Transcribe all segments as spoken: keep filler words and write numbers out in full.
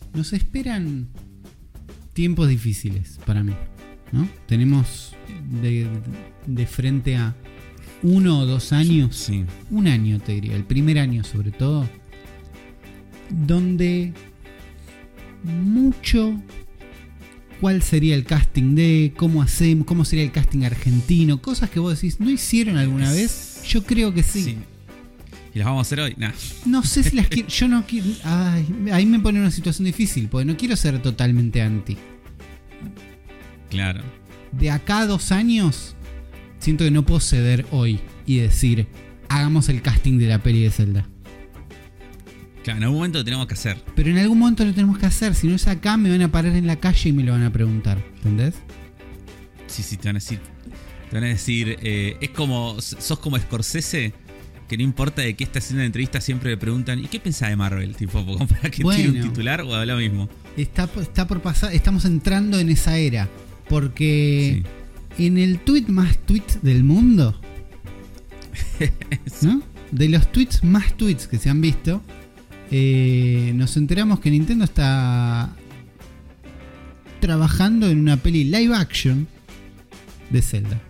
nos esperan tiempos difíciles para mí, ¿no? Tenemos de, de frente a uno o dos años, sí. un año te diría, el primer año sobre todo, donde mucho cuál sería el casting de, cómo hacemos, cómo sería el casting argentino, cosas que vos decís, ¿no hicieron alguna vez? Yo creo que sí. sí. ¿Y las vamos a hacer hoy? Nah. No sé si las quiero, yo no quiero, ay, ahí me pone en una situación difícil, porque no quiero ser totalmente anti. Claro. De acá a dos años, siento que no puedo ceder hoy y decir, hagamos el casting de la peli de Zelda. Claro, en algún momento lo tenemos que hacer. Pero en algún momento lo tenemos que hacer. Si no es acá, me van a parar en la calle y me lo van a preguntar. ¿Entendés? Sí, sí, te van a decir. Te van a decir. Eh, es como. Sos como Scorsese. Que no importa de qué está haciendo la entrevista, siempre le preguntan. ¿Y qué pensás de Marvel? Tipo, como para que bueno, tire un titular o habla mismo. Está, está por pasar. Estamos entrando en esa era. Porque sí. En el tweet más tweet del mundo, ¿no? De los tweets más tweets que se han visto. Eh, nos enteramos que Nintendo está trabajando en una peli live action de Zelda.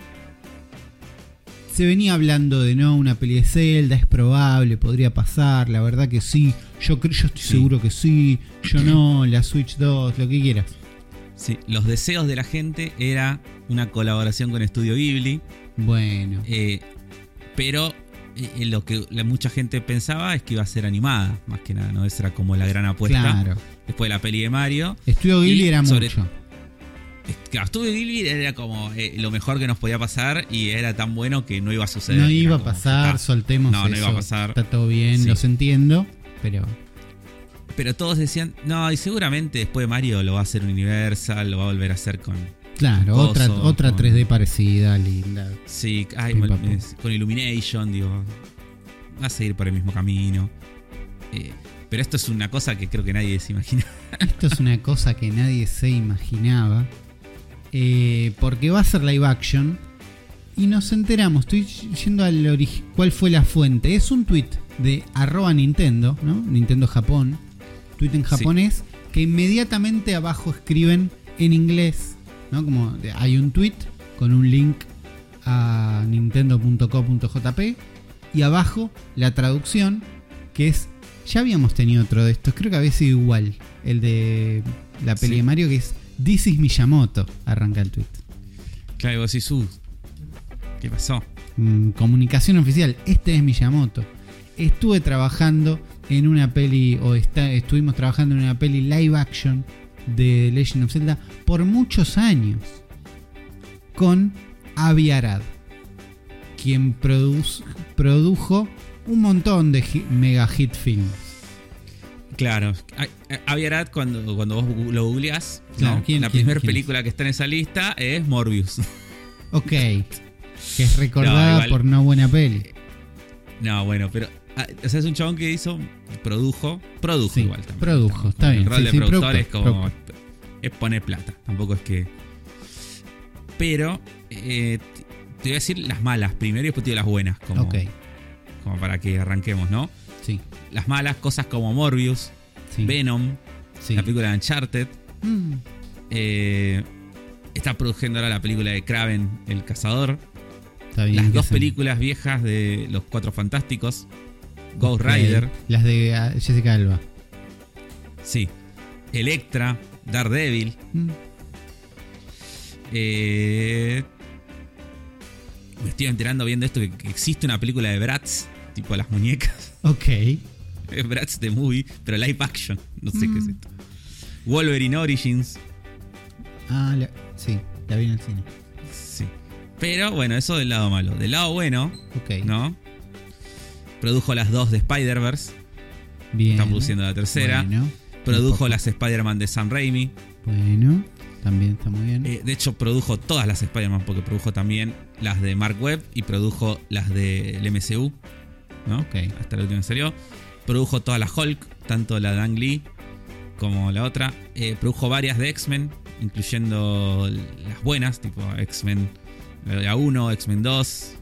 Se venía hablando de no, una peli de Zelda, es probable, podría pasar, la verdad que sí, yo creo, yo estoy sí. seguro que sí, yo no, la Switch dos, lo que quieras. Sí, los deseos de la gente era una colaboración con Estudio Ghibli. Bueno. Eh, pero Eh, lo que la, mucha gente pensaba es que iba a ser animada, más que nada, ¿no? Esa era como la gran apuesta. Claro. Después de la peli de Mario. Estudio Ghibli era sobre, mucho. Claro, Estudio Ghibli era como eh, lo mejor que nos podía pasar y era tan bueno que no iba a suceder. No iba como, a pasar, soltemos no, eso. No iba a pasar. Está todo bien, sí. Los entiendo, pero... Pero todos decían, no, y seguramente después de Mario lo va a hacer Universal, lo va a volver a hacer con... Claro, con otra, Coso, otra con, tres D parecida, linda. Sí, ay, con Illumination, digo, va a seguir por el mismo camino. Eh, pero esto es una cosa que creo que nadie se imagina. Esto es una cosa que nadie se imaginaba. Eh, porque va a ser live action. Y nos enteramos, estoy yendo al origen. ¿Cuál fue la fuente? Es un tweet de arroba Nintendo, ¿no? Nintendo Japón. Tweet en japonés. Sí. Que inmediatamente abajo escriben en inglés, ¿no? Como hay un tweet con un link a nintendo punto co punto jp y abajo la traducción que es, ya habíamos tenido otro de estos, creo que había sido igual, el de la peli sí. de Mario, que es This is Miyamoto, arranca el tweet. Claro, vos decís, uh, ¿qué pasó? Mm, comunicación oficial, este es Miyamoto. Estuve trabajando en una peli, o está, estuvimos trabajando en una peli live action de Legend of Zelda por muchos años con Avi Arad, quien produce, produjo un montón de hit, mega hit films. Claro, Avi Arad, cuando, cuando vos lo googleás, claro, ¿no? ¿quién, la quién, primera quién película es? que está en esa lista es Morbius. Ok, que es recordada no, por una buena peli. No, bueno, pero o sea, es un chabón que hizo, produjo, produjo sí, igual también. Produjo, está bien. El rol sí, de sí, productor productor, es como productor. Es poner plata, tampoco es que. Pero eh, te voy a decir las malas primero y después te digo las buenas, como, okay. como para que arranquemos, ¿no? Sí. Las malas, cosas como Morbius, sí. Venom, sí. La película de Uncharted. Mm. Eh, está produciendo ahora la película de Kraven, el cazador. Está bien, las dos son... películas viejas de Los Cuatro Fantásticos. Ghost okay. Rider. Las de Jessica Alba. Sí. Electra, Daredevil. Mm. Eh, me estoy enterando viendo esto que, que existe una película de Bratz, tipo las muñecas. Ok. Bratz de movie, pero live action. No sé mm. qué es esto. Wolverine Origins. Ah, la, sí, la vi en el cine. Sí. Pero bueno, eso del lado malo. Del lado bueno, okay. ¿no? Produjo las dos de Spider-Verse. Bien. Están produciendo la tercera. Bueno. Produjo las Spider-Man de Sam Raimi. Bueno, también está muy bien. Eh, de hecho, produjo todas las Spider-Man porque produjo también las de Mark Webb y produjo las del M C U, ¿no? Okay. Hasta la última que salió. Produjo todas las Hulk, tanto la de Ang Lee como la otra. Eh, produjo varias de X-Men, incluyendo las buenas, tipo X-Men uno, X-Men dos.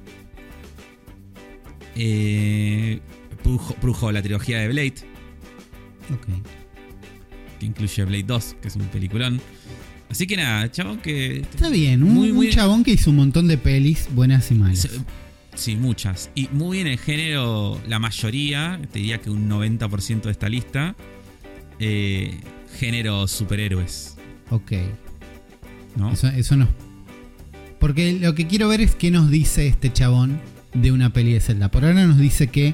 Eh, produjo, produjo la trilogía de Blade. Ok. que incluye Blade dos, que es un peliculón. Así que nada, chabón que... Está bien, un, muy, muy, un chabón que hizo un montón de pelis buenas y malas. Sí, muchas. Y muy bien en género, la mayoría, te diría que un noventa por ciento de esta lista, eh, género superhéroes. Ok. ¿No? Eso, eso nos... Porque lo que quiero ver es qué nos dice este chabón de una peli de Zelda. Por ahora nos dice que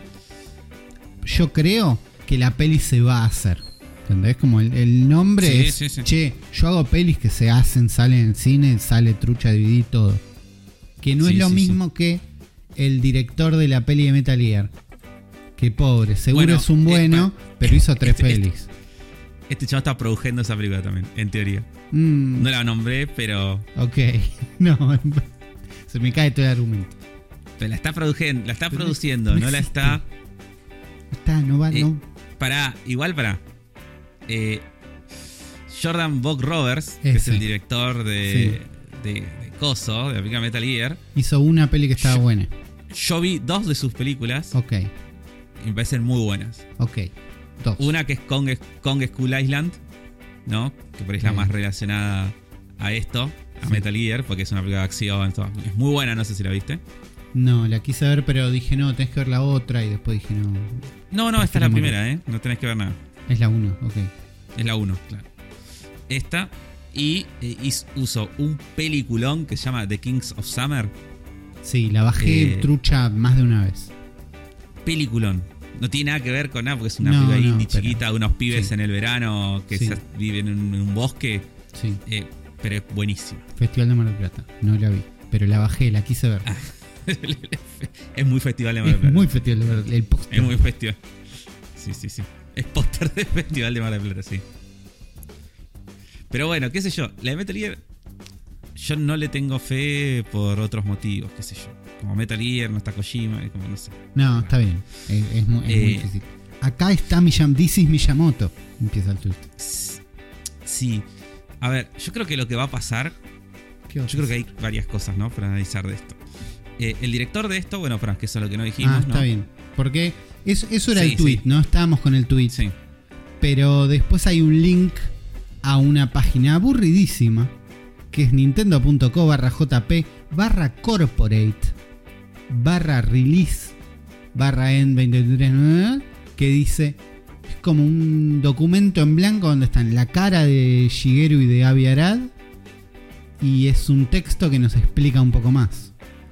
yo creo que la peli se va a hacer. ¿Entendés? Como el, el nombre sí, es, sí, sí. Che, yo hago pelis que se hacen, salen en el cine, sale trucha, D V D, todo. Que no sí, es lo sí, mismo sí. que el director de la peli de Metal Gear. Que pobre, seguro bueno, es un bueno, eh, pero hizo tres este, pelis. Este, este chavo está produciendo esa película también, en teoría. Mm. No la nombré, pero... Ok, no, se me cae todo el argumento. Pero la está produciendo, la está pero produciendo, no, no la está... Está, no va, eh, no. Pará, igual pará. Eh, Jordan Vogt-Roberts, Ese. que es el director de, sí. de, de Coso, de la película Metal Gear, hizo una peli que estaba yo, buena. Yo vi dos de sus películas. Ok. Y me parecen muy buenas. Ok. Dos. Una que es Kong, Kong Skull Island, ¿no? Que por ahí es la más relacionada a esto, a sí. Metal Gear, porque es una película de acción. Todo. Es muy buena, no sé si la viste. No, la quise ver, pero dije no, tenés que ver la otra. Y después dije no. No, no, esta es la primera, ¿eh? No tenés que ver nada. Es la uno, ok. Es la uno, claro. Esta. Y eh, uso un peliculón que se llama The Kings of Summer. Sí, la bajé eh, trucha más de una vez. Peliculón. No tiene nada que ver con nada porque es una no, película no, indie pero, chiquita de unos pibes sí. en el verano que sí. se viven en un, en un bosque. Sí. Eh, pero es buenísima. Festival de Mar del Plata. No la vi, pero la bajé, la quise ver. Ah. Es muy Festival de Mar del Plata. Es muy Festival de Mar del Plata. El póster. Es muy festival. Sí, sí, sí. Es póster de Festival de Mar del Plata, sí. Pero bueno, qué sé yo. La de Metal Gear, yo no le tengo fe por otros motivos, qué sé yo. Como Metal Gear, no está Kojima, como no sé. No, está bien. Es, es, muy, es eh, muy difícil. Acá está Miyam, This is Miyamoto. Empieza el tweet. Sí. A ver, yo creo que lo que va a pasar. Yo creo que hay varias cosas, ¿no? Para analizar de esto. Eh, el director de esto, bueno, para que eso es lo que no dijimos. Ah, está ¿no? bien. Porque eso, eso era sí, el tweet, sí. ¿no? Estábamos con el tweet. Sí. Pero después hay un link a una página aburridísima que es nintendo.co barra jp barra corporate barra release barra en veintitrés que dice, es como un documento en blanco donde están la cara de Shigeru y de Avi Arad y es un texto que nos explica un poco más.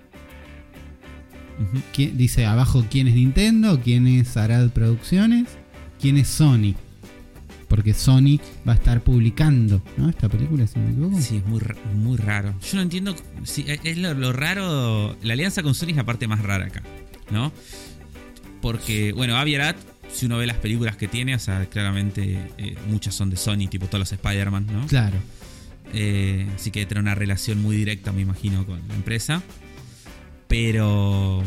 Uh-huh. Dice abajo quién es Nintendo, quién es Arad Producciones, quién es Sony. Porque Sony va a estar publicando, ¿no? Esta película, si no me equivoco. Sí, es muy, muy raro. Yo no entiendo. Sí, es lo, lo raro. La alianza con Sony es la parte más rara acá, ¿no? Porque, bueno, Avi Arad, si uno ve las películas que tiene, o sea, claramente eh, muchas son de Sony, tipo todos los Spider-Man, ¿no? Claro. Eh, así que tiene una relación muy directa, me imagino, con la empresa. Pero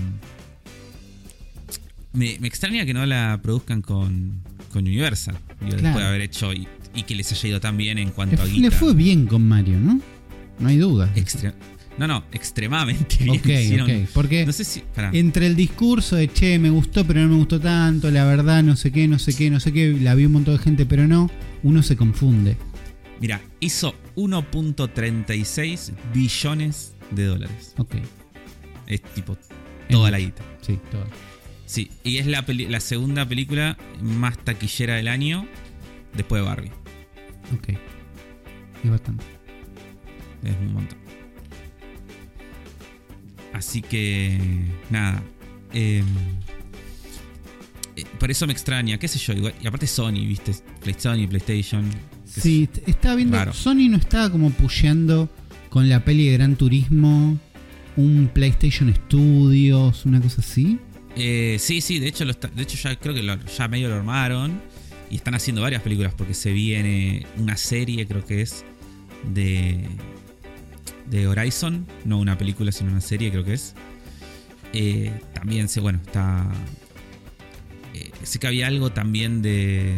me, me extraña que no la produzcan con, con Universal. Digo, claro. Después de haber hecho y, y que les haya ido tan bien en cuanto le, a guita. Le fue bien con Mario, ¿no? No hay duda. Extre- no, no, extremadamente bien. Ok, hicieron, ok. Porque no sé si, entre el discurso de che, me gustó, pero no me gustó tanto, la verdad, no sé qué, no sé qué, no sé qué, la vi un montón de gente, pero no, uno se confunde. Mira, hizo uno punto treinta y seis billones de dólares. Ok. Es tipo toda la guita. Sí, toda. Sí, y es la, peli- la segunda película más taquillera del año después de Barbie. Ok. Es bastante. Es un montón. Así que, nada. Eh, eh, por eso me extraña, qué sé yo. Igual, y aparte Sony, ¿viste? Sony, PlayStation. Sí, estaba viendo. Raro. Sony no estaba como pusheando con la peli de Gran Turismo un PlayStation Studios, una cosa así. Eh, sí, sí, de hecho, lo está, de hecho ya creo que lo, ya medio lo armaron y están haciendo varias películas porque se viene una serie, creo que es de de Horizon, no una película sino una serie, creo que es. Eh, también se, bueno, está. Eh, sé que había algo también de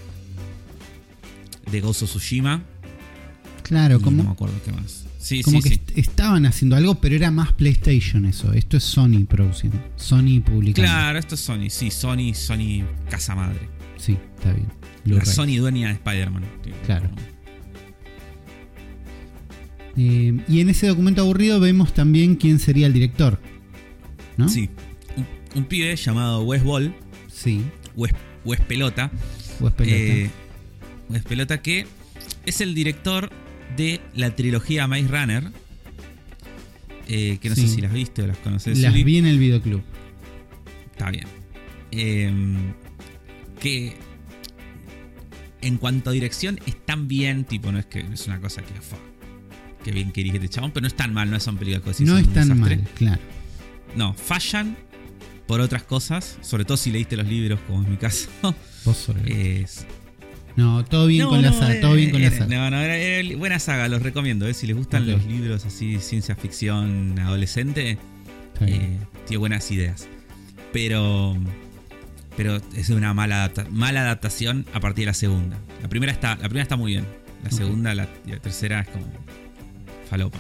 de Ghost of Tsushima. Claro, como no me acuerdo qué más. Sí, como sí, que sí. Est- estaban haciendo algo, pero era más PlayStation eso. Esto es Sony produciendo. Sony publicando. Claro, esto es Sony. Sí, Sony, Sony casa madre. Sí, está bien. la Sony dueña de Spider-Man. Claro. Eh, y en ese documento aburrido vemos también quién sería el director, ¿no? Sí, un, un pibe llamado Wes Ball. Sí. Wes, Wes Pelota. Wes Pelota. Eh, Wes Pelota, que es el director de la trilogía Maze Runner. Eh, que no sí. sé si las viste o las conoces. Las Zuli. vi en el videoclub. Está bien. Eh, que en cuanto a dirección están bien, tipo, no es que es una cosa que fue. Que bien que dirige este chabón, pero no es tan mal, no son películas que No es tan mal, claro. No, fallan por otras cosas, sobre todo si leíste los libros, como es mi caso. Vos solo. Eh, no, todo bien no, con no, la saga, era, todo bien con era, la saga. No, no, era, era buena saga, los recomiendo, ¿eh? Si les gustan Okay. los libros así, ciencia ficción adolescente, eh, tiene buenas ideas. Pero pero es una mala, adapta, mala adaptación a partir de la segunda. La primera está, la primera está muy bien. La Okay. segunda, la, la tercera es como falopa.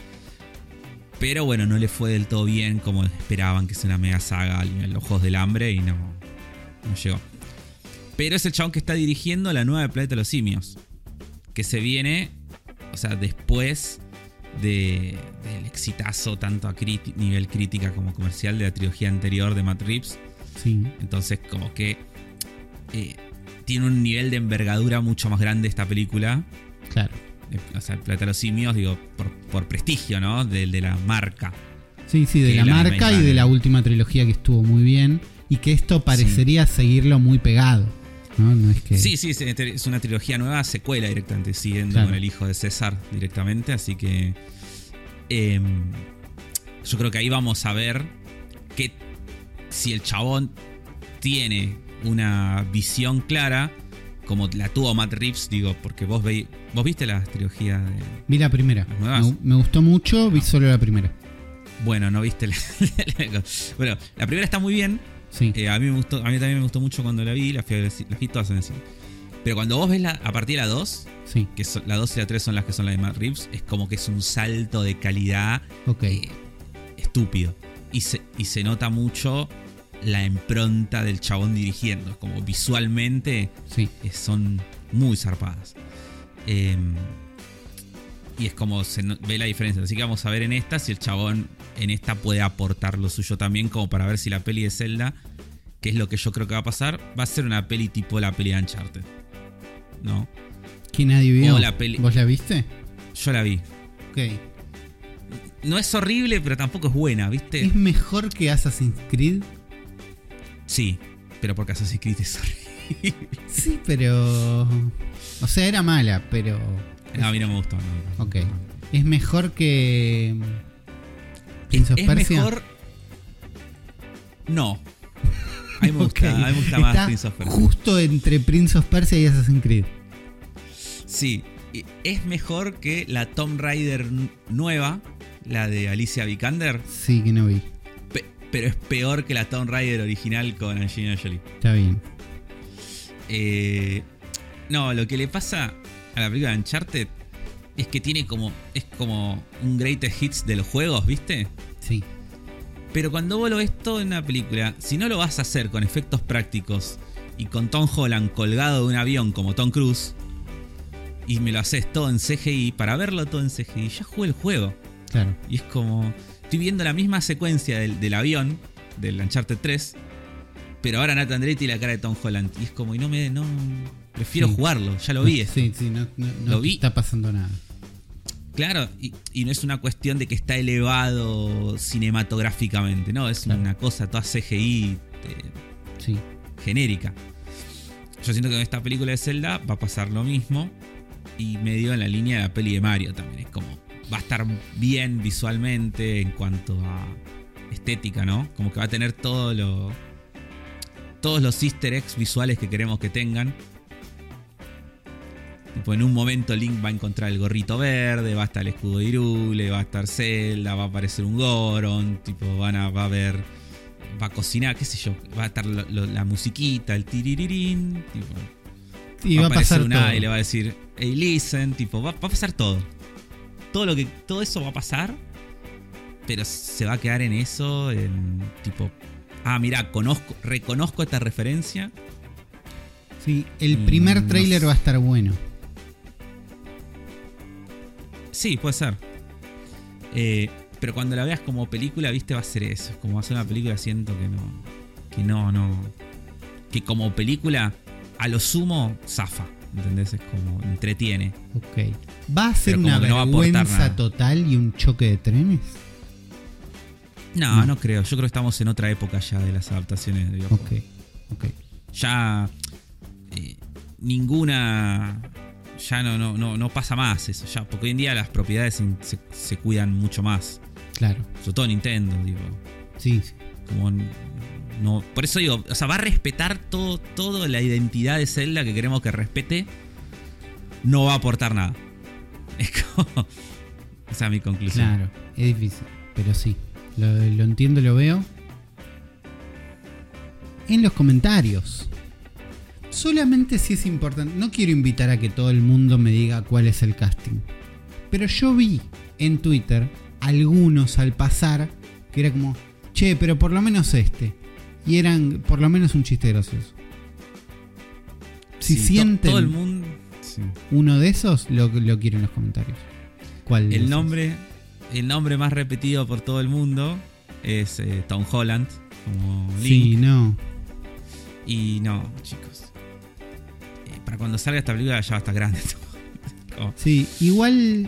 Pero bueno, no le fue del todo bien como esperaban, que sea una mega saga en los Juegos del Hambre, y no, no llegó. Pero es el chabón que está dirigiendo la nueva de Planeta de los Simios, que se viene, o sea, después de, del exitazo tanto a críti- nivel crítica como comercial de la trilogía anterior de Matt Reeves. Sí. Entonces como que eh, tiene un nivel de envergadura mucho más grande esta película. Claro. O sea, el Planeta de los Simios, digo, por, por prestigio, ¿no? De, de la marca. Sí, sí, de que la la marca Maze y de Runner. la última trilogía que estuvo muy bien. Y que esto parecería sí. seguirlo muy pegado, ¿no? No es que... Sí, sí, es una trilogía nueva, secuela directamente, siguiendo claro. con el hijo de César directamente. Así que eh, yo creo que ahí vamos a ver que si el chabón tiene una visión clara, como la tuvo Matt Reeves, digo, porque vos veis, vos viste la trilogía de... Vi la primera, me, me gustó mucho, vi no. solo la primera. Bueno, no viste la... Bueno, la primera está muy bien. Sí. Eh, a mí me gustó, a mí también me gustó mucho cuando la vi, las la vi todas en el cine. Pero cuando vos ves la, a partir de la dos, sí. que son, la dos y la tres son las que son las de Matt Reeves, es como que es un salto de calidad okay. eh, estúpido. Y se, y se nota mucho la impronta del chabón dirigiendo. Como visualmente sí. eh, son muy zarpadas. Eh, y es como se no, ve la diferencia. Así que vamos a ver en esta si el chabón en esta puede aportar lo suyo también, como para ver si la peli de Zelda, que es lo que yo creo que va a pasar, va a ser una peli tipo la peli de Uncharted, ¿no? ¿Que nadie vio? La peli... ¿Vos la viste? Yo la vi. Ok. No es horrible, pero tampoco es buena, ¿viste? ¿Es mejor que Assassin's Creed? Sí, pero porque Assassin's Creed es horrible. Sí, pero... O sea, era mala, pero... No, a mí no me gustó. No, no, ok. no. ¿Es mejor que... Prince of es Persia? mejor... No. A mí me gusta, okay. a mí me gusta más Está Prince of Persia. Justo entre Prince of Persia y Assassin's Creed. Sí. Es mejor que la Tomb Raider nueva, la de Alicia Vikander. Sí, que no vi. Pe- pero es peor que la Tomb Raider original con Angelina Jolie. Está bien. Eh, no, lo que le pasa a la película de Uncharted es que tiene como... Es como un greatest hits de los juegos, ¿viste? Sí. Pero cuando vos lo ves todo en una película, si no lo vas a hacer con efectos prácticos y con Tom Holland colgado de un avión como Tom Cruise, y me lo haces todo en C G I, para verlo todo en C G I, ya jugué el juego. Claro. Y es como... Estoy viendo la misma secuencia del, del avión, del Uncharted tres, pero ahora Nathan Drake y la cara de Tom Holland. Y es como, y no me... no Prefiero sí. jugarlo, ya lo vi. Esto. Sí, sí, no, no, no lo vi. está pasando nada. Claro, y, y no es una cuestión de que está elevado cinematográficamente, no, es claro. una cosa toda C G I eh, sí. genérica. Yo siento que con esta película de Zelda va a pasar lo mismo, y medio en la línea de la peli de Mario también. Es como, va a estar bien visualmente en cuanto a estética, ¿no? Como que va a tener todo lo, todos los easter eggs visuales que queremos que tengan. Tipo, en un momento Link va a encontrar el gorrito verde, va a estar el escudo de Hyrule, va a estar Zelda, va a aparecer un Goron, tipo, van a, va a haber, va a cocinar, qué sé yo, va a estar lo, lo, la musiquita, el tiririrín, tipo, y va, va a aparecer pasar un todo. A y le va a decir, hey, listen, tipo, va, va a pasar todo. Todo lo que, todo eso va a pasar, pero se va a quedar en eso, en tipo, ah, mirá, conozco, reconozco esta referencia, Sí, el primer Mm, tráiler no va a estar bueno. Sí, puede ser. Eh, pero cuando la veas como película, viste, va a ser eso. Como va a ser una película, siento que no. Que no, no. Que como película, a lo sumo, zafa. ¿Entendés? Es como entretiene. Ok. ¿Va a ser Pero una como que no va a aportar vergüenza nada. total y un choque de trenes? No, No. no creo. Yo creo que estamos en otra época ya de las adaptaciones de videojuegos. Ok, ok. Ya eh, ninguna. Ya no, no, no, no pasa más eso. Ya, porque hoy en día las propiedades se, se cuidan mucho más. Claro. Sobre todo Nintendo, digo. Sí, sí. Como no. Por eso digo, o sea, va a respetar todo, todo la identidad de Zelda que queremos que respete. No va a aportar nada. Es como. Esa es mi conclusión. Claro, es difícil, pero sí. Lo, lo entiendo, lo veo. En los comentarios. Solamente si es importante. No quiero invitar a que todo el mundo me diga cuál es el casting. Pero yo vi en Twitter algunos al pasar que era como, che, pero por lo menos este. Y eran por lo menos un chiste gracioso. Si Sí, sienten to- todo el mundo. Sí. uno de esos, lo, lo quiero en los comentarios. ¿Cuál de El esos? nombre. El nombre más repetido por todo el mundo es eh, Tom Holland. Como Link. Sí, no. Y no, chicos. Eh, para cuando salga esta película ya va a estar grande. Como- Sí, igual.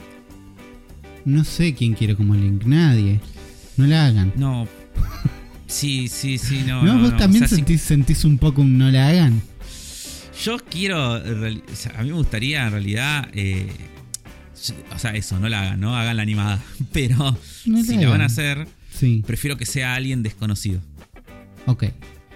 No sé quién quiere como Link. Nadie. No la hagan. no. Sí, sí, sí, no. ¿No? no, ¿Vos no. también O sea, sí- sentís, sentís un poco un no la hagan? yo quiero. en reali- o sea, a mí me gustaría en realidad. eh, o sea, eso, no la hagan, ¿no? Hagan la animada. Pero No la si la van hagan. a hacer, Sí, prefiero que sea alguien desconocido. ok.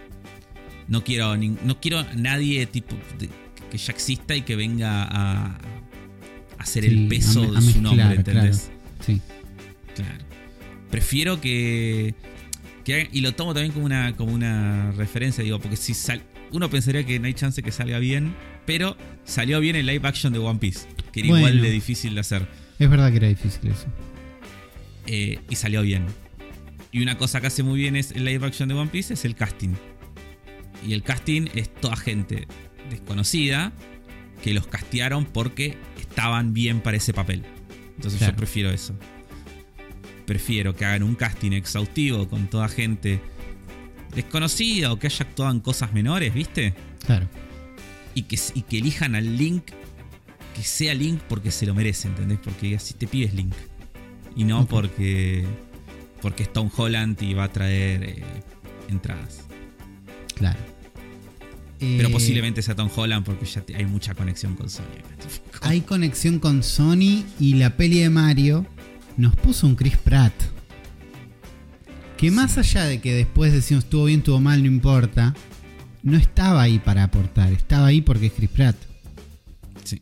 No quiero, nin- no quiero nadie tipo de- que ya exista y que venga a, a hacer Sí, el peso a me- a de su mezclar, nombre, ¿entendés? Sí, Claro. Prefiero que, que hagan- y lo tomo también como una, como una referencia, digo, porque si sal, uno pensaría que no hay chance que salga bien, pero salió bien el live action de One Piece, que era Bueno. igual de difícil de hacer. es verdad que era difícil eso. Eh, y salió bien. Y una cosa que hace muy bien es el live action de One Piece es el casting. Y el casting es toda gente desconocida que los castearon porque estaban bien para ese papel. Entonces Claro. yo prefiero eso. Prefiero que hagan un casting exhaustivo con toda gente desconocida o que haya actuado en cosas menores, ¿viste? Claro. Y que, y que elijan al Link, que sea Link porque se lo merece, ¿entendés? Porque así te pides Link. Y no Ok. porque, porque es Tom Holland y va a traer eh, entradas. Claro. Pero Eh, posiblemente sea Tom Holland porque ya te- hay mucha conexión con Sony. Hay conexión con Sony y la peli de Mario nos puso un Chris Pratt. Que más Sí. allá de que después decimos estuvo bien, estuvo mal, no importa. No estaba ahí para aportar, estaba ahí porque es Chris Pratt. Sí.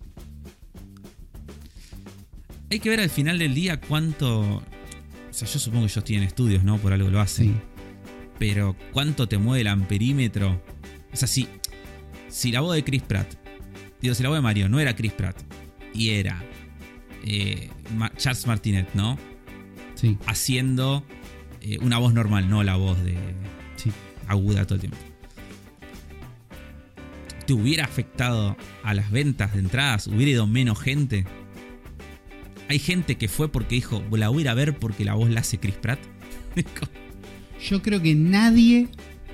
Hay que ver al final del día cuánto. O sea, yo supongo que ellos tienen estudios, ¿no? Por algo lo hacen. Sí. Pero cuánto te mueve el amperímetro. O sea, si, si la voz de Chris Pratt, digo, si la voz de Mario no era Chris Pratt y era eh, Ma- Charles Martinet, ¿no? Sí, Haciendo eh, una voz normal, no la voz de sí. aguda todo el tiempo. ¿Te hubiera afectado a las ventas de entradas? ¿Hubiera ido menos gente? Hay gente que fue porque dijo, la voy a ir a ver porque la voz la hace Chris Pratt. Yo creo que nadie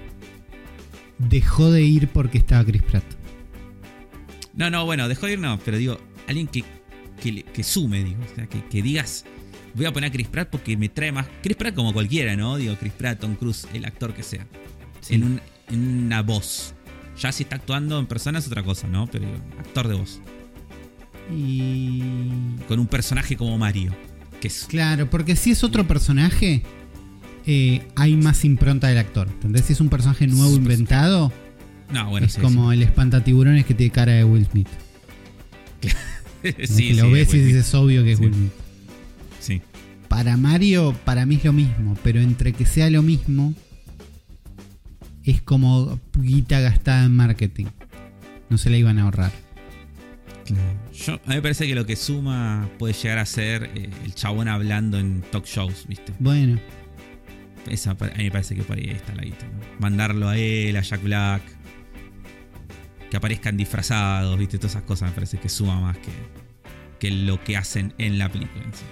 dejó de ir porque estaba Chris Pratt. No, no, bueno, dejó de ir, no, pero digo, alguien que, que, le- que sume, digo, o sea, que, que digas, voy a poner a Chris Pratt porque me trae más. Chris Pratt como cualquiera, ¿no? Digo, Chris Pratt, Tom Cruise, el actor que sea. Sí. En, un, en una voz. Ya si está actuando en persona es otra cosa, ¿no? Pero digo, actor de voz. Y... Con un personaje como Mario. Que es. Claro, porque si es otro personaje, eh, hay más impronta del actor. ¿Entendés? Si es un personaje nuevo Sí, inventado, No, bueno, es sí. como el espantatiburones que tiene cara de Will Smith. Sí, Que sí, lo sí, ves y Will Smith. dices obvio que es Sí. Will Smith. Sí. Para Mario, para mí es lo mismo, pero entre que sea lo mismo, es como guita gastada en marketing. No se la iban a ahorrar. Yo, a mí me parece que lo que suma puede llegar a ser eh, el chabón hablando en talk shows, ¿viste? Bueno, Esa, a mí me parece que por ahí está la guita, ¿no? Mandarlo a él, a Jack Black. que aparezcan disfrazados, ¿viste? Todas esas cosas me parece que suma más que, que lo que hacen en la película en sí.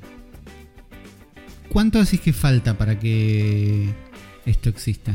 ¿Cuánto decís que falta para que esto exista?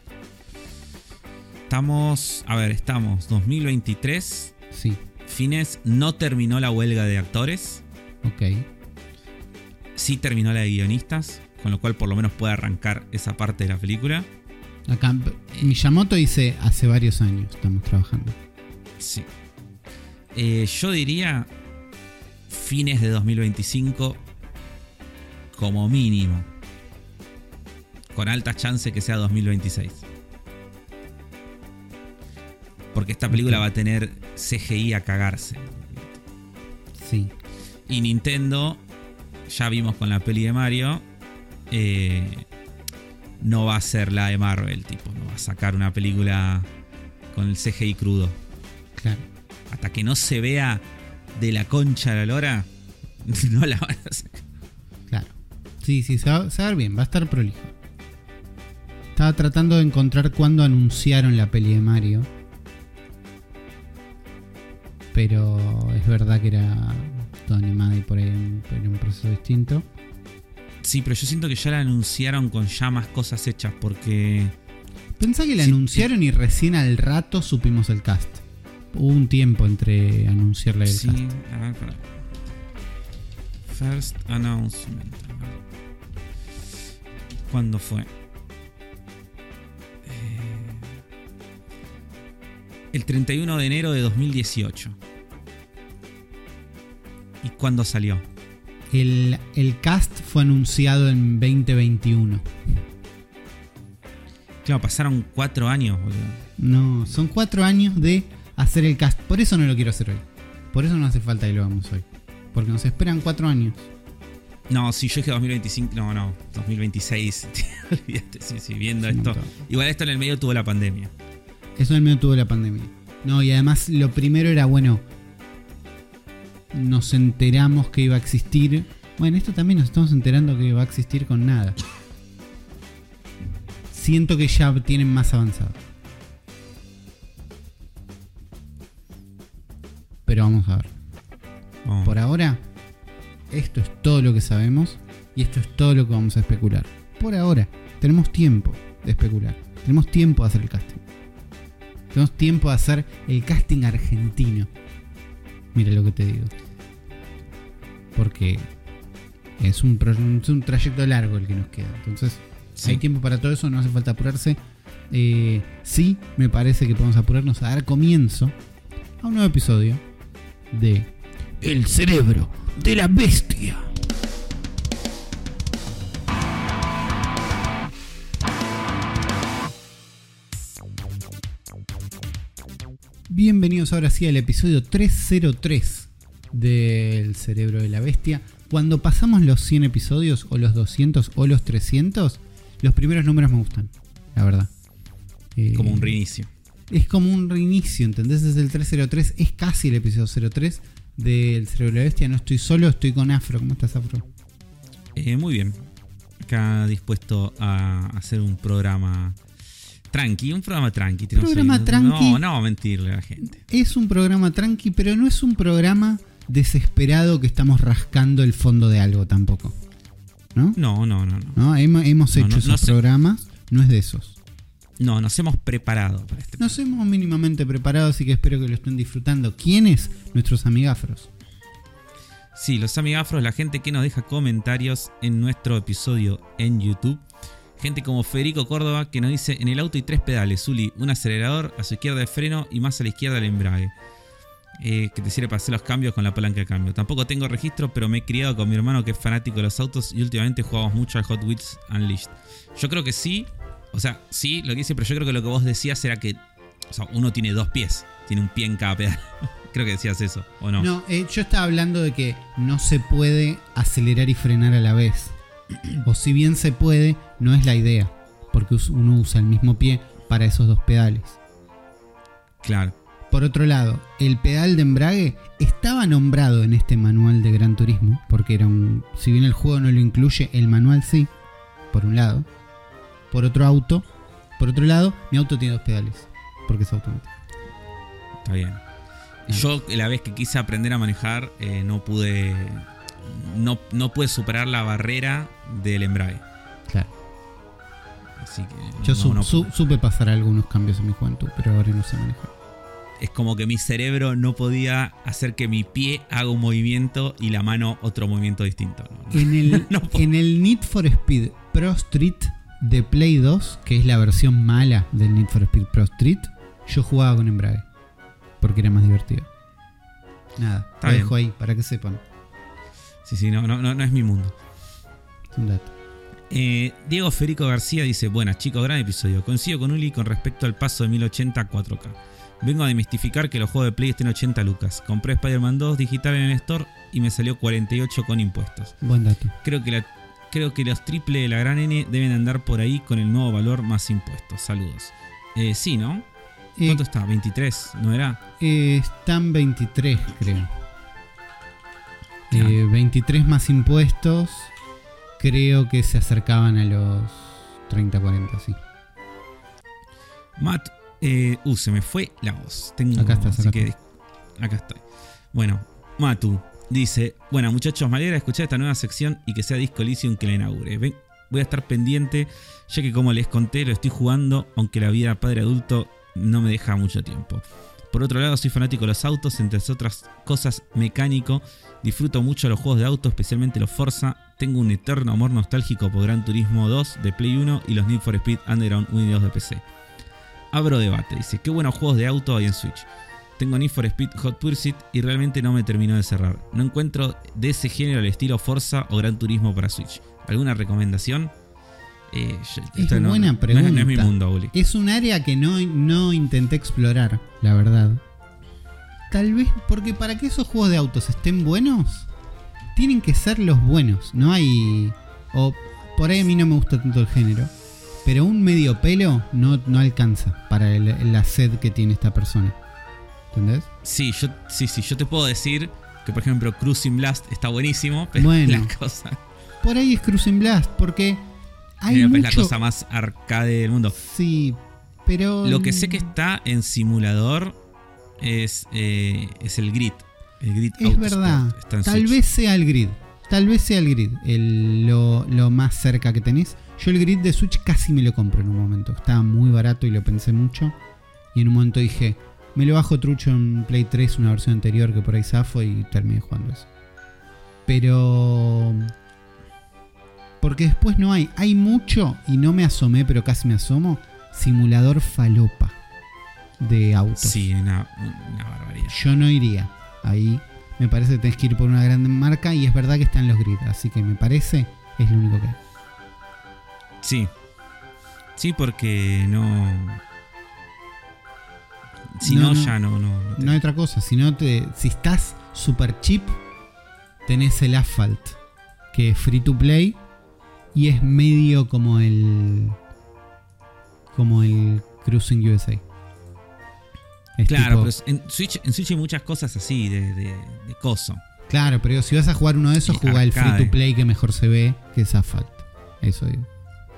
Estamos, a ver, estamos dos mil veintitrés. Sí. Fines, no terminó la huelga de actores. Ok. Sí terminó la de guionistas, con lo cual por lo menos puede arrancar esa parte de la película. Acá Miyamoto dice hace varios años estamos trabajando. Sí. Eh, yo diría fines de dos mil veinticinco como mínimo. Con altas chances que sea dos mil veintiséis. Porque esta película va a tener C G I a cagarse. Sí. Y Nintendo, ya vimos con la peli de Mario, eh, no va a ser la de Marvel, tipo, no va a sacar una película con el C G I crudo. Claro. Hasta que no se vea de la concha de la lora, no la van a sacar. Claro. Sí, sí, se va, se va a ver bien, va a estar prolijo. Estaba tratando de encontrar cuándo anunciaron la peli de Mario. Pero es verdad que era toda animada y por ahí era un proceso distinto. Sí, pero yo siento que ya la anunciaron con ya más cosas hechas porque... Pensá que la sí, anunciaron y recién al rato supimos el cast. Hubo un tiempo entre anunciarla y el sí, cast. A ver, para. First announcement. ¿Cuándo fue? El treinta y uno de enero de dos mil dieciocho. ¿Y cuándo salió? El, el cast fue anunciado en veinte veintiuno. Claro, pasaron cuatro años, boludo. No, son cuatro años de hacer el cast. Por eso no lo quiero hacer hoy. Por eso no hace falta que lo hagamos hoy. Porque nos esperan cuatro años. No, si yo dije dos mil veinticinco, no, no, dos mil veintiséis. Olvídate, sí, sí, viendo Es un esto. montón. Igual esto en el medio tuvo la pandemia. Eso en el medio tuvo la pandemia. No, y además lo primero era, bueno, nos enteramos que iba a existir. Bueno, esto también nos estamos enterando que va a existir con nada. Siento que ya tienen más avanzado. Pero vamos a ver. Oh. Por ahora, esto es todo lo que sabemos y esto es todo lo que vamos a especular. Por ahora, tenemos tiempo de especular. Tenemos tiempo de hacer el casting. Tenemos tiempo de hacer el casting argentino. Mira lo que te digo. Porque es un, pro- es un trayecto largo el que nos queda. Entonces, Sí. hay tiempo para todo eso, no hace falta apurarse. Eh, sí, me parece que podemos apurarnos a dar comienzo a un nuevo episodio de El cerebro de la bestia. Bienvenidos ahora sí al episodio trescientos tres del Cerebro de la Bestia. Cuando pasamos los cien episodios, o los doscientos, o los trescientos, los primeros números me gustan, la verdad. Eh, Como un reinicio. Es como un reinicio, ¿entendés? Es el trescientos tres, es casi el episodio cero tres del Cerebro de la Bestia. No estoy solo, estoy con Afro. ¿Cómo estás, Afro? Eh, muy bien. Acá dispuesto a hacer un programa tranqui, un programa tranqui. Un programa no, tranqui. No, no, mentirle a la gente. Es un programa tranqui, pero no es un programa desesperado que estamos rascando el fondo de algo tampoco. ¿No? No, no, no, no. ¿No? Hemos, hemos No, hecho no, esos no sé. programas, no es de esos. No, nos hemos preparado para este. Nos hemos mínimamente preparado, así que espero que lo estén disfrutando. ¿Quiénes? Nuestros amigafros. Sí, los amigafros, la gente que nos deja comentarios en nuestro episodio en YouTube. Gente como Federico Córdoba que nos dice: en el auto hay tres pedales, Zuli, un acelerador, a su izquierda el freno y más a la izquierda el embrague. Eh, que te sirve para hacer los cambios con la palanca de cambio. Tampoco tengo registro, pero me he criado con mi hermano que es fanático de los autos y últimamente jugamos mucho al Hot Wheels Unleashed. Yo creo que sí, o sea, sí, lo que dice, pero yo creo que lo que vos decías era que, o sea, uno tiene dos pies, tiene un pie en cada pedal. Creo que decías eso, ¿o no? No, eh, yo estaba hablando de que no se puede acelerar y frenar a la vez. O si bien se puede, no es la idea, porque uno usa el mismo pie para esos dos pedales. Claro. Por otro lado, el pedal de embrague estaba nombrado en este manual de Gran Turismo, porque era un, si bien el juego no lo incluye, el manual sí, por un lado. Por otro auto, por otro lado, mi auto tiene dos pedales, porque es automático. Está bien. Yo la vez que quise aprender a manejar eh, no pude no, no pude superar la barrera del embrague. Claro. Así que Yo no, su, no su, supe pasar algunos cambios en mi juventud, pero ahora no sé manejar. Es como que mi cerebro no podía hacer que mi pie haga un movimiento y la mano otro movimiento distinto. No, En el, no en el Need for Speed Pro Street de Play dos, que es la versión mala del Need for Speed Pro Street, yo jugaba con embrague. Porque era más divertido. Nada, Está lo bien. dejo ahí para que sepan. Sí, sí, no, no, no, no es mi mundo. Es un dato. Eh, Diego Federico García dice: buenas chicos, gran episodio. Coincido con Uli con respecto al paso de mil ochenta a cuatro K. Vengo a demistificar que los juegos de Play estén ochenta lucas. Compré Spider-Man dos digital en el Store y me salió cuarenta y ocho con impuestos. Buen dato. Creo que, la, creo que los triple de la gran N deben andar por ahí con el nuevo valor más impuestos. Saludos. Eh, sí, ¿no? Eh, ¿Cuánto está? ¿veintitrés? ¿No era? eh, están veintitrés, creo. Claro. Eh, veintitrés más impuestos. Creo que se acercaban a los treinta, cuarenta, sí. Matt, eh, uh, se me fue la voz. Tengo, Acá estás, así acá que acá estoy. Bueno, Matu dice: bueno, muchachos, me alegra escuchar esta nueva sección y que sea Disco Elysium que la inaugure. Ven, voy a estar pendiente, ya que como les conté, lo estoy jugando, aunque la vida padre adulto no me deja mucho tiempo. Por otro lado, soy fanático de los autos, entre otras cosas mecánico. Disfruto mucho los juegos de auto, especialmente los Forza. Tengo un eterno amor nostálgico por Gran Turismo dos de Play uno y los Need for Speed Underground uno y dos de P C. Abro debate, dice: qué buenos juegos de auto hay en Switch. Tengo Need for Speed Hot Pursuit y realmente no me terminó de cerrar. No encuentro de ese género el estilo Forza o Gran Turismo para Switch. ¿Alguna recomendación? Eh, Es no, buena no, pregunta. No es, no es mi mundo, Uli. Es un área que no, no intenté explorar, la verdad. Tal vez porque para que esos juegos de autos estén buenos, tienen que ser los buenos. No hay... O por ahí a mí no me gusta tanto el género. Pero un medio pelo no, no alcanza para el, la sed que tiene esta persona. ¿Entendés? Sí, yo, sí, sí, yo te puedo decir que, por ejemplo, Cruising Blast está buenísimo, pero Bueno. la cosa... Por ahí es Cruising Blast, porque hay es mucho... la cosa más arcade del mundo. Sí, pero... Lo que sé que está en simulador es, eh, es el Grid. El Grid Es Autosport. verdad. Está en Tal Switch. vez sea el Grid. Tal vez sea el Grid. El, lo, lo más cerca que tenés. Yo el Grid de Switch casi me lo compro en un momento. Estaba muy barato y lo pensé mucho. Y en un momento dije, me lo bajo trucho en Play tres, una versión anterior que por ahí zafo, y terminé jugando eso. Pero... Porque después no hay. Hay mucho, y no me asomé, pero casi me asomo, simulador falopa de autos. Sí, una, una barbaridad. Yo no iría. Ahí me parece que tenés que ir por una gran marca, y es verdad que están los grid, así que me parece es lo único que hay. Sí. Sí, porque no... Si no, No, no. ya no... No, no te- No hay otra cosa. Si no te, si estás super cheap, tenés el Asphalt, que es free to play y es medio como el como el Cruising U S A. Es Claro, tipo- pero en Switch, en Switch hay muchas cosas así de, de, de coso. claro, pero si vas a jugar uno de esos, Y jugá el free arcade. to play que mejor se ve, que es Asphalt. Eso digo.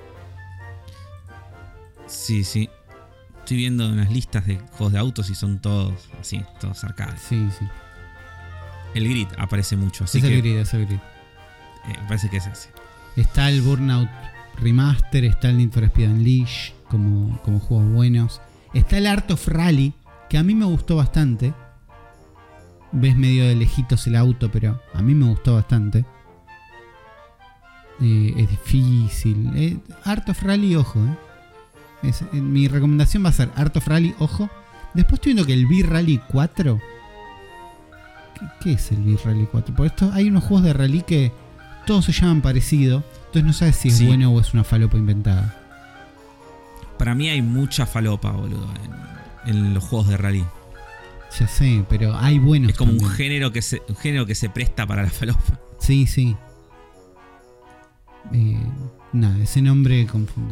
Sí, sí. Estoy viendo unas listas de juegos de autos y son todos así, todos arcades. Sí, sí. El Grid aparece mucho, así es que el grid, es el grid. eh, me parece que es ese. Está el Burnout Remaster, está el Need for Speed Unleashed como, como juegos buenos. Está el Art of Rally, que a mí me gustó bastante. Ves medio de lejitos el auto, pero a mí me gustó bastante. Eh, es difícil. Eh, Art of Rally, ojo. Eh. Es, eh, mi recomendación va a ser Art of Rally, ojo. Después estoy viendo que el V-Rally cuatro... ¿Qué, qué es el V-Rally cuatro? Porque esto, hay unos juegos de rally que todos se llaman parecido. Entonces no sabes si es Sí. bueno o es una falopa inventada. Para mí hay mucha falopa, boludo, en, en los juegos de rally. Ya sé, pero hay buenos Es como un también. género que se, un género que se presta para la falopa. Sí, sí. Eh, nada, ese nombre confunde.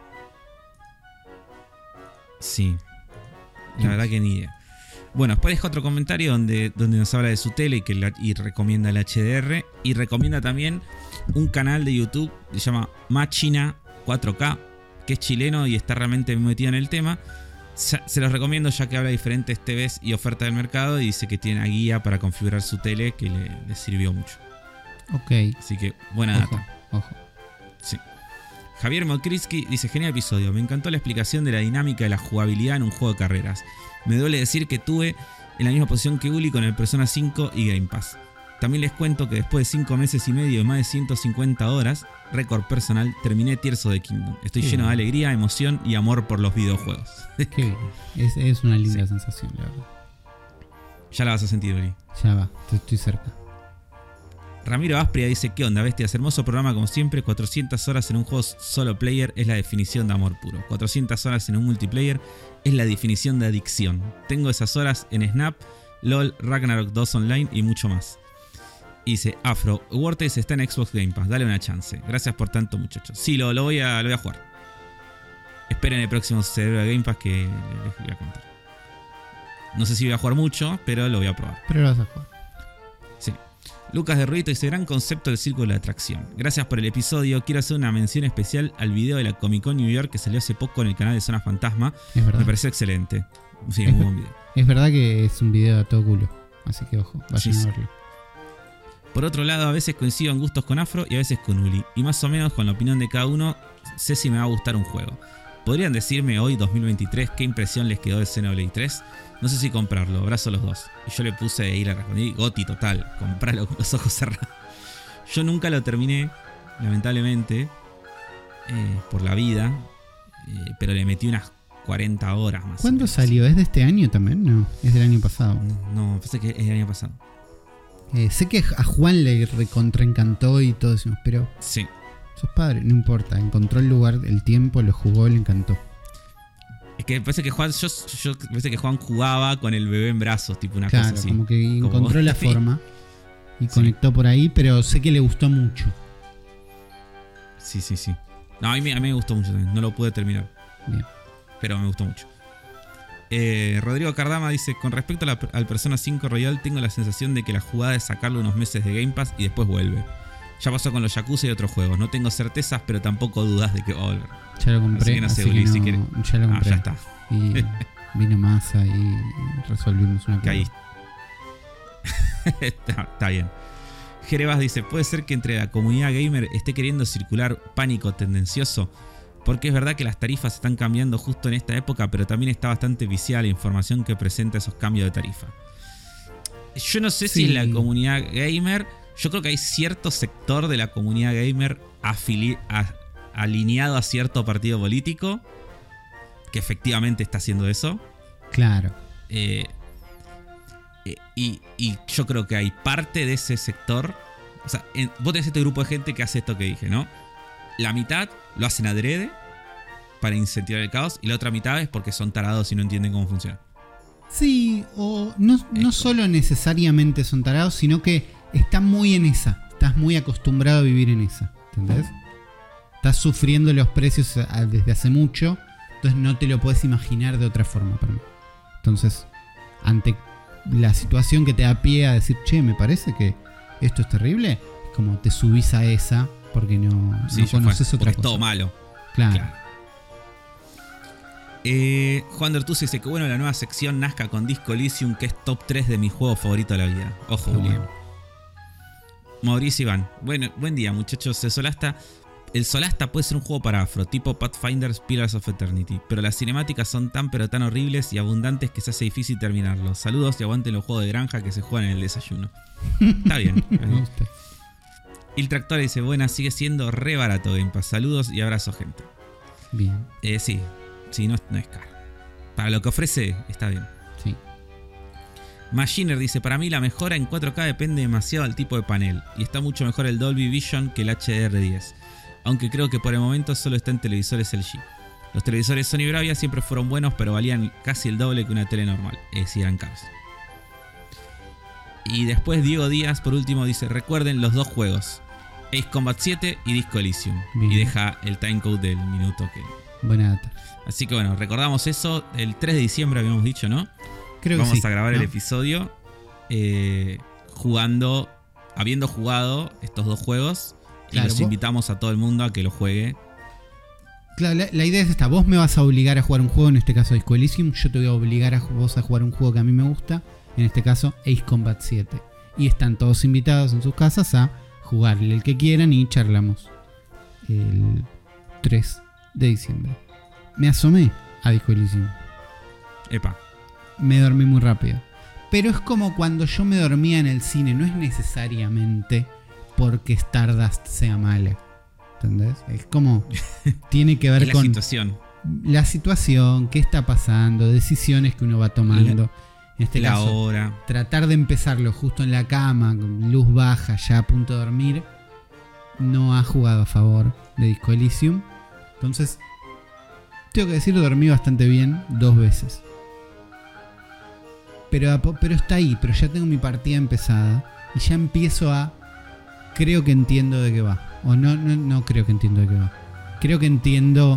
Sí. La verdad que ni idea. Bueno, después deja otro comentario donde, donde nos habla de su tele y, que la, y recomienda el H D R. Y recomienda también un canal de YouTube que se llama Machina cuatro K, que es chileno y está realmente metido en el tema. Se los recomiendo ya que habla de diferentes T Vs y ofertas del mercado y dice que tiene una guía para configurar su tele que le, le sirvió mucho. Ok. Así que buena Ojo, data. ojo. Sí. Javier Mokriski dice, genial episodio, me encantó la explicación de la dinámica de la jugabilidad en un juego de carreras. Me duele decir que tuve en la misma posición que Uli con el Persona cinco y Game Pass. También les cuento que después de cinco meses y medio y más de ciento cincuenta horas, récord personal, terminé Tears of the Kingdom. Estoy Qué lleno bien. de alegría, emoción y amor por los videojuegos. Qué bien. Es, es una linda Sí. sensación, la verdad. Ya la vas a sentir, Uli. Ya va, te- estoy cerca. Ramiro Aspria dice, ¿qué onda, bestias? Hermoso programa como siempre, cuatrocientas horas en un juego solo player es la definición de amor puro. cuatrocientas horas en un multiplayer es la definición de adicción. Tengo esas horas en Snap, LOL, Ragnarok dos Online y mucho más. Y dice, Afro, Wartales está en Xbox Game Pass, dale una chance. Gracias por tanto, muchachos. Sí, lo, lo, voy, a, lo voy a jugar. Esperen el próximo Cerebro de Game Pass que les voy a contar. No sé si voy a jugar mucho, pero lo voy a probar. Pero lo vas a jugar. Sí. Lucas de Ruito dice, gran concepto del círculo de atracción. Gracias por el episodio. Quiero hacer una mención especial al video de la Comic Con New York que salió hace poco en el canal de Zona Fantasma. Es verdad. Me pareció excelente. Sí, Es muy ver- buen video. Es verdad que es un video a todo culo. Así que ojo, vayan Sí, a sí. verlo. Por otro lado, a veces coincido en gustos con Afro y a veces con Uli. Y más o menos con la opinión de cada uno, sé si me va a gustar un juego. ¿Podrían decirme hoy, dos mil veintitrés, qué impresión les quedó de Xenoblade tres? No sé si comprarlo, abrazo a los dos. Y yo le puse y le respondí, Goti total, compralo con los ojos cerrados. Yo nunca lo terminé, lamentablemente, eh, por la vida, eh, pero le metí unas cuarenta horas más. ¿Cuándo o menos. salió? ¿Es de este año también? No, es del año pasado. No, pensé que es el año pasado. Eh, sé que a Juan le recontraencantó y todo eso, pero Sí. sos padre, no importa. Encontró el lugar, el tiempo, lo jugó, le encantó. Es que parece que Juan, yo, yo parece que Juan jugaba con el bebé en brazos, tipo una Claro, cosa así. como que Como- encontró la sí. forma y Sí. conectó por ahí, pero sé que le gustó mucho. Sí, sí, sí. No, a mí, me- a mí me gustó mucho también. No lo pude terminar, Bien. pero me gustó mucho. Eh, Rodrigo Cardama dice, con respecto a la- al Persona cinco Royal, tengo la sensación de que la jugada es sacarlo unos meses de Game Pass y después vuelve. Ya pasó con los Yakuza y otros juegos. No tengo certezas, pero tampoco dudas de que va a volver. Ya lo compré, Así que no sé, así que Uli, si no- querés. ya lo Ah, compré. ya está. Y vino masa y resolvimos una Caí. cosa. está, está bien. Jerevas dice, puede ser que entre la comunidad gamer esté queriendo circular pánico tendencioso, porque es verdad que las tarifas están cambiando justo en esta época, pero también está bastante viciada la información que presenta esos cambios de tarifa. Yo no sé Sí. si es la comunidad gamer, yo creo que hay cierto sector de la comunidad gamer afili- a- alineado a cierto partido político que efectivamente está haciendo eso. Claro. Eh, eh, y, y yo creo que hay parte de ese sector. O sea, en- vos tenés este grupo de gente que hace esto que dije, ¿no? La mitad lo hacen adrede para incentivar el caos y la otra mitad es porque son tarados y no entienden cómo funciona. Sí, o no, no Esto. solo necesariamente son tarados, sino que están muy en esa. Estás muy acostumbrado a vivir en esa. ¿Entendés? Estás sufriendo los precios a- desde hace mucho. Entonces no te lo puedes imaginar de otra forma para mí. Entonces, ante la situación que te da pie a decir, che, me parece que esto es terrible, es como te subís a esa porque no, Sí, no ya fue, conoces porque otra es cosa. todo malo. Claro. Claro. Eh, Juan Dertuz dice que bueno la nueva sección nazca con Disco Elysium, que es top tres de mi juego favorito de la vida. Ojo, Qué Julián. bueno. Mauricio Iván. Bueno, buen día, muchachos. El Solasta, el Solasta puede ser un juego para afro, tipo Pathfinder's Pillars of Eternity, pero las cinemáticas son tan pero tan horribles y abundantes que se hace difícil terminarlos. Saludos y aguanten los juegos de granja que se juegan en el desayuno. Está bien. Me gusta. Y el Tractor dice, buena, sigue siendo re barato Game Pass. Saludos y abrazos, gente. Bien. Eh, sí, sí, no, es- no es caro. Para lo que ofrece, está bien. Sí. Machiner dice, para mí la mejora en cuatro K depende demasiado del tipo de panel, y está mucho mejor el Dolby Vision que el H D R diez, aunque creo que por el momento solo está en televisores L G. Los televisores Sony Bravia siempre fueron buenos, pero valían casi el doble que una tele normal, es decir, eran caros. Y después Diego Díaz, por último, dice, recuerden los dos juegos, Ace Combat siete y Disco Elysium, Bien. y deja el timecode del minuto que... Buena data. Así que bueno, recordamos eso, el tres de diciembre habíamos dicho, ¿no? Creo Vamos que sí, a grabar ¿no? el episodio eh, jugando, habiendo jugado estos dos juegos. Claro, y los vos- invitamos a todo el mundo a que lo juegue. Claro, la, la idea es esta. Vos me vas a obligar a jugar un juego, en este caso Disco Elysium. Yo te voy a obligar a vos a jugar un juego que a mí me gusta, en este caso Ace Combat siete. Y están todos invitados en sus casas a jugarle el que quieran y charlamos el tres de diciembre. Me asomé a Disco Elysium. Epa. Me dormí muy rápido. Pero es como cuando yo me dormía en el cine. No es necesariamente porque Stardust sea mala. ¿Entendés? Es como... tiene que ver la con... la situación. La situación, qué está pasando, decisiones que uno va tomando. En este la caso, hora. Tratar de empezarlo justo en la cama, con luz baja, ya a punto de dormir, no ha jugado a favor de Disco Elysium. Entonces, tengo que decir, dormí bastante bien dos veces. Pero, pero está ahí, pero ya tengo mi partida empezada y ya empiezo a... Creo que entiendo de qué va. O no, no, no creo que entiendo de qué va. Creo que entiendo...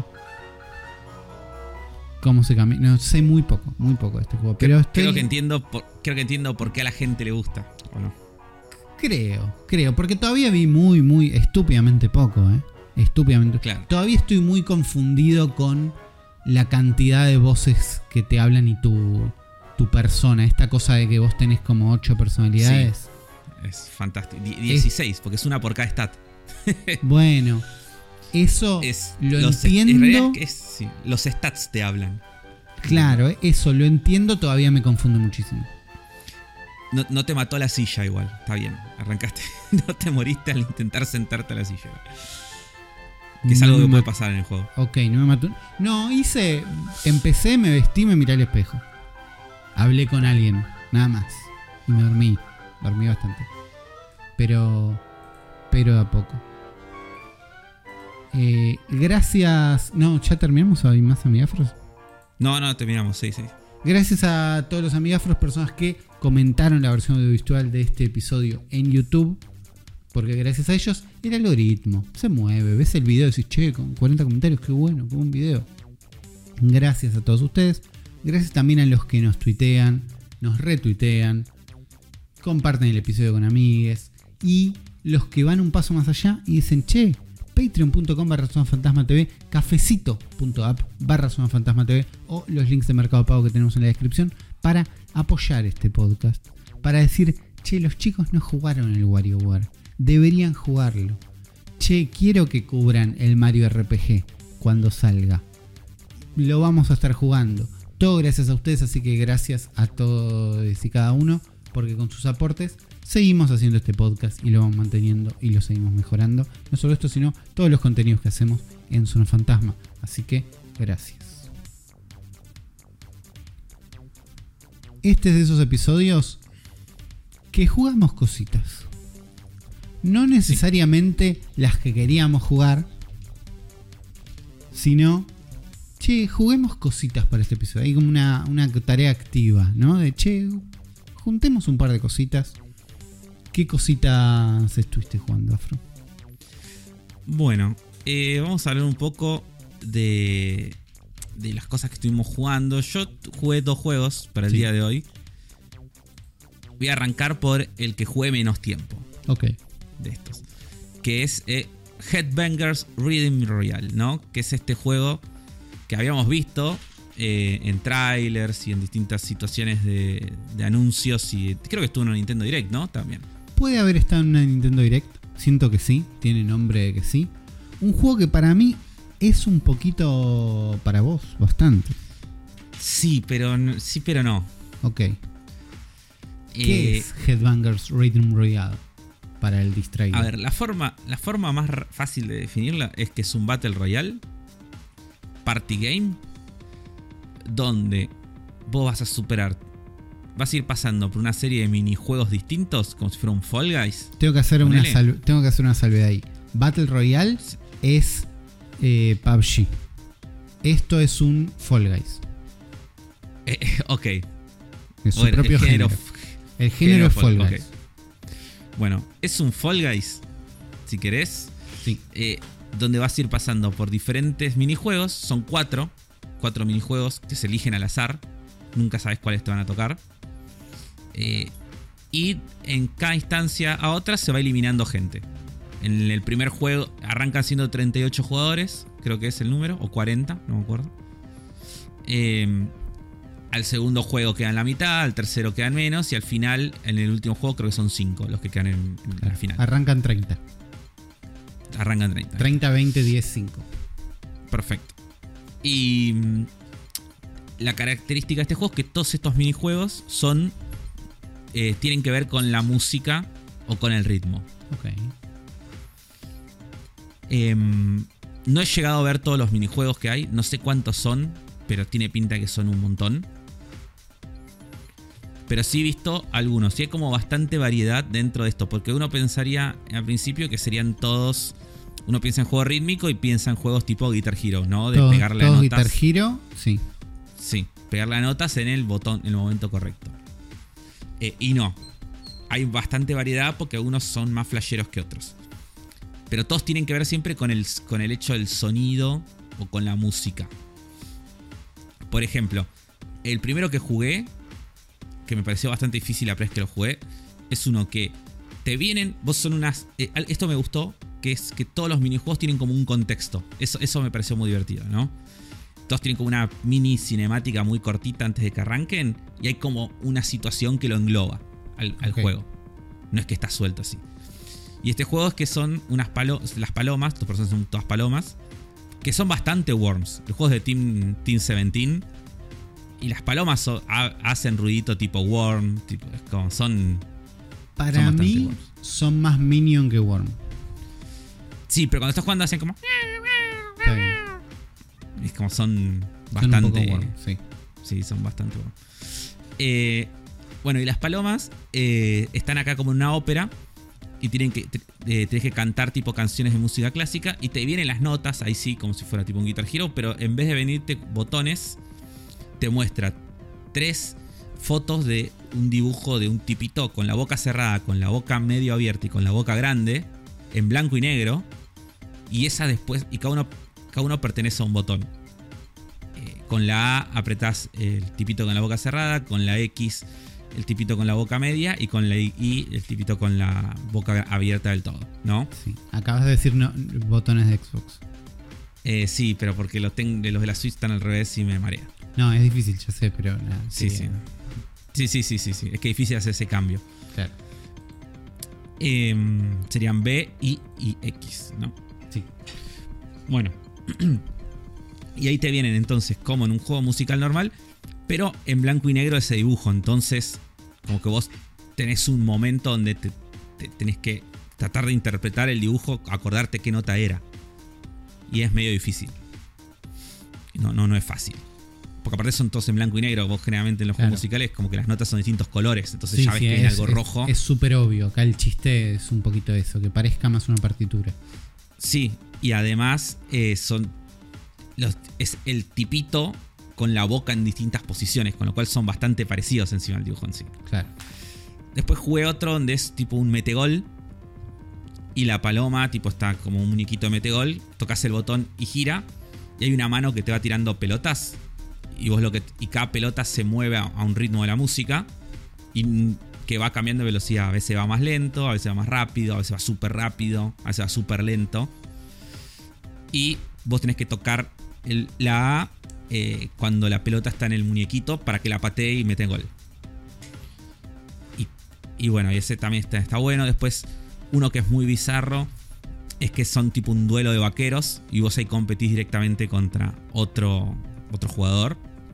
cómo se cambia. No sé muy poco, muy poco de este juego. Pero estoy... creo que entiendo por, creo que entiendo por qué a la gente le gusta, ¿o no? Creo, creo, porque todavía vi muy, muy estúpidamente poco, ¿eh? Estúpidamente. Claro. Todavía estoy muy confundido con la cantidad de voces que te hablan y tu, tu persona. Esta cosa de que vos tenés como ocho personalidades. Sí, es fantástico. dieciséis, es... porque es una por cada stat. Bueno, eso es, lo los, entiendo. Es, sí, los stats te hablan. Claro, eso lo entiendo, todavía me confunde muchísimo. No, no te mató la silla igual, está bien, arrancaste. No te moriste al intentar sentarte a la silla. Que es no algo que puede pasar en el juego. Ok, no me mató. No, hice... Empecé, me vestí, me miré al espejo. Hablé con alguien, nada más. Y me dormí. Dormí bastante. Pero... Pero a poco. Eh, gracias... No, ¿ya terminamos? ¿Hay más amigafros? No, no, terminamos, sí, sí. Gracias a todos los amigafros, personas que comentaron la versión audiovisual de este episodio en YouTube. Porque gracias a ellos el algoritmo se mueve. Ves el video y decís, che, con cuarenta comentarios, qué bueno, qué buen video. Gracias a todos ustedes. Gracias también a los que nos tuitean, nos retuitean, comparten el episodio con amigues. Y los que van un paso más allá y dicen, che, patreon.com barra Zona Fantasma TV, cafecito.app barra Zona Fantasma TV o los links de Mercado Pago que tenemos en la descripción para apoyar este podcast. Para decir, che, los chicos no jugaron el WarioWare. Deberían jugarlo. Che, quiero que cubran el Mario R P G cuando salga. Lo vamos a estar jugando. Todo gracias a ustedes, así que gracias a todos y cada uno, porque con sus aportes seguimos haciendo este podcast y lo vamos manteniendo y lo seguimos mejorando. No solo esto, sino todos los contenidos que hacemos en Zona Fantasma. Así que gracias. Este es de esos episodios que jugamos cositas. No necesariamente sí. Las que queríamos jugar, sino, che, juguemos cositas para este episodio. Hay como una, una tarea activa, ¿no? De, che, juntemos un par de cositas. ¿Qué cositas estuviste jugando, Afro? Bueno, eh, vamos a hablar un poco de, de las cosas que estuvimos jugando. Yo jugué dos juegos para el sí. día de hoy. Voy a arrancar por el que jugué menos tiempo. Ok. De estos, que es eh, Headbangers Rhythm Royale, ¿no? Que es este juego que habíamos visto eh, en trailers y en distintas situaciones de, de anuncios, y creo que estuvo en un Nintendo Direct, ¿no? También. Puede haber estado en una Nintendo Direct, siento que sí, tiene nombre de que sí. Un juego que para mí es un poquito para vos, bastante. Sí, pero sí, pero no. Ok. Eh, ¿Qué es Headbangers Rhythm Royale? Para el distraído. A ver, la forma, la forma más fácil de definirla es que es un Battle Royale Party Game donde vos vas a superar, vas a ir pasando por una serie de minijuegos distintos como si fuera un Fall Guys. Tengo que hacer, una, salve, tengo que hacer una salvedad ahí. Battle Royale sí. es eh, P U B G. Esto es un Fall Guys. Eh, ok. Es su bueno, propio el género. género. El género es Fall Guys. Okay. Bueno, es un Fall Guys, si querés, sí. eh, donde vas a ir pasando por diferentes minijuegos. Son cuatro, cuatro minijuegos que se eligen al azar. Nunca sabes cuáles te van a tocar. Eh, y en cada instancia a otra se va eliminando gente. En el primer juego arrancan siendo treinta y ocho jugadores, creo que es el número, o cuarenta, no me acuerdo. Eh, al segundo juego quedan la mitad, al tercero quedan menos, y al final, en el último juego, creo que son cinco los que quedan en, en Claro. la final. Arrancan treinta. Arrancan treinta. treinta, veinte, diez, cinco. Perfecto. Y mm, la característica de este juego es que todos estos minijuegos son eh, tienen que ver con la música o con el ritmo. Ok. Eh, no he llegado a ver todos los minijuegos que hay, no sé cuántos son, pero tiene pinta que son un montón. Pero sí he visto algunos, y hay como bastante variedad dentro de esto, porque uno pensaría al principio que serían todos... Uno piensa en juego rítmico y piensa en juegos tipo Guitar Hero, ¿no? De Todos, pegarle todos a Guitar notas. Hero, sí. Sí, pegarle a notas en el botón, en el momento correcto. Eh, y no, hay bastante variedad porque algunos son más flasheros que otros. Pero todos tienen que ver siempre con el, con el hecho del sonido o con la música. Por ejemplo, el primero que jugué, que me pareció bastante difícil la primera vez que lo jugué, es uno que te vienen, vos son unas... Eh, esto me gustó, que es que todos los minijuegos tienen como un contexto. Eso, eso me pareció muy divertido, ¿no? Todos tienen como una mini cinemática muy cortita antes de que arranquen, y hay como una situación que lo engloba al, al Okay. juego. No es que está suelto así. Y este juego es que son unas palomas, las palomas, tus personas son todas palomas, que son bastante worms. El juego es de Team, Team diecisiete, y las palomas so, ha, hacen ruidito tipo worm, tipo, es como son... Para son bastante mí worms. son más Minion que Worm. Sí, pero cuando estás jugando hacen como... Está bien. Es como son Son un poco bastante... Worm, sí. Sí, son bastante buenos. Eh, bueno, y las palomas eh, están acá como en una ópera y tienen que, te- eh, tenés que cantar tipo canciones de música clásica y te vienen las notas, ahí sí, como si fuera tipo un Guitar Hero, pero en vez de venirte botones, te muestra tres fotos de un dibujo de un tipito con la boca cerrada, con la boca medio abierta y con la boca grande, en blanco y negro, y esa después, y cada uno, cada uno pertenece a un botón. Con la A apretás el tipito con la boca cerrada, con la X el tipito con la boca media y con la Y el tipito con la boca abierta del todo, ¿no? Sí. Acabas de decir no, botones de Xbox. Eh, sí, pero porque los, ten- los de la Switch están al revés y me marea. No, es difícil, yo sé, pero nada. Sí, quería- sí. Sí, sí, sí, sí, sí. Es que es difícil hacer ese cambio. Claro. Eh, serían B, I y X, ¿no? Sí. Bueno. Y ahí te vienen entonces como en un juego musical normal, pero en blanco y negro ese dibujo. Entonces, como que vos tenés un momento donde te, te- tenés que tratar de interpretar el dibujo, acordarte qué nota era. Y es medio difícil. No, no, no es fácil. Porque aparte son todos en blanco y negro. Vos generalmente en los Claro. juegos musicales como que las notas son de distintos colores. Entonces Sí, ya ves sí, que viene es- algo es- rojo. Es súper obvio. Acá el chiste es un poquito eso, que parezca más una partitura. Sí, y además eh, son los, es el tipito con la boca en distintas posiciones, con lo cual son bastante parecidos encima del dibujo en sí. Claro. Después jugué otro donde es tipo un metegol y la paloma tipo está como un muñequito de metegol, tocas el botón y gira y hay una mano que te va tirando pelotas y vos lo que y cada pelota se mueve a, a un ritmo de la música y que va cambiando de velocidad, a veces va más lento, a veces va más rápido, a veces va súper rápido, a veces va súper lento y vos tenés que tocar el, la A eh, cuando la pelota está en el muñequito para que la patee y mete gol. Y, y bueno, y ese también está, está bueno. Después, uno que es muy bizarro es que son tipo un duelo de vaqueros y vos ahí competís directamente contra otro, otro jugador.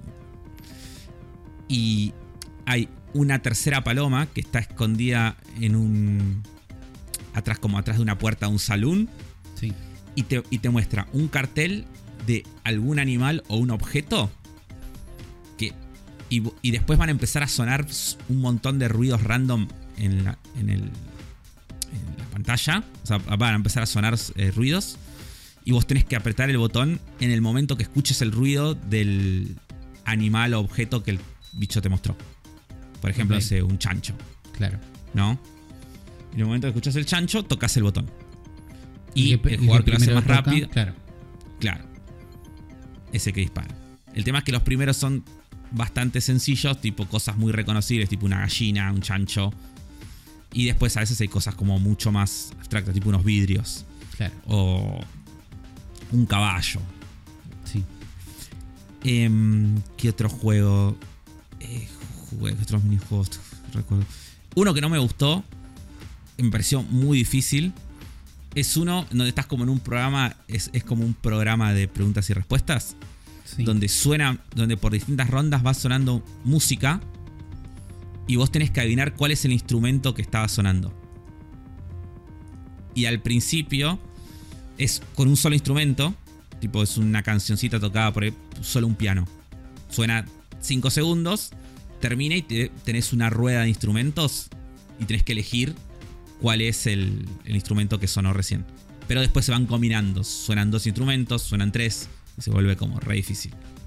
Y hay una tercera paloma que está escondida en un... atrás, como atrás de una puerta de un salón. Sí. Y te, y te muestra un cartel de algún animal o un objeto que y, y después van a empezar a sonar un montón de ruidos random en la, en el, en la pantalla. O sea, van a empezar a sonar eh, ruidos y vos tenés que apretar el botón en el momento que escuches el ruido del animal o objeto que el bicho te mostró. Por ejemplo, Ok. no sé, un chancho, Claro. ¿no? En el momento que escuchas el chancho, tocas el botón. Y El que- el jugador que lo hace primero más toca, rápido, Claro. claro, ese que dispara. El tema es que los primeros son bastante sencillos, tipo cosas muy reconocibles, tipo una gallina, un chancho. Y después a veces hay cosas como mucho más abstractas, tipo unos vidrios. Claro. O un caballo. Sí. Eh, ¿Qué otro juego? Eh, jugué, ¿qué otros minijuegos? Recuerdo. Uno que no me gustó, me pareció muy difícil. Es uno donde estás como en un programa, es, es como un programa de preguntas y respuestas. Sí. Donde suena, donde por distintas rondas va sonando música. Y vos tenés que adivinar cuál es el instrumento que estaba sonando. Y al principio es con un solo instrumento. Tipo, es una cancioncita tocada por solo un piano. Suena cinco segundos, termina y te, tenés una rueda de instrumentos. Y tenés que elegir cuál es el, el instrumento que sonó recién. Pero después se van combinando. Suenan dos instrumentos, suenan tres. Y se vuelve como re difícil.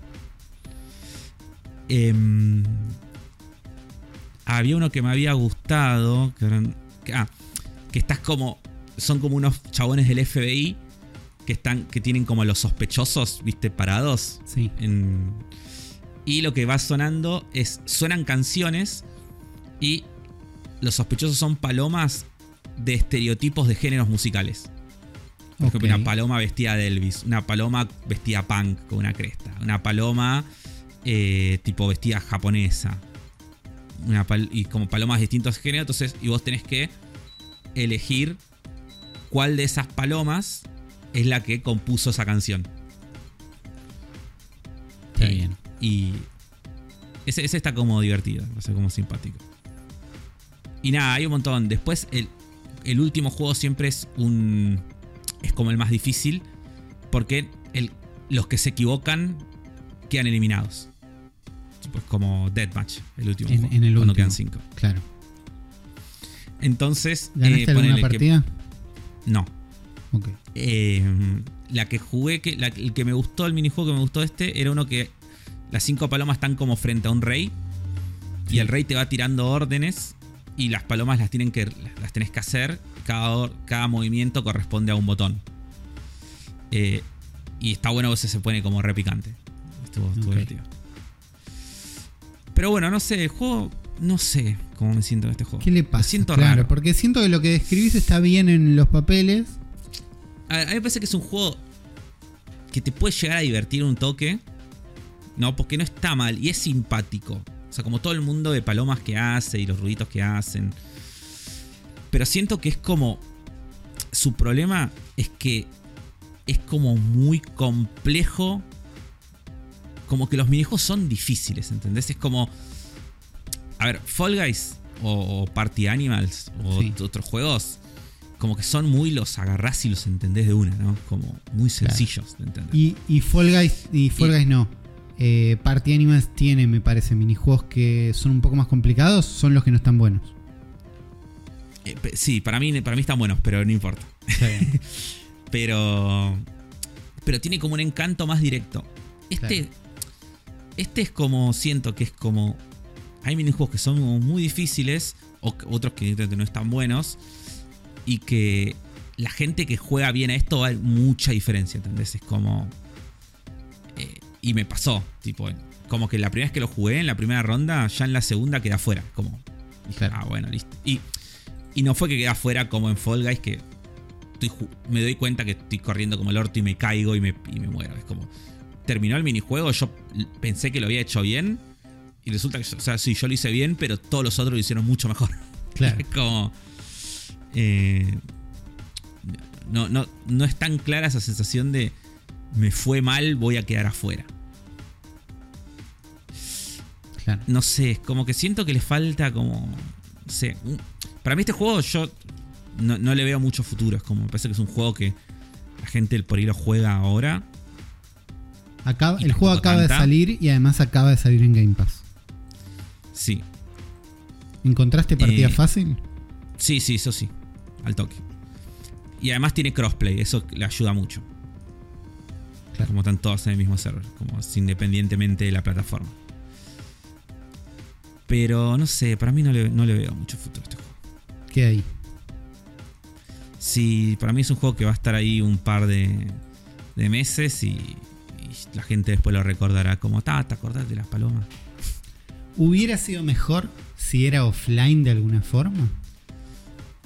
Eh, había uno que me había gustado. Que, eran, que, ah, que estás como... Son como unos chabones del F B I que están, que tienen como los sospechosos, ¿viste? Parados. Sí. En, y lo que va sonando es... Suenan canciones y los sospechosos son palomas de estereotipos de géneros musicales. Por ejemplo, okay. Una paloma vestida de Elvis, una paloma vestida punk con una cresta, una paloma eh, tipo vestida japonesa, una pal- y como palomas de distintos géneros. Entonces, y vos tenés que elegir cuál de esas palomas es la que compuso esa canción. Está eh, bien. Y ese, ese está como divertido, o sea, como simpático. Y nada, hay un montón. Después, el, el último juego siempre es un... Es como el más difícil. Porque el, los que se equivocan quedan eliminados. Tipo, es como Deathmatch, el último en, juego. En el cuando último. quedan cinco. Claro. Entonces... ¿Ganaste eh, alguna partida? Que, no. Ok. Eh, la que jugué, que, la, el que me gustó, el minijuego que me gustó este, era uno que las cinco palomas están como frente a un rey. Sí. Y el rey te va tirando órdenes. Y las palomas las, tienen que, las tenés que hacer. Cada, cada movimiento corresponde a un botón. Eh, y está bueno que se pone como re picante. Estuvo, estuvo okay. divertido. Pero bueno, no sé, el juego... No sé cómo me siento en este juego. ¿Qué le pasa? Me siento claro, raro. Porque siento que lo que describís está bien en los papeles. A, a mí me parece que es un juego que te puede llegar a divertir un toque. No, porque no está mal y es simpático. O sea, como todo el mundo de palomas que hace y los ruiditos que hacen. Pero siento que es como... Su problema es que es como muy complejo. Como que los minijuegos son difíciles, ¿entendés? Es como... A ver, Fall Guys o, o Party Animals o sí. otros juegos, como que son muy, los agarrás y los entendés de una, ¿no? Como muy sencillos claro. de entender. Y, y Fall Guys, y Fall y, Guys no. Eh, Party Animals tiene, me parece, minijuegos que son un poco más complicados, son los que no están buenos. Eh, sí, para mí, para mí están buenos, pero no importa. pero, pero tiene como un encanto más directo. Este, claro. este es como, siento que es como... Hay minijuegos que son muy difíciles, o otros que no están buenos, y que la gente que juega bien a esto va a haber mucha diferencia, ¿entendés? Es como... Eh, y me pasó, tipo, como que la primera vez que lo jugué, en la primera ronda, ya en la segunda quedé afuera, como... Dije, claro. ah, bueno, listo. Y, y no fue que quedé afuera como en Fall Guys, que estoy, me doy cuenta que estoy corriendo como el orto y me caigo y me, y me muero. Es como... Terminó el minijuego, yo pensé que lo había hecho bien... Y resulta que, o sea, sí, yo lo hice bien, pero todos los otros lo hicieron mucho mejor. Claro. Es como... Eh, no, no, no es tan clara esa sensación de... Me fue mal, voy a quedar afuera. Claro. No sé, es como que siento que le falta como... No sé, un, para mí este juego yo no, no le veo mucho futuro. Es como, me parece que es un juego que la gente por ahí lo juega ahora. Acaba, el juego acaba tanta. de salir y además acaba de salir en Game Pass. Sí. ¿Encontraste partida eh, fácil? Sí, sí, eso sí. Al toque. Y además tiene crossplay, eso le ayuda mucho. Claro. Como están todos en el mismo server, como independientemente de la plataforma. Pero no sé, para mí no le, no le veo mucho futuro a este juego. ¿Qué hay? Sí, para mí es un juego que va a estar ahí un par de, de meses y, y la gente después lo recordará como, ¿te acordás de las palomas? ¿Hubiera sido mejor si era offline de alguna forma?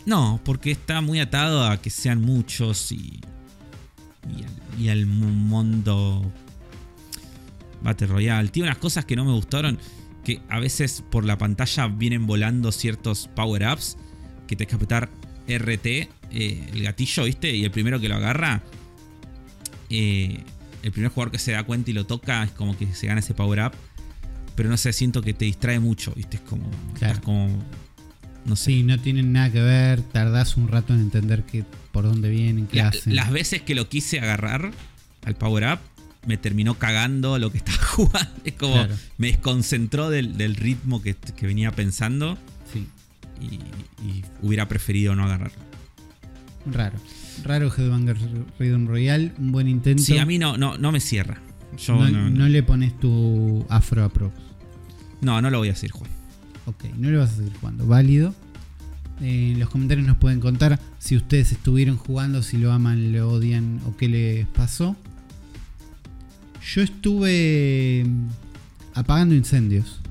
No, porque está muy atado a que sean muchos y. Y al, y al mundo Battle Royale. Tiene unas cosas que no me gustaron. Que a veces por la pantalla vienen volando ciertos power-ups. Que tenés que apretar R T, eh, el gatillo, ¿viste? Y el primero que lo agarra. Eh, el primer jugador que se da cuenta y lo toca es como que se gana ese power-up. Pero no sé, siento que te distrae mucho, ¿viste? Es como. Claro. Estás como. No sé. Sí, no tienen nada que ver. Tardás un rato en entender que, por dónde vienen, qué La, hacen. las veces que lo quise agarrar al power up, me terminó cagando lo que estaba jugando. Es como. Claro. Me desconcentró del, del ritmo que, que venía pensando. Sí. Y, y hubiera preferido no agarrarlo. Raro. Raro Headbanger Rhythm Royale. Un buen intento. Sí, a mí no, no, no me cierra. Yo no, no, no, no le pones tu Afro Approx. no, no lo voy a decir, Juan. Ok, no le vas a seguir jugando. Válido. Eh, en los comentarios nos pueden contar si ustedes estuvieron jugando, si lo aman, lo odian o qué les pasó. Yo estuve apagando incendios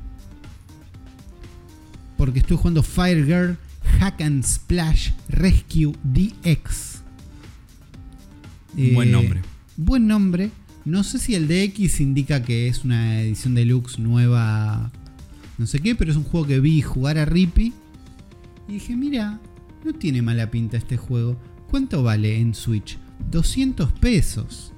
porque estuve jugando Fire Girl Hack and Splash Rescue D X. Un buen nombre. Buen nombre. No sé si el D X indica que es una edición deluxe nueva, no sé qué, pero es un juego que vi jugar a Rippy y dije, mira, no tiene mala pinta este juego. ¿Cuánto vale en Switch? doscientos pesos.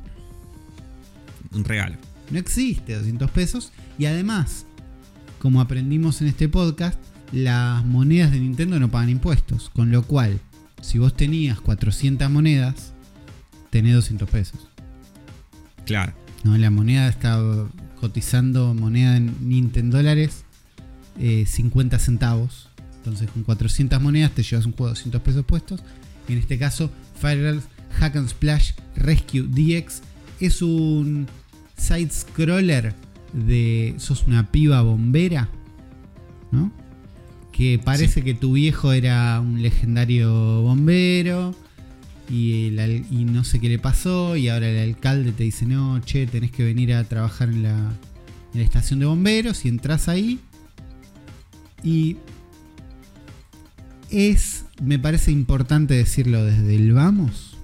Un regalo. No existe doscientos pesos. Y además, como aprendimos en este podcast, las monedas de Nintendo no pagan impuestos. Con lo cual, si vos tenías cuatrocientas monedas, tenés doscientos pesos. Claro. No, la moneda está cotizando, moneda en Nintendo dólares, eh, cincuenta centavos. Entonces con cuatrocientas monedas te llevas un juego de doscientos pesos puestos. En este caso, Fire Girl Hack and Splash Rescue D X es un side scroller de sos una piba bombera, ¿no? Que parece sí. que tu viejo era un legendario bombero. Y, el, y no sé qué le pasó. Y ahora el alcalde te dice: no, che, tenés que venir a trabajar en la, en la estación de bomberos. Y entras ahí. Y es, me parece importante decirlo desde el vamos,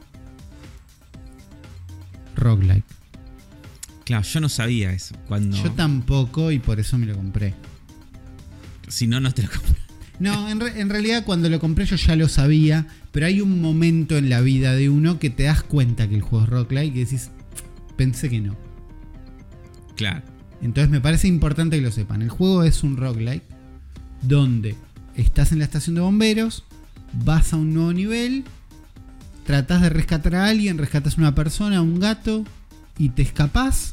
roguelike. Claro, yo no sabía eso. Cuando... Yo tampoco, y por eso me lo compré. Si no, no te lo compré. No, en, re, en realidad cuando lo compré yo ya lo sabía, pero hay un momento en la vida de uno que te das cuenta que el juego es roguelike y decís, pensé que no. Claro. Entonces me parece importante que lo sepan. El juego es un roguelike donde estás en la estación de bomberos, vas a un nuevo nivel, tratás de rescatar a alguien, rescatas a una persona, a un gato, y te escapás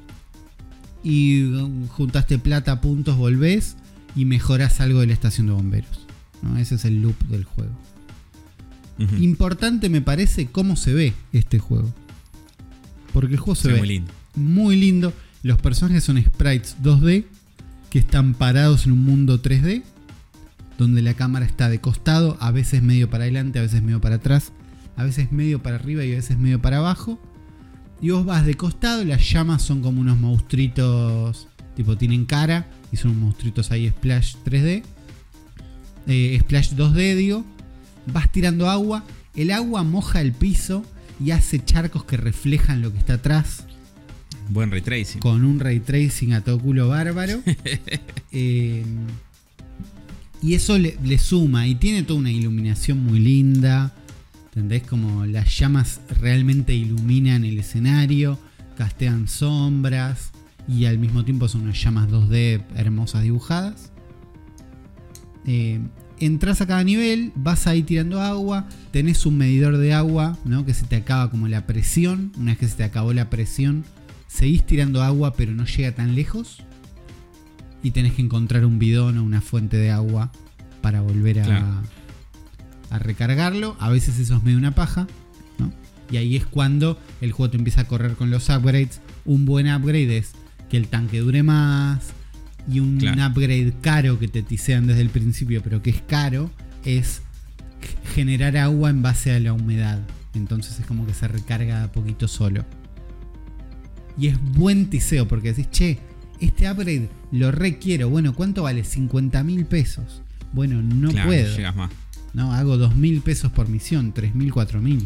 y juntaste plata, puntos, volvés y mejorás algo de la estación de bomberos, ¿no? Ese es el loop del juego. Uh-huh. Importante me parece cómo se ve este juego, porque el juego se, se ve muy lindo. muy lindo. Los personajes son sprites dos D que están parados en un mundo tres D, donde la cámara está de costado, a veces medio para adelante, a veces medio para atrás, a veces medio para arriba y a veces medio para abajo. Y vos vas de costado, las llamas son como unos monstruitos, tipo tienen cara, y son unos monstruitos ahí Splash tres D, eh, Splash dos D digo. Vas tirando agua, el agua moja el piso y hace charcos que reflejan lo que está atrás. Buen ray tracing. Con un ray tracing a todo culo bárbaro. eh, y eso le, le suma, y tiene toda una iluminación muy linda. ¿Entendés? Como las llamas realmente iluminan el escenario, castean sombras y al mismo tiempo son unas llamas dos D hermosas dibujadas. Eh, entras a cada nivel, vas ahí tirando agua, tenés un medidor de agua, ¿no? Que se te acaba como la presión. Una vez que se te acabó la presión, seguís tirando agua pero no llega tan lejos. Y tenés que encontrar un bidón o una fuente de agua para volver a... Claro. a recargarlo. A veces eso es medio una paja, ¿no? Y ahí es cuando el juego te empieza a correr con los upgrades. Un buen upgrade es que el tanque dure más. Y un claro. upgrade caro que te tisean desde el principio, pero que es caro, es generar agua en base a la humedad. Entonces es como que se recarga a poquito solo. Y es buen tiseo porque decís, che, este upgrade lo requiero. Bueno, ¿cuánto vale? cincuenta mil pesos. Bueno, no claro, puedo. No llegas más. ¿no? Hago dos mil pesos por misión, tres mil, cuatro mil.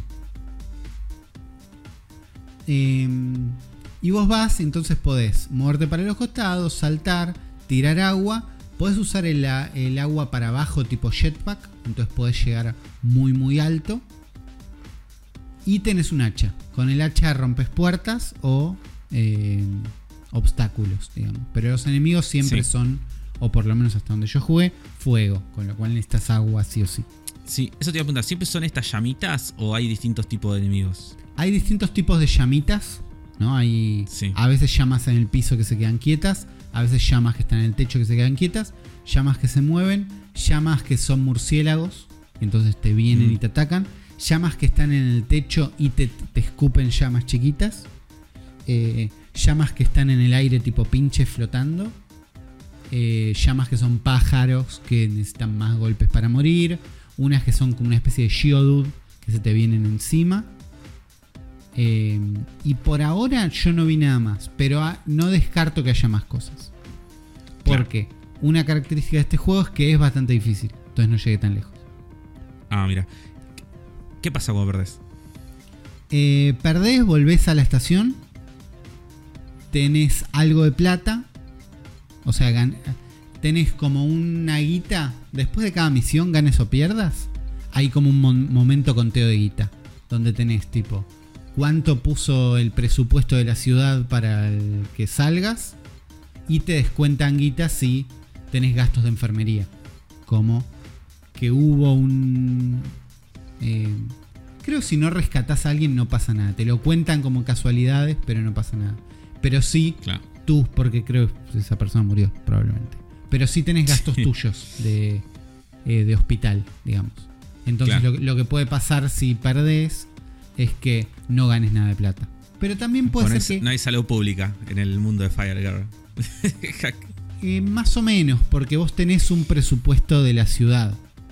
Eh, y vos vas, entonces podés moverte para los costados, saltar, tirar agua. Podés usar el, el agua para abajo tipo jetpack, entonces podés llegar muy muy alto. Y tenés un hacha. Con el hacha rompes puertas o eh, obstáculos, digamos. Pero los enemigos siempre sí. son, o por lo menos hasta donde yo jugué, fuego. Con lo cual necesitas agua sí o sí. Sí, eso te iba a preguntar. ¿Siempre son estas llamitas o hay distintos tipos de enemigos? Hay distintos tipos de llamitas, ¿no? Hay sí. a veces llamas en el piso que se quedan quietas. A veces llamas que están en el techo que se quedan quietas. Llamas que se mueven. Llamas que son murciélagos. Entonces te vienen mm. y te atacan. Llamas que están en el techo y te, te escupen llamas chiquitas. Eh, llamas que están en el aire tipo pinche flotando. Eh, llamas que son pájaros que necesitan más golpes para morir. Unas que son como una especie de Geodude que se te vienen encima. Eh, y por ahora yo no vi nada más. Pero a, no descarto que haya más cosas. Porque claro. una característica de este juego es que es bastante difícil. Entonces no llegué tan lejos. Ah, mira. ¿Qué pasa cuando perdés? Eh, perdés, volvés a la estación. Tenés algo de plata. O sea, gan- tenés como una guita. Después de cada misión, ganes o pierdas, hay como un mon- momento conteo de guita. Donde tenés tipo cuánto puso el presupuesto de la ciudad para el que salgas. Y te descuentan guita si tenés gastos de enfermería. Como que hubo un... Eh, creo que si no rescatás a alguien no pasa nada. Te lo cuentan como casualidades, pero no pasa nada. Pero sí, claro. tú, porque creo que esa persona murió probablemente. Pero sí tenés gastos sí. tuyos de, eh, de hospital, digamos. Entonces claro. lo, lo que puede pasar si perdés es que no ganes nada de plata. Pero también puede Con ser es, que... No hay salud pública en el mundo de Fire Girl. eh, más o menos, porque vos tenés un presupuesto de la ciudad.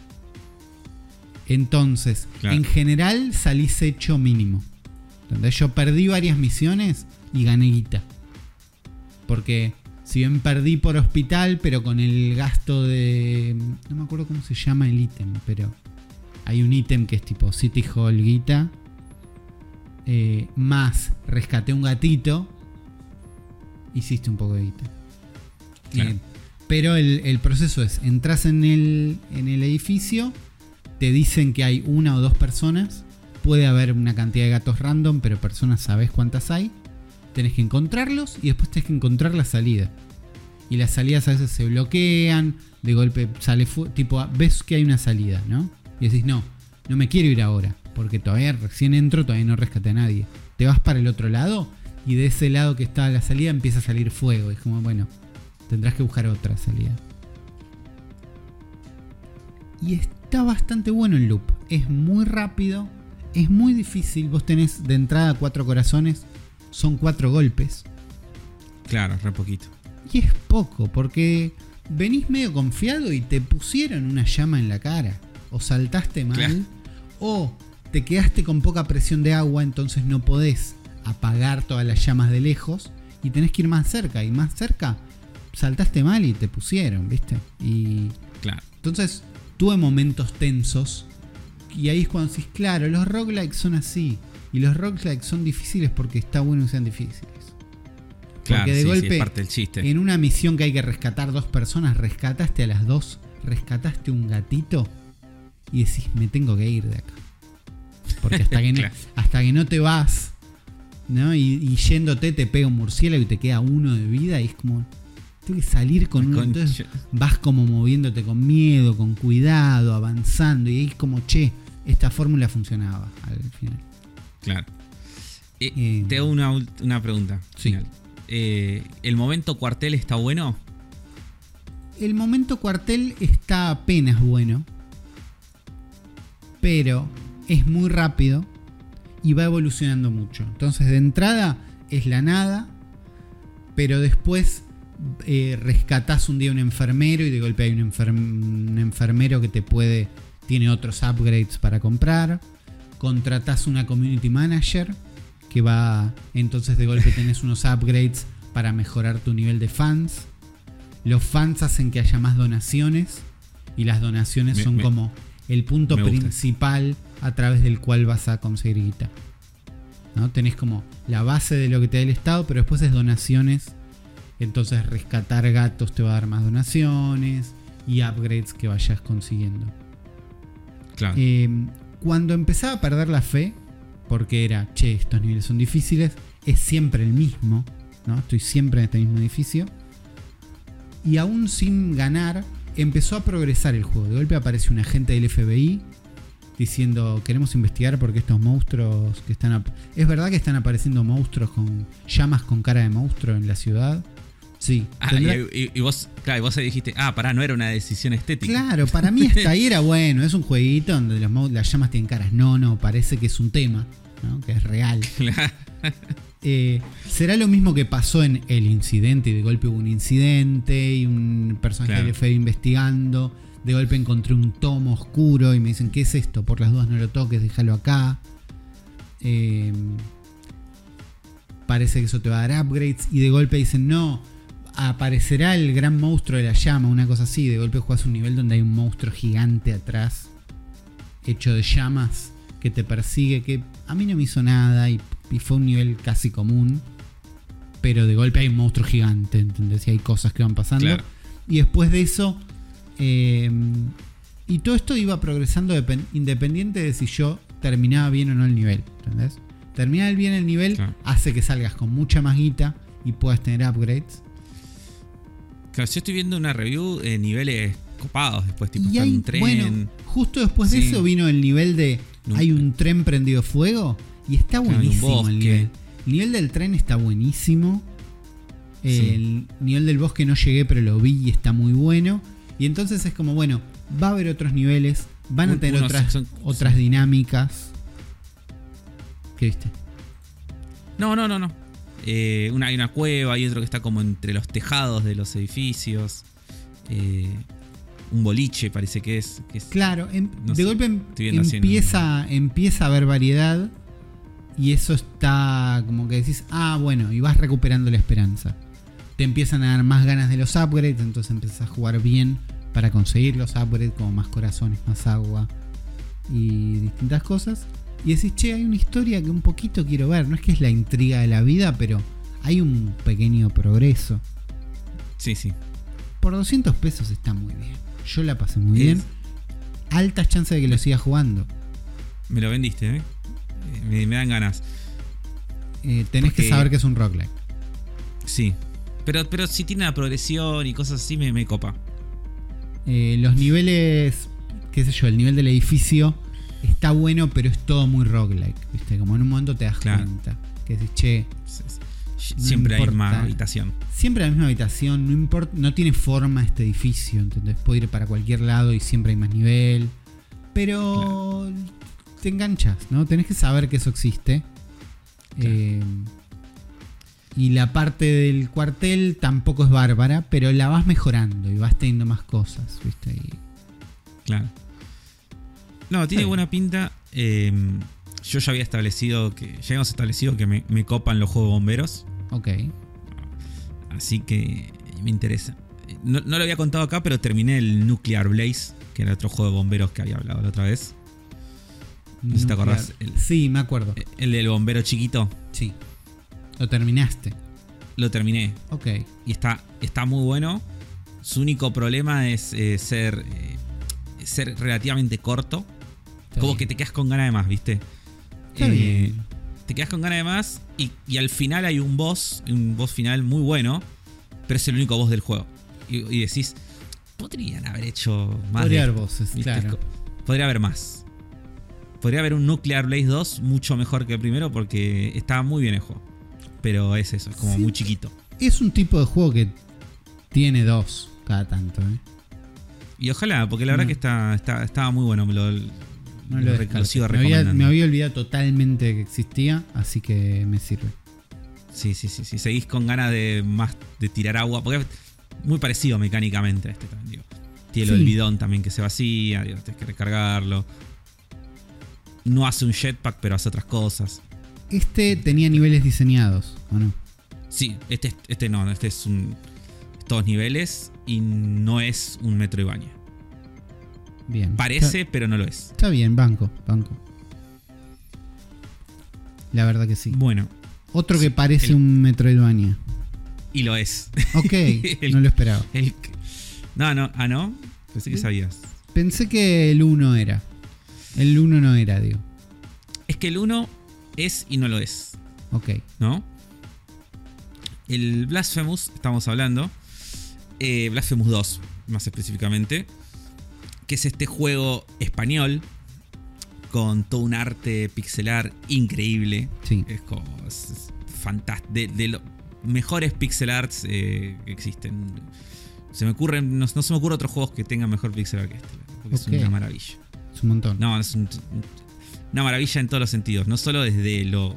Entonces, claro. en general salís hecho mínimo. Entonces, yo perdí varias misiones y gané guita. Porque si bien perdí por hospital, pero con el gasto de... No me acuerdo cómo se llama el ítem, pero hay un ítem que es tipo City Hall guita. Eh, más rescaté un gatito. Hiciste un poco de guita. Claro. Eh, pero el, el proceso es, entras en el, en el edificio... Te dicen que hay una o dos personas. Puede haber una cantidad de gatos random, pero personas sabes cuántas hay. Tenés que encontrarlos y después tenés que encontrar la salida. Y las salidas a veces se bloquean. De golpe sale fu- tipo, ves que hay una salida, ¿no? Y decís, no, no me quiero ir ahora. Porque todavía recién entro, todavía no rescaté a nadie. Te vas para el otro lado y de ese lado que está la salida empieza a salir fuego. Y es como, bueno, tendrás que buscar otra salida. Y está bastante bueno el loop. Es muy rápido. Es muy difícil. Vos tenés de entrada cuatro corazones. Son cuatro golpes. Claro, re poquito. Y es poco. Porque venís medio confiado y te pusieron una llama en la cara. O saltaste mal. Claro. O te quedaste con poca presión de agua. Entonces no podés apagar todas las llamas de lejos. Y tenés que ir más cerca. Y más cerca saltaste mal y te pusieron, ¿viste? Y claro. Entonces... Tuve momentos tensos. Y ahí es cuando decís, claro, los roguelikes son así. Y los roguelikes son difíciles porque está bueno que sean difíciles. Claro, porque de sí, golpe, sí, es parte del chiste. En una misión que hay que rescatar dos personas, rescataste a las dos, rescataste un gatito y decís, me tengo que ir de acá. Porque hasta que no, claro. hasta que no te vas, ¿no? Y, y yéndote te pega un murciélago y te queda uno de vida y es como... Tengo que salir con uno. Entonces vas como moviéndote con miedo, con cuidado, avanzando. Y ahí es como, che, esta fórmula funcionaba al final. Claro. Eh, eh, te hago una, una pregunta. Sí. Final. Eh, ¿El momento cuartel está bueno? El momento cuartel está apenas bueno. Pero es muy rápido y va evolucionando mucho. Entonces, de entrada es la nada. Pero después... Eh, rescatás un día un enfermero y de golpe hay un, enfer- un enfermero que te puede, tiene otros upgrades para comprar. Contratás una community manager que va, entonces de golpe tenés unos upgrades para mejorar tu nivel de fans. Los fans hacen que haya más donaciones y las donaciones me, son me... como el punto Me gusta. principal a través del cual vas a conseguir guita, ¿no? Tenés como la base de lo que te da el Estado, pero después es donaciones. Entonces rescatar gatos te va a dar más donaciones y upgrades que vayas consiguiendo. Claro. Eh, cuando empezaba a perder la fe, porque era, che, estos niveles son difíciles, es siempre el mismo, ¿no? Estoy siempre en este mismo edificio. Y aún sin ganar, empezó a progresar el juego. De golpe aparece un agente del F B I diciendo, queremos investigar porque estos monstruos que están... ap- ¿Es verdad que están apareciendo monstruos con llamas con cara de monstruo en la ciudad? Sí. Ah, ¿Tendrá- y, y- y vos, claro, y vos ahí dijiste, ah, pará, no era una decisión estética. Claro, para mí hasta ahí era bueno. Es un jueguito donde los mo- las llamas tienen caras. No, no, parece que es un tema, ¿no? Que es real. Claro. Eh, ¿Será lo mismo que pasó en El Incidente? Y de golpe hubo un incidente y un personaje Claro. del F B I investigando. De golpe encontré un tomo oscuro y me dicen, ¿qué es esto? Por las dudas no lo toques, déjalo acá. Eh, parece que eso te va a dar upgrades. Y de golpe dicen, no, aparecerá el gran monstruo de la llama, una cosa así. De golpe juegas un nivel donde hay un monstruo gigante atrás, hecho de llamas, que te persigue, que a mí no me hizo nada y, y fue un nivel casi común. Pero de golpe hay un monstruo gigante, ¿entendés? Y hay cosas que van pasando. Claro. Y después de eso... Eh, y todo esto iba progresando depend- independiente de si yo terminaba bien o no el nivel, ¿entendés? Terminar bien el nivel Claro. hace que salgas con mucha más guita y puedas tener upgrades. Claro, yo estoy viendo una review de niveles copados después, tipo, Y está en hay, un tren. bueno, justo después de Sí. eso vino el nivel de Un- hay un tren prendido fuego y está Claro, hay un buenísimo bosque. el nivel. El nivel del tren está buenísimo. Sí. El nivel del bosque no llegué, pero lo vi y está muy bueno. Y entonces es como, bueno, va a haber otros niveles, van a Un- tener unos otras, son- otras sí. dinámicas. ¿Qué viste? No, no, no, no. Eh, una, hay una cueva, hay otro que está como entre los tejados de los edificios. Eh, un boliche parece que es. Que es Claro, em- No de sé, golpe em- estoy viendo así en empieza, empieza a haber variedad. Y eso está como que decís, ah, bueno, y vas recuperando la esperanza. Te empiezan a dar más ganas de los upgrades, entonces empiezas a jugar bien para conseguir los upgrades, como más corazones, más agua y distintas cosas. Y decís, che, hay una historia que un poquito quiero ver. No es que es la intriga de la vida, pero hay un pequeño progreso. Sí, sí. Por doscientos pesos está muy bien. Yo la pasé muy Es- bien. Altas chances de que lo siga jugando. Me lo vendiste, ¿eh? Eh, Me, me dan ganas. Eh, tenés Porque- que saber que es un roguelike. Sí. Pero, pero si tiene una progresión y cosas así, me, me copa. Eh, los niveles, qué sé yo, el nivel del edificio está bueno, pero es todo muy roguelike, ¿viste? Como en un momento te das Claro. cuenta. Que decís, che, S- No Siempre hay importa. más habitación. siempre la misma habitación, no importa, no tiene forma este edificio, ¿entendés? Puede ir para cualquier lado y siempre hay más nivel. Pero te enganchas, ¿no? Tenés que saber que eso existe. Claro. Eh, y la parte del cuartel tampoco es bárbara, pero la vas mejorando y vas teniendo más cosas, ¿viste? Y Claro. No, tiene Sí. buena pinta. Eh, yo ya había establecido que. Ya hemos establecido que me, me copan los juegos bomberos. ok. Así que me interesa. No, no lo había contado acá, pero terminé el Nuclear Blaze, que era otro juego de bomberos que había hablado la otra vez. No sé si te acordás. El, Sí, me acuerdo. el del bombero chiquito. Sí. Lo terminaste. Lo terminé. Ok. Y está, está muy bueno. Su único problema es eh, ser, eh, ser relativamente corto. Está Como bien. que te quedas con ganas de más, ¿viste? Está Eh, bien. Te quedas con ganas de más y, y al final hay un boss, un boss final muy bueno, pero es el único boss del juego. Y, y decís, podrían haber hecho más. Podría de haber esto, voces, ¿viste? claro. Podría haber más. Podría haber un Nuclear Blaze dos mucho mejor que el primero porque estaba muy bien el juego. Pero es eso, es como Sí. muy chiquito. Es un tipo de juego que tiene dos cada tanto, ¿eh? Y ojalá, porque la verdad No. que está, está, estaba muy bueno. Me lo, No lo lo re- descartes. lo sigo me, había, recomendando. me había olvidado totalmente que existía, así que me sirve. Sí, sí, sí, sí. Seguís con ganas de más de tirar agua. Porque es muy parecido mecánicamente a este también, digo. Tiene lo Sí. del bidón también que se vacía, digo, tienes que recargarlo. No hace un jetpack, pero hace otras cosas. Este tenía niveles diseñados, ¿o no? Sí, este, este no, este es un. Todos niveles y no es un Metroidvania. Bien. Parece, Está, pero no lo es. Está bien, banco, banco. La verdad que sí. Bueno. Otro que parece el, un Metroidvania. Y lo es. Ok, el, no lo esperaba. El, no, no, ah, no. Pensé que sabías. Pensé que el uno era. El uno no era, digo. Es que el uno es y no lo es. Ok. ¿No? El Blasphemous, estamos hablando. Eh, Blasphemous dos, más específicamente. Que es este juego español. Con todo un arte pixelar increíble. Sí. Es como. Es, es fantástico. De, de los mejores pixel arts eh, que existen. Se me ocurren. No, no se me ocurre otros juegos que tengan mejor pixel art que este. Porque okay. Es una maravilla. Es un montón. No, es un, una maravilla en todos los sentidos. No solo desde lo.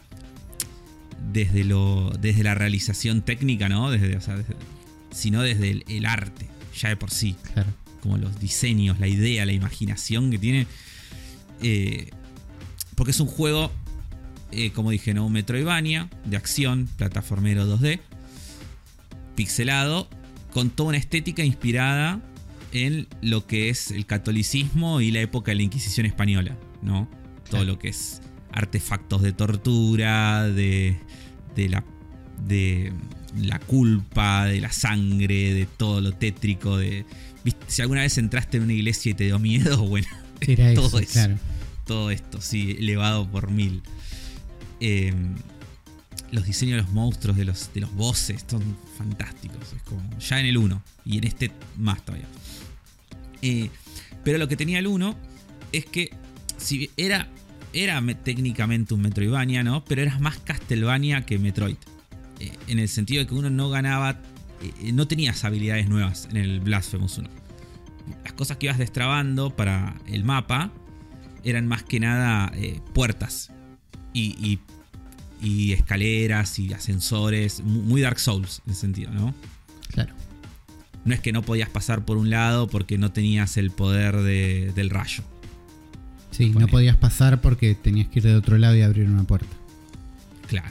Desde lo. Desde la realización técnica, ¿no? Desde, o sea, desde, sino desde el, el arte. Ya de por sí. Claro. Como los diseños, la idea, la imaginación que tiene. Eh, porque es un juego, eh, como dije, ¿no? Un Metroidvania de acción, plataformero dos D, pixelado, con toda una estética inspirada en lo que es el catolicismo y la época de la Inquisición española, ¿no? Todo lo que es artefactos de tortura, de, de, la, de la culpa, de la sangre, de todo lo tétrico. De, ¿viste? Si alguna vez entraste en una iglesia y te dio miedo, bueno, era todo eso, eso. Claro. Todo esto, sí, elevado por mil. Eh, los diseños de los monstruos, de los, de los bosses, son fantásticos. Es como ya en el uno y en este más todavía. Eh, pero lo que tenía el uno es que si era, era técnicamente un Metroidvania, ¿no? Pero era más Castlevania que Metroid. Eh, en el sentido de que uno no ganaba, eh, no tenías habilidades nuevas en el Blasphemous uno. Las cosas que ibas destrabando para el mapa eran más que nada eh, puertas y, y, y escaleras y ascensores. Muy Dark Souls en ese sentido, ¿no? Claro. No es que no podías pasar por un lado porque no tenías el poder de, del rayo. Sí, Pone. no podías pasar porque tenías que ir de otro lado y abrir una puerta. Claro.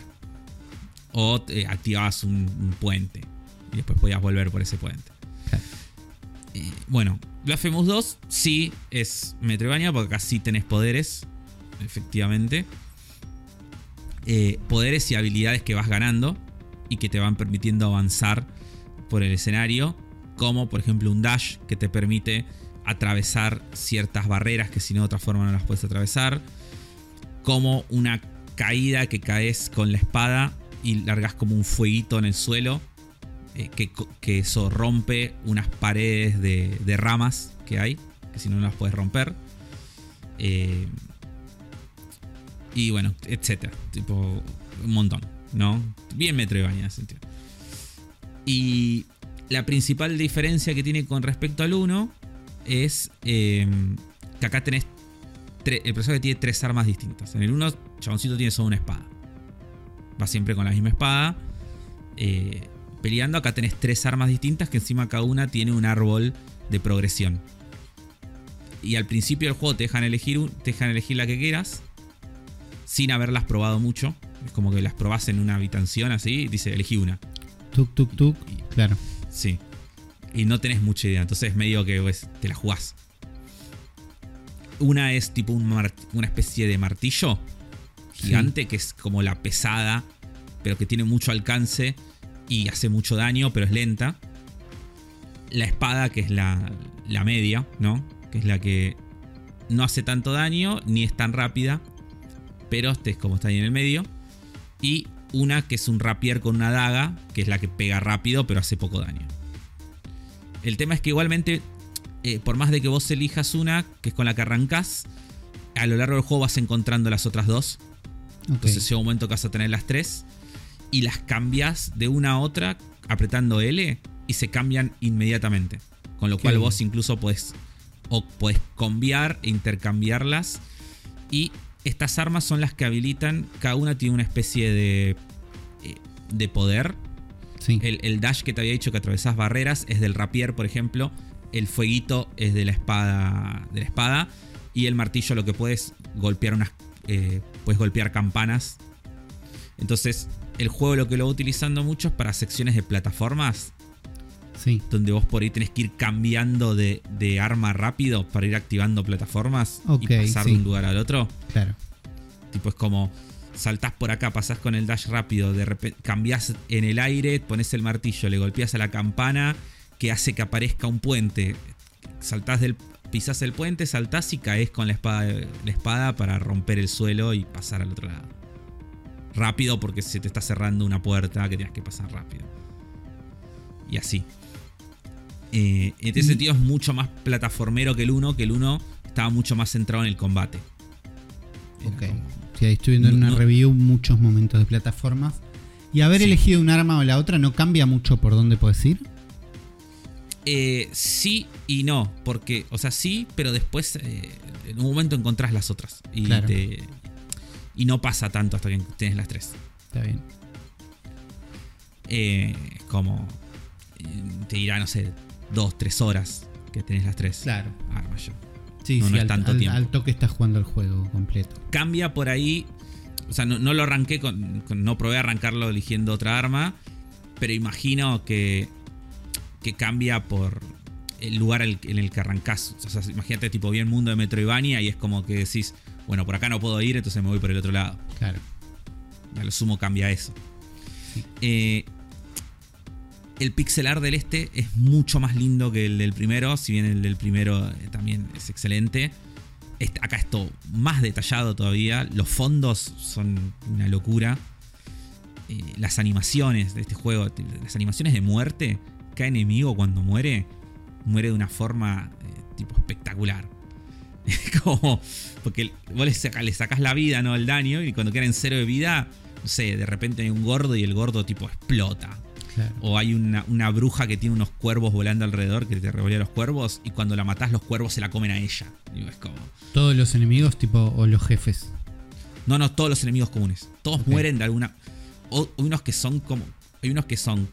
O eh, activabas un, un puente y después podías volver por ese puente. Claro. Eh, bueno, Blasphemous dos sí es Metroidvania porque acá sí tenés poderes, efectivamente. Eh, poderes y habilidades que vas ganando y que te van permitiendo avanzar por el escenario, como por ejemplo un dash que te permite atravesar ciertas barreras que si no de otra forma no las puedes atravesar, como una caída que caes con la espada y largas como un fueguito en el suelo. Eh, que, que eso rompe unas paredes de, de ramas que hay, que si no, no las puedes romper. Eh, y bueno, etcétera. Tipo, un montón, ¿no? Bien Metroidvania en ese sentido. Y la principal diferencia que tiene con respecto al uno es eh, que acá tenés. Tre- el personaje tiene tres armas distintas. En el uno, chaboncito tiene solo una espada. Va siempre con la misma espada. Eh. Peleando, acá tenés tres armas distintas que encima cada una tiene un árbol de progresión. Y al principio del juego te dejan elegir, un, te dejan elegir la que quieras sin haberlas probado mucho. Es como que las probás en una habitación así y dice elegí una. Tuk, tuk, tuk. Y, claro. Sí. Y no tenés mucha idea. Entonces medio que pues, te la jugás. Una es tipo un mart- una especie de martillo gigante, sí, que es como la pesada, pero que tiene mucho alcance y hace mucho daño, pero es lenta. La espada, que es la, la media, ¿no? Que es la que no hace tanto daño, ni es tan rápida, pero este es como está ahí en el medio. Y una que es un rapier con una daga, que es la que pega rápido, pero hace poco daño. El tema es que igualmente, eh, por más de que vos elijas una, que es con la que arrancás, a lo largo del juego vas encontrando las otras dos. Okay. Entonces llega un momento que vas a tener las tres y las cambias de una a otra apretando L y se cambian inmediatamente. Con lo cual vos incluso podés, o podés cambiar e intercambiarlas. Y estas armas son las que habilitan, cada una tiene una especie de, de poder. Sí. El, el dash que te había dicho que atravesás barreras es del rapier, por ejemplo. El fueguito es de la espada, de la espada. Y el martillo lo que puedes golpear unas, eh, puedes golpear campanas. Entonces el juego lo que lo va utilizando mucho es para secciones de plataformas. Sí. Donde vos por ahí tenés que ir cambiando de, de arma rápido para ir activando plataformas Okay, y pasar sí. de un lugar al otro. Claro. Tipo, es como saltás por acá, pasás con el dash rápido, de repente cambiás en el aire, pones el martillo, le golpeás a la campana que hace que aparezca un puente. Saltás del, pisás el puente, saltás y caes con la espada, la espada para romper el suelo y pasar al otro lado. Rápido porque se te está cerrando una puerta que tienes que pasar rápido. Y así. Eh, en este sentido es mucho más plataformero que el uno, que el uno estaba mucho más centrado en el combate. Era Ok. como- Sí, ahí estoy viendo en No, una no. review muchos momentos de plataformas. Y haber Sí. elegido un arma o la otra no cambia mucho por dónde puedes ir. Eh, sí y no, porque, o sea, sí, pero después eh, en un momento encontrás las otras. Y, Claro. te, y no pasa tanto hasta que tienes las tres. Está bien. Eh, como eh, te dirá, no sé, dos, tres horas que tenés las tres. Claro. Armas ya. Sí, No, sí, no es al, tanto al- tiempo. al toque estás jugando el juego completo. Cambia por ahí. O sea, no, no lo arranqué con, con- no probé a arrancarlo eligiendo otra arma. Pero imagino que. Que cambia por el lugar el- en el que arrancás. O sea, imagínate, tipo, bien mundo de Metroidvania. Y es como que decís, bueno, por acá no puedo ir, entonces me voy por el otro lado. Claro. A lo sumo cambia eso. Sí. Eh, el pixel art del este es mucho más lindo que el del primero. Si bien el del primero eh, también es excelente. Este- acá es todo más detallado todavía. Los fondos son una locura. Eh, las animaciones de este juego, las animaciones de muerte. Cada enemigo cuando muere, muere de una forma eh, tipo espectacular. Como, porque vos le sacás, le sacás la vida, ¿no? El daño. Y cuando quedan en cero de vida, no sé, de repente hay un gordo y el gordo tipo explota. Claro. O hay una, una bruja que tiene unos cuervos volando alrededor que te revolea los cuervos. Y cuando la matás, los cuervos se la comen a ella. Digo, es como. Todos los enemigos, tipo, o los jefes. No, no, todos los enemigos comunes. Todos Ok. mueren de alguna. O, hay unos que son como. Hay unos que son.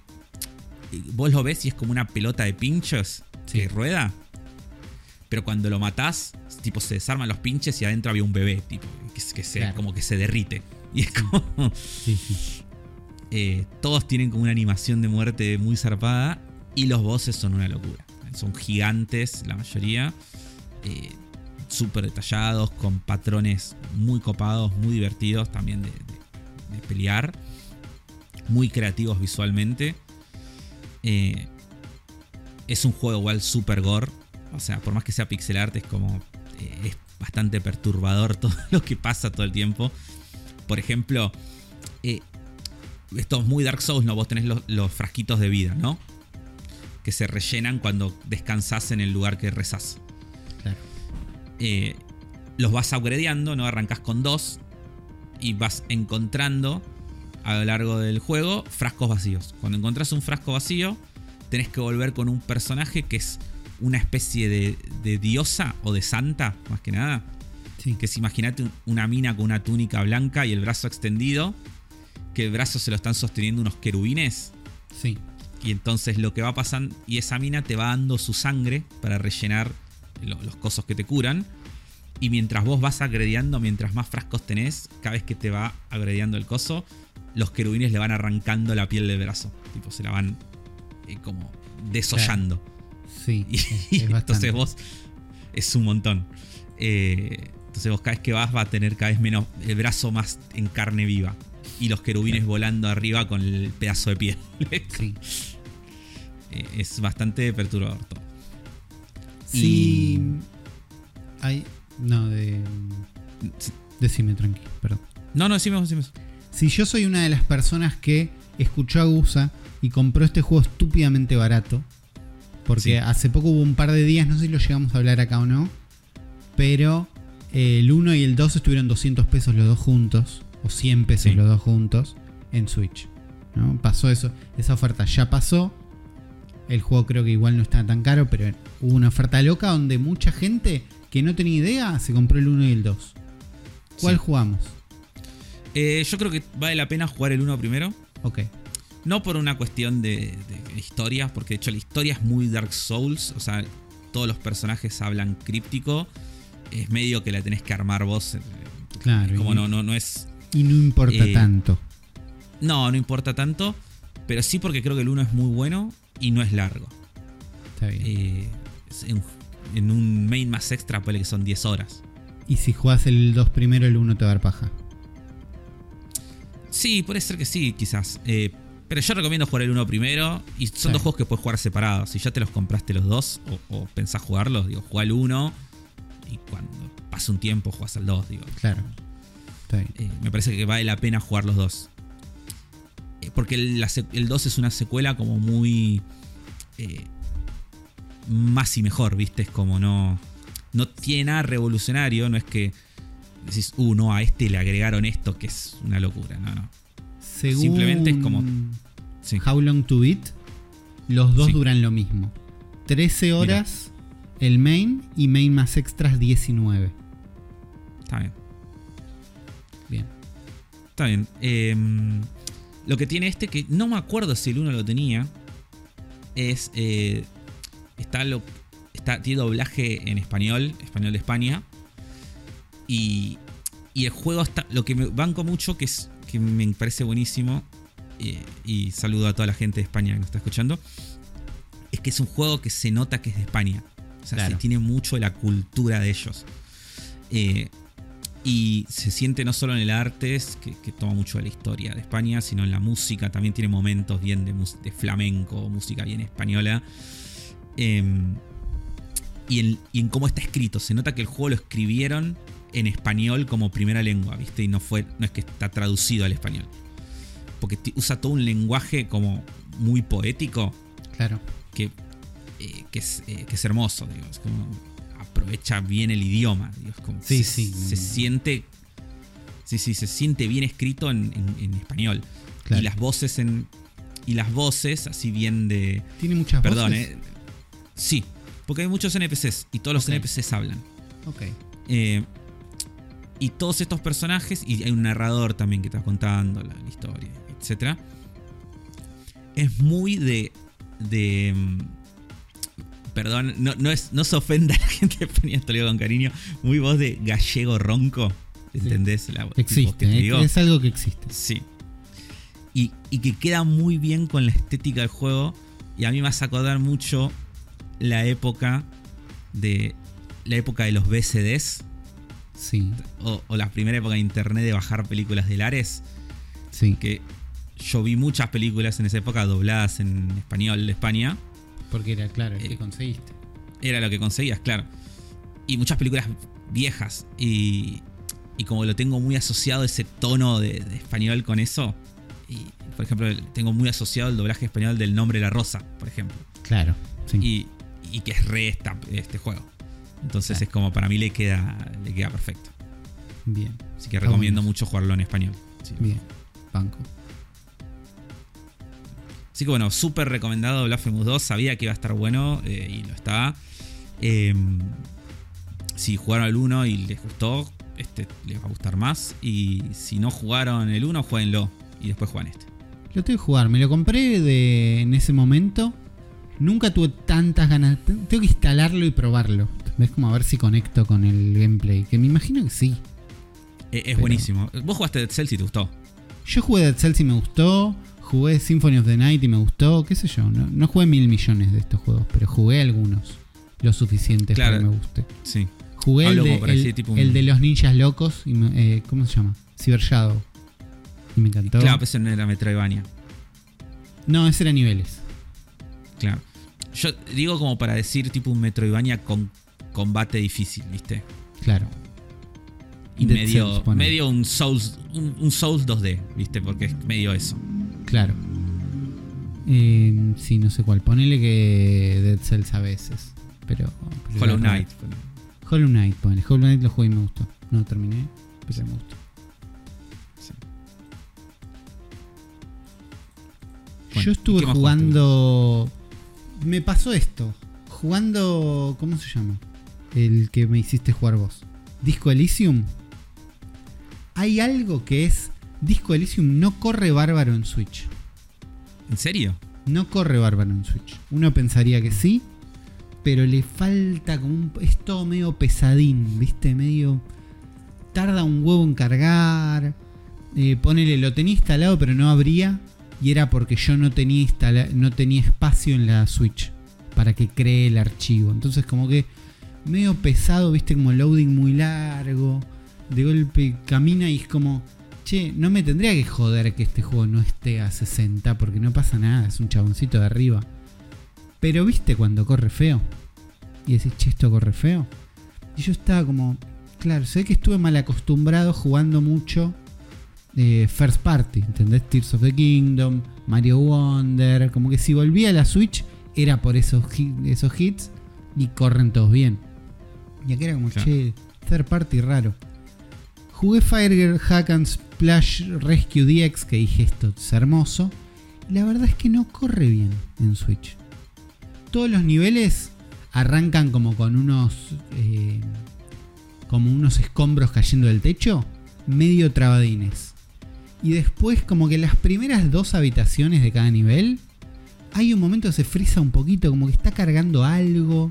Vos lo ves y es como una pelota de pinchos Sí. que rueda. Pero cuando lo matás, tipo se desarman los pinches y adentro había un bebé, tipo, que, que se, Claro. como que se derrite. Y es como. Sí, sí. eh, todos tienen como una animación de muerte muy zarpada. Y los bosses son una locura. Son gigantes, la mayoría. Eh, Súper detallados, con patrones muy copados, muy divertidos también de, de- de pelear. Muy creativos visualmente. Eh, es un juego igual super gore. O sea, por más que sea pixel art, es como. eh, es bastante perturbador todo lo que pasa todo el tiempo. Por ejemplo, eh, esto es muy Dark Souls, ¿no? Vos tenés los, los frasquitos de vida, ¿no? Que se rellenan cuando descansás en el lugar que rezás. Claro. Eh, los vas upgradeando, ¿no? Arrancás con dos y vas encontrando a lo largo del juego frascos vacíos. Cuando encontrás un frasco vacío, tenés que volver con un personaje que es una especie de, de diosa o de santa, más que nada. Sí. Que es, imagínate un- una mina con una túnica blanca y el brazo extendido, que el brazo se lo están sosteniendo unos querubines. Sí. Y entonces lo que va pasando, y esa mina te va dando su sangre para rellenar lo- los cosos que te curan. Y mientras vos vas agrediando, mientras más frascos tenés, cada vez que te va agrediando el coso, los querubines le van arrancando la piel del brazo. Tipo, se la van eh, como desollando. Sí. Y, es- y es bastante. entonces vos, es un montón. Eh, entonces vos cada vez que vas va a tener cada vez menos, el brazo más en carne viva. Y los querubines volando arriba con el pedazo de piel. Sí. Eh, es bastante perturbador todo. Sí. Y- Hay. No, de. Sí. Decime, tranqui, perdón. No, no, decime, decime. Si yo soy una de las personas que escuchó a Gusa y compró este juego estúpidamente barato, porque Sí. hace poco hubo un par de días, no sé si lo llegamos a hablar acá o no, pero eh, el uno y el dos estuvieron doscientos pesos los dos juntos, o cien pesos Sí. los dos juntos, en Switch, ¿no? Pasó eso, esa oferta ya pasó. El juego creo que igual no está tan caro, pero hubo una oferta loca donde mucha gente que no tenía idea se compró el uno y el dos. ¿Cuál Sí. jugamos? Eh, yo creo que vale la pena jugar el uno primero. Ok. No por una cuestión de, de historia, porque de hecho la historia es muy Dark Souls. O sea, todos los personajes hablan críptico. Es medio que la tenés que armar vos. eh, Claro. Como y- no, no, no es. Y no importa Eh, tanto. No, no importa tanto. Pero sí porque creo que el uno es muy bueno y no es largo. Está bien. Eh, en, en un main más extra, puede que son diez horas. Y si jugás el dos primero, el uno te va a dar paja. Sí, puede ser que sí, quizás. Eh, pero yo recomiendo jugar el uno primero. Y son sí. dos juegos que puedes jugar separados. Si ya te los compraste los dos o, o pensás jugarlos, digo, juega el uno. Y cuando pase un tiempo, jugás al dos, digo. Claro. Está bien. Eh, me parece que vale la pena jugar los dos. Eh, porque el, la, el dos es una secuela como muy... Eh, más y mejor, ¿viste? Es como no... No tiene nada revolucionario. No es que decís, uh, no, a este le agregaron esto, que es una locura. No, no. Según simplemente es como... Sí. How Long to Beat, los dos sí. duran lo mismo. trece horas Mira. El main y main más extras diecinueve. Está bien. Bien. Está bien. Eh, lo que tiene este, que no me acuerdo si el uno lo tenía, es... Eh, está lo... Está, tiene doblaje en español, español de España. Y, y el juego está. Lo que me banco mucho, que es que me parece buenísimo. Eh, y saludo a toda la gente de España que nos está escuchando. Es que es un juego que se nota que es de España. O sea, claro. se tiene mucho de la cultura de ellos. Eh, y se siente no solo en el arte, que, que toma mucho de la historia de España, sino en la música. También tiene momentos bien de, de flamenco, música bien española. Eh, Y en, y en cómo está escrito. Se nota que el juego lo escribieron en español como primera lengua, ¿viste? Y no fue, no es que está traducido al español. Porque t- usa todo un lenguaje como muy poético. Claro. Que, eh, que, es, eh, que es hermoso, digo. Es como aprovecha bien el idioma. Digo, es como sí, se, sí. Se siente. Sí, sí, se siente bien escrito en, en, en español. Claro. Y las voces en. Y las voces, así bien de. Tiene muchas perdón, voces. Perdón, eh. Sí. Porque hay muchos N P Cs y todos los okay. N P Cs hablan. Ok. Eh, y todos estos personajes, y hay un narrador también que está contando la, la historia, etcétera. Es muy de. de perdón, no, no, es, no se ofenda a la gente de España, esto lo digo con cariño. Muy voz de gallego ronco. ¿Entendés? Sí. La, existe, que te digo. Es algo que existe. Sí. Y, y que queda muy bien con la estética del juego. Y a mí me hace acordar mucho la época de la época de los V C Ds. Sí. O, o la primera época de internet de bajar películas de Lares. Sí. Que yo vi muchas películas en esa época dobladas en español de España. Porque era, claro, el eh, que conseguiste. Era lo que conseguías, claro. Y muchas películas viejas. Y, y como lo tengo muy asociado ese tono de, de español con eso. Y, por ejemplo, tengo muy asociado el doblaje español del Nombre de la Rosa, por ejemplo. Claro. Sí. Y Y que es re esta, este juego. Entonces claro. es como para mí le queda, le queda perfecto. Bien. Así que recomiendo mucho jugarlo en español. Sí. Bien. Banco. Así que bueno, súper recomendado Blasphemous dos. Sabía que iba a estar bueno eh, y lo está. Eh, si jugaron el uno y les gustó, este les va a gustar más. Y si no jugaron el uno, jueguenlo. Y después juegan este. Lo tengo que jugar. Me lo compré de, en ese momento. Nunca tuve tantas ganas. Tengo que instalarlo y probarlo. ¿Ves? Como a ver si conecto con el gameplay. Que me imagino que sí. Es, es buenísimo. ¿Vos jugaste Dead Cells y te gustó? Yo jugué Dead Cells y me gustó. Jugué Symphony of the Night y me gustó. ¿Qué sé yo? No, no jugué mil millones de estos juegos. Pero jugué algunos. Lo suficiente claro, para que me guste. Sí. Jugué el de, el, tipo un... el de los ninjas locos. Y me, eh, ¿cómo se llama? Cyber Shadow. Y me encantó. Claro, pero ese no era Metroidvania. No, ese era niveles. Claro. Yo digo como para decir tipo un Metroidvania con combate difícil, ¿viste? Claro. Y Dead medio, Cells, medio un Souls un, un Souls dos D, ¿viste? Porque es medio eso. Claro. Eh, sí, no sé cuál. Ponele que Dead Cells a veces. Pero. pero Hollow Knight. Hollow Knight, ponele. Hollow Knight lo jugué y me gustó. No lo terminé, pero sí. me gustó. Sí. Bueno, yo estuve jugando. Me pasó esto. Jugando. ¿Cómo se llama? El que me hiciste jugar vos. Disco Elysium. Hay algo que es. Disco Elysium no corre bárbaro en Switch. ¿En serio? No corre bárbaro en Switch. Uno pensaría que sí. Pero le falta como un. Es todo medio pesadín, ¿viste? Medio. Tarda un huevo en cargar. Eh, ponele, lo tenía instalado, pero no abría. Y era porque yo no tenía instala- no tenía espacio en la Switch para que cree el archivo. Entonces como que medio pesado, viste, como loading muy largo. De golpe camina y es como, che, no me tendría que joder que este juego no esté a sesenta porque no pasa nada, es un chaboncito de arriba. Pero viste cuando corre feo. Y decís, che, esto corre feo. Y yo estaba como, claro, sé que estuve mal acostumbrado jugando mucho eh, First Party, ¿entendés? Tears of the Kingdom, Mario Wonder. Como que si volvía a la Switch era por esos, esos hits y corren todos bien. Y aquí era como, claro, che, Third Party raro. Jugué Fire Hack and Splash Rescue D X, que dije esto es hermoso. Y la verdad es que no corre bien en Switch. Todos los niveles arrancan como con unos eh, como unos escombros cayendo del techo, medio trabadines. Y después como que las primeras dos habitaciones de cada nivel hay un momento que se frisa un poquito, como que está cargando algo.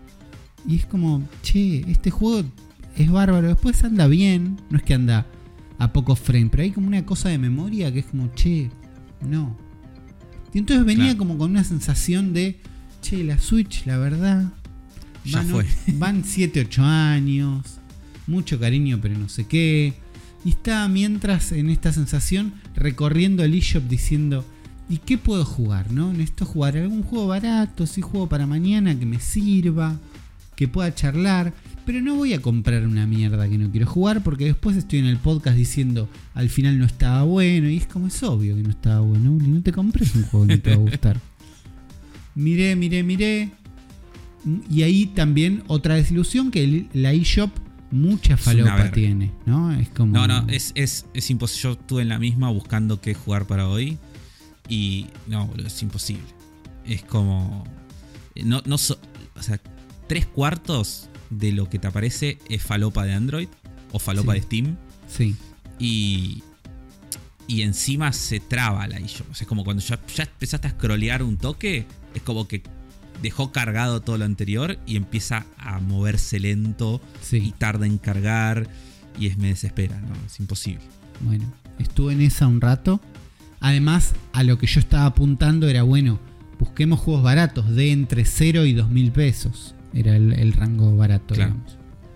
Y es como, che, este juego es bárbaro. Después anda bien, no es que anda a pocos frames, pero hay como una cosa de memoria que es como, che, no. Y entonces venía, claro, como con una sensación de, che, la Switch, la verdad, ya van, fue. Van siete ocho años, mucho cariño pero no sé qué. Y estaba mientras en esta sensación recorriendo el eShop diciendo, ¿y qué puedo jugar? ¿No? Necesito jugar algún juego barato, si juego para mañana que me sirva, que pueda charlar, pero no voy a comprar una mierda que no quiero jugar porque después estoy en el podcast diciendo al final no estaba bueno y es como, es obvio que no estaba bueno, Uli, no te compres un juego que no te va a gustar. Miré, miré, miré. Y ahí también otra desilusión, que la eShop mucha falopa tiene, ¿no? Es como... No, no, es, es, es imposible. Yo estuve en la misma buscando qué jugar para hoy y no, boludo, es imposible. Es como... No, no so, o sea, tres cuartos de lo que te aparece es falopa de Android o falopa, sí, de Steam. Sí. Y... Y encima se traba la eShop. O sea, es como cuando ya, ya empezaste a scrollear un toque, es como que dejó cargado todo lo anterior y empieza a moverse lento, sí, y tarda en cargar y es, me desespera, ¿no? Es imposible. Bueno, estuve en esa un rato. Además, a lo que yo estaba apuntando era, bueno, busquemos juegos baratos de entre cero y dos mil pesos. Era el, el rango barato, claro, digamos.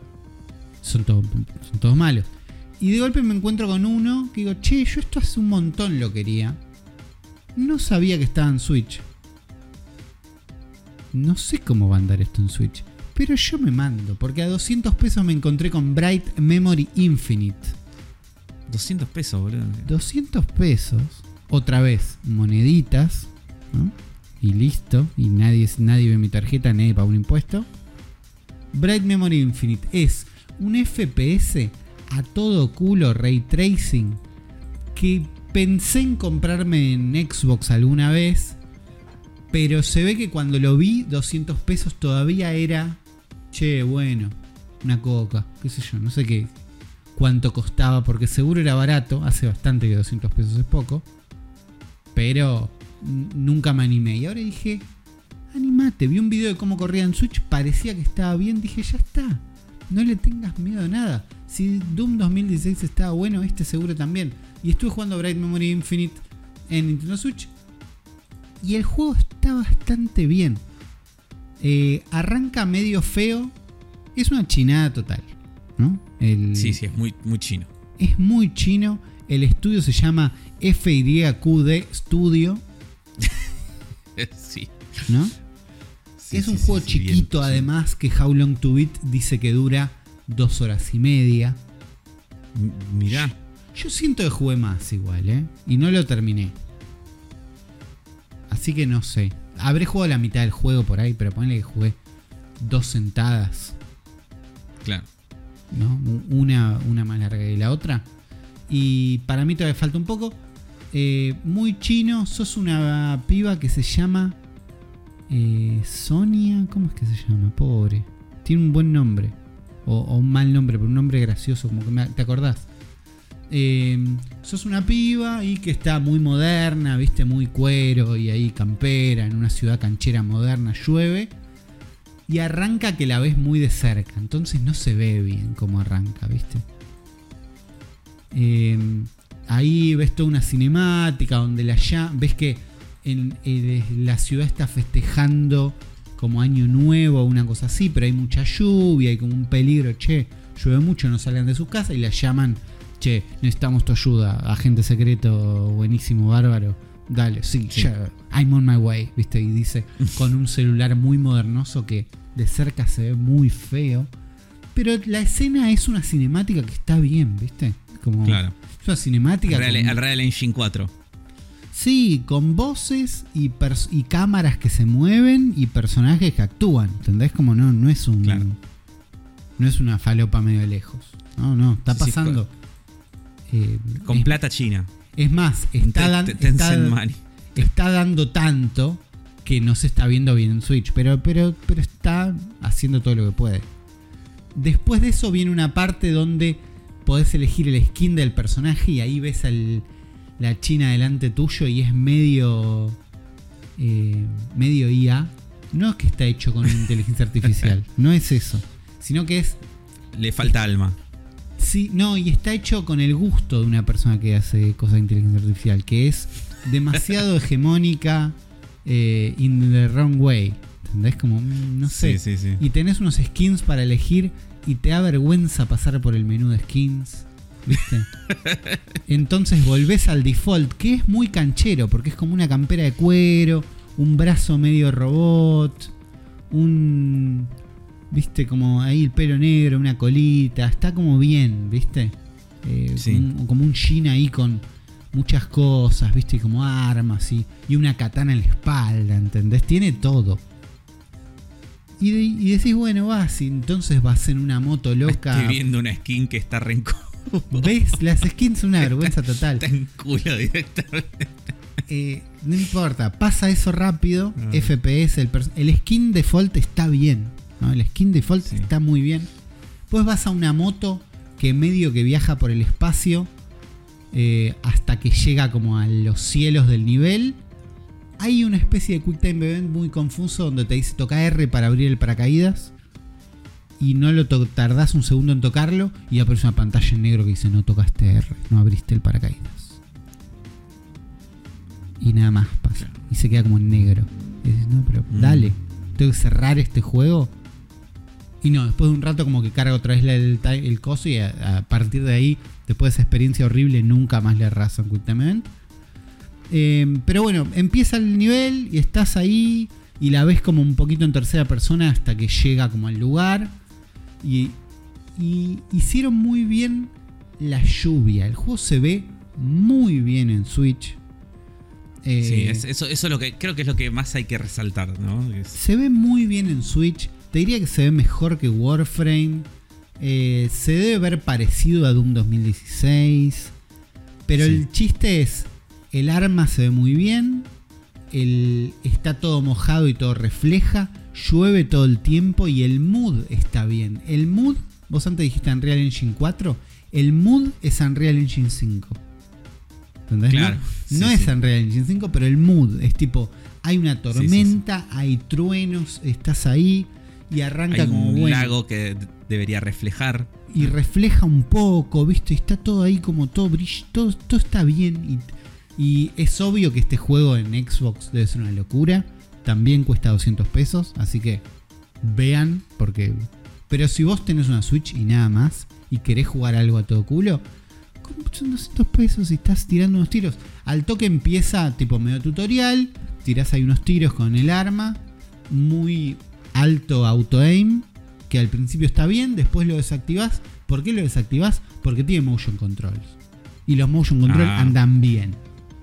Son, todo, son todos malos. Y de golpe me encuentro con uno que digo, che, yo esto hace un montón lo quería. No sabía que estaba en Switch. No sé cómo va a andar esto en Switch, pero yo me mando, porque a doscientos pesos me encontré con Bright Memory Infinite. doscientos pesos, boludo. doscientos pesos. Otra vez, moneditas, ¿no? Y listo. Y nadie, nadie ve mi tarjeta, nadie paga un impuesto. Bright Memory Infinite es un F P S a todo culo, ray tracing, que pensé en comprarme en Xbox alguna vez, pero se ve que cuando lo vi, doscientos pesos todavía era, che, bueno, una coca, qué sé yo, no sé qué, cuánto costaba, porque seguro era barato, hace bastante que doscientos pesos es poco, pero n- nunca me animé. Y ahora dije, animate, vi un video de cómo corría en Switch, parecía que estaba bien, dije, ya está, no le tengas miedo a nada. Si Doom dos mil dieciséis estaba bueno, este seguro también. Y estuve jugando Bright Memory Infinite en Nintendo Switch y el juego está bastante bien. Eh, arranca medio feo. Es una chinada total, ¿no? El, sí, sí, es muy, muy chino. Es muy chino. El estudio se llama F Y Q D Studio. Sí. ¿No? Sí, es un sí, juego sí, chiquito, bien, además, sí, que How Long to Beat dice que dura dos horas y media. M- mirá. Yo, yo siento que jugué más igual, ¿eh? Y no lo terminé. Así que no sé. Habré jugado la mitad del juego por ahí, pero ponle que jugué dos sentadas. Claro. ¿No? Una, una más larga que la otra. Y para mí todavía falta un poco. Eh, muy chino. Sos una piba que se llama eh, Sonia. ¿Cómo es que se llama? Pobre. Tiene un buen nombre. O, o un mal nombre, pero un nombre gracioso, como que me, ¿te acordás? Eh, sos una piba y que está muy moderna, viste, muy cuero y ahí campera, en una ciudad canchera moderna, llueve y arranca que la ves muy de cerca, entonces no se ve bien cómo arranca, viste. Eh, ahí ves toda una cinemática donde la ya ves que en, en la ciudad está festejando como año nuevo o una cosa así, pero hay mucha lluvia, hay como un peligro, che, llueve mucho, no salgan de su casa y la llaman, che, necesitamos tu ayuda, agente secreto, buenísimo, bárbaro, dale, sí, Sí. ya, I'm on my way, ¿viste? Y dice con un celular muy modernoso que de cerca se ve muy feo, pero la escena es una cinemática que está bien, ¿viste? Como, Claro. es una cinemática Al Real, con- al Real Engine cuatro. sí, con voces y, pers- y cámaras que se mueven y personajes que actúan, ¿entendés? Como no, no es un Claro. no es una falopa medio lejos. No, no, está Sí, sí, pasando. Eh, Con es, plata china. es más, Un está, Te- dan- Te- Tencent está, Money. está dando tanto que no se está viendo bien en Switch, pero, pero, pero está haciendo todo lo que puede. Después de eso viene una parte donde podés elegir el skin del personaje y ahí ves al, la china delante tuyo y es medio eh, medio I A. No es que está hecho con inteligencia artificial, no es eso, sino que es Le falta alma. sí, no, y está hecho con el gusto de una persona que hace cosas de inteligencia artificial, que es demasiado hegemónica, eh, in the wrong way, ¿entendés? Como, mm, no sé. Sí, sí, sí. Y tenés unos skins para elegir y te da vergüenza pasar por el menú de skins, ¿viste? Entonces volvés al default, que es muy canchero, porque es como una campera de cuero, un brazo medio robot, un... ¿viste? Como ahí el pelo negro, una colita, está como bien, ¿viste? Eh, Sí. como, un, como un jean ahí con muchas cosas, ¿viste? Como armas y, y una katana en la espalda, ¿entendés? Tiene todo. Y, de- y decís, bueno, vas, y entonces vas en una moto loca. Estoy viendo una skin que está re en culo. ¿Ves? Las skins son una vergüenza total. Está en culo directamente. Eh, no importa, pasa eso rápido. Ah. F P S, el, pers- el skin default está bien, ¿no? El skin default Sí. está muy bien. Pues vas a una moto que medio que viaja por el espacio eh, hasta que llega como a los cielos del nivel. Hay una especie de Quick Time Event muy confuso donde te dice toca R para abrir el paracaídas. Y no lo to- tardás un segundo en tocarlo y aparece una pantalla en negro que dice no tocaste R, no abriste el paracaídas. Y nada más pasa. Y se queda como en negro. Y dices, no, pero Mm. dale, tengo que cerrar este juego. Y no, después de un rato como que carga otra vez la- el, ti- el coso y a, a partir de ahí, después de esa experiencia horrible, nunca más le arrasan Quick Time Event. Eh, pero bueno, empieza el nivel y estás ahí y la ves como un poquito en tercera persona hasta que llega como al lugar. Y, y hicieron muy bien la lluvia. El juego se ve muy bien en Switch. Eh, Sí, es- eso, eso es lo que creo que es lo que más hay que resaltar, ¿no? Es- Se ve muy bien en Switch. Te diría que se ve mejor que Warframe. Eh, se debe ver parecido a Doom dos mil dieciséis. Pero Sí. el chiste es, el arma se ve muy bien. El, está todo mojado y todo refleja. Llueve todo el tiempo y el mood está bien. El mood, vos antes dijiste Unreal Engine cuatro. El mood es Unreal Engine cinco. ¿Entendés? Claro, No, sí, no es sí. Unreal Engine cinco, pero el mood es tipo, hay una tormenta, hay truenos, estás ahí y arranca Hay como un bueno. lago que d- debería reflejar. Y refleja un poco, ¿viste? Y está todo ahí como todo brillo, todo, todo está bien. Y, y es obvio que este juego en Xbox debe ser una locura. También cuesta doscientos pesos, así que vean, porque... Pero si vos tenés una Switch y nada más, y querés jugar algo a todo culo, ¿cómo son doscientos pesos y estás tirando unos tiros? Al toque empieza tipo medio tutorial, tirás ahí unos tiros con el arma, muy alto auto-aim, que al principio está bien, después lo desactivás. ¿Por qué lo desactivás? Porque tiene motion controls. Y los motion controls Ah. andan bien.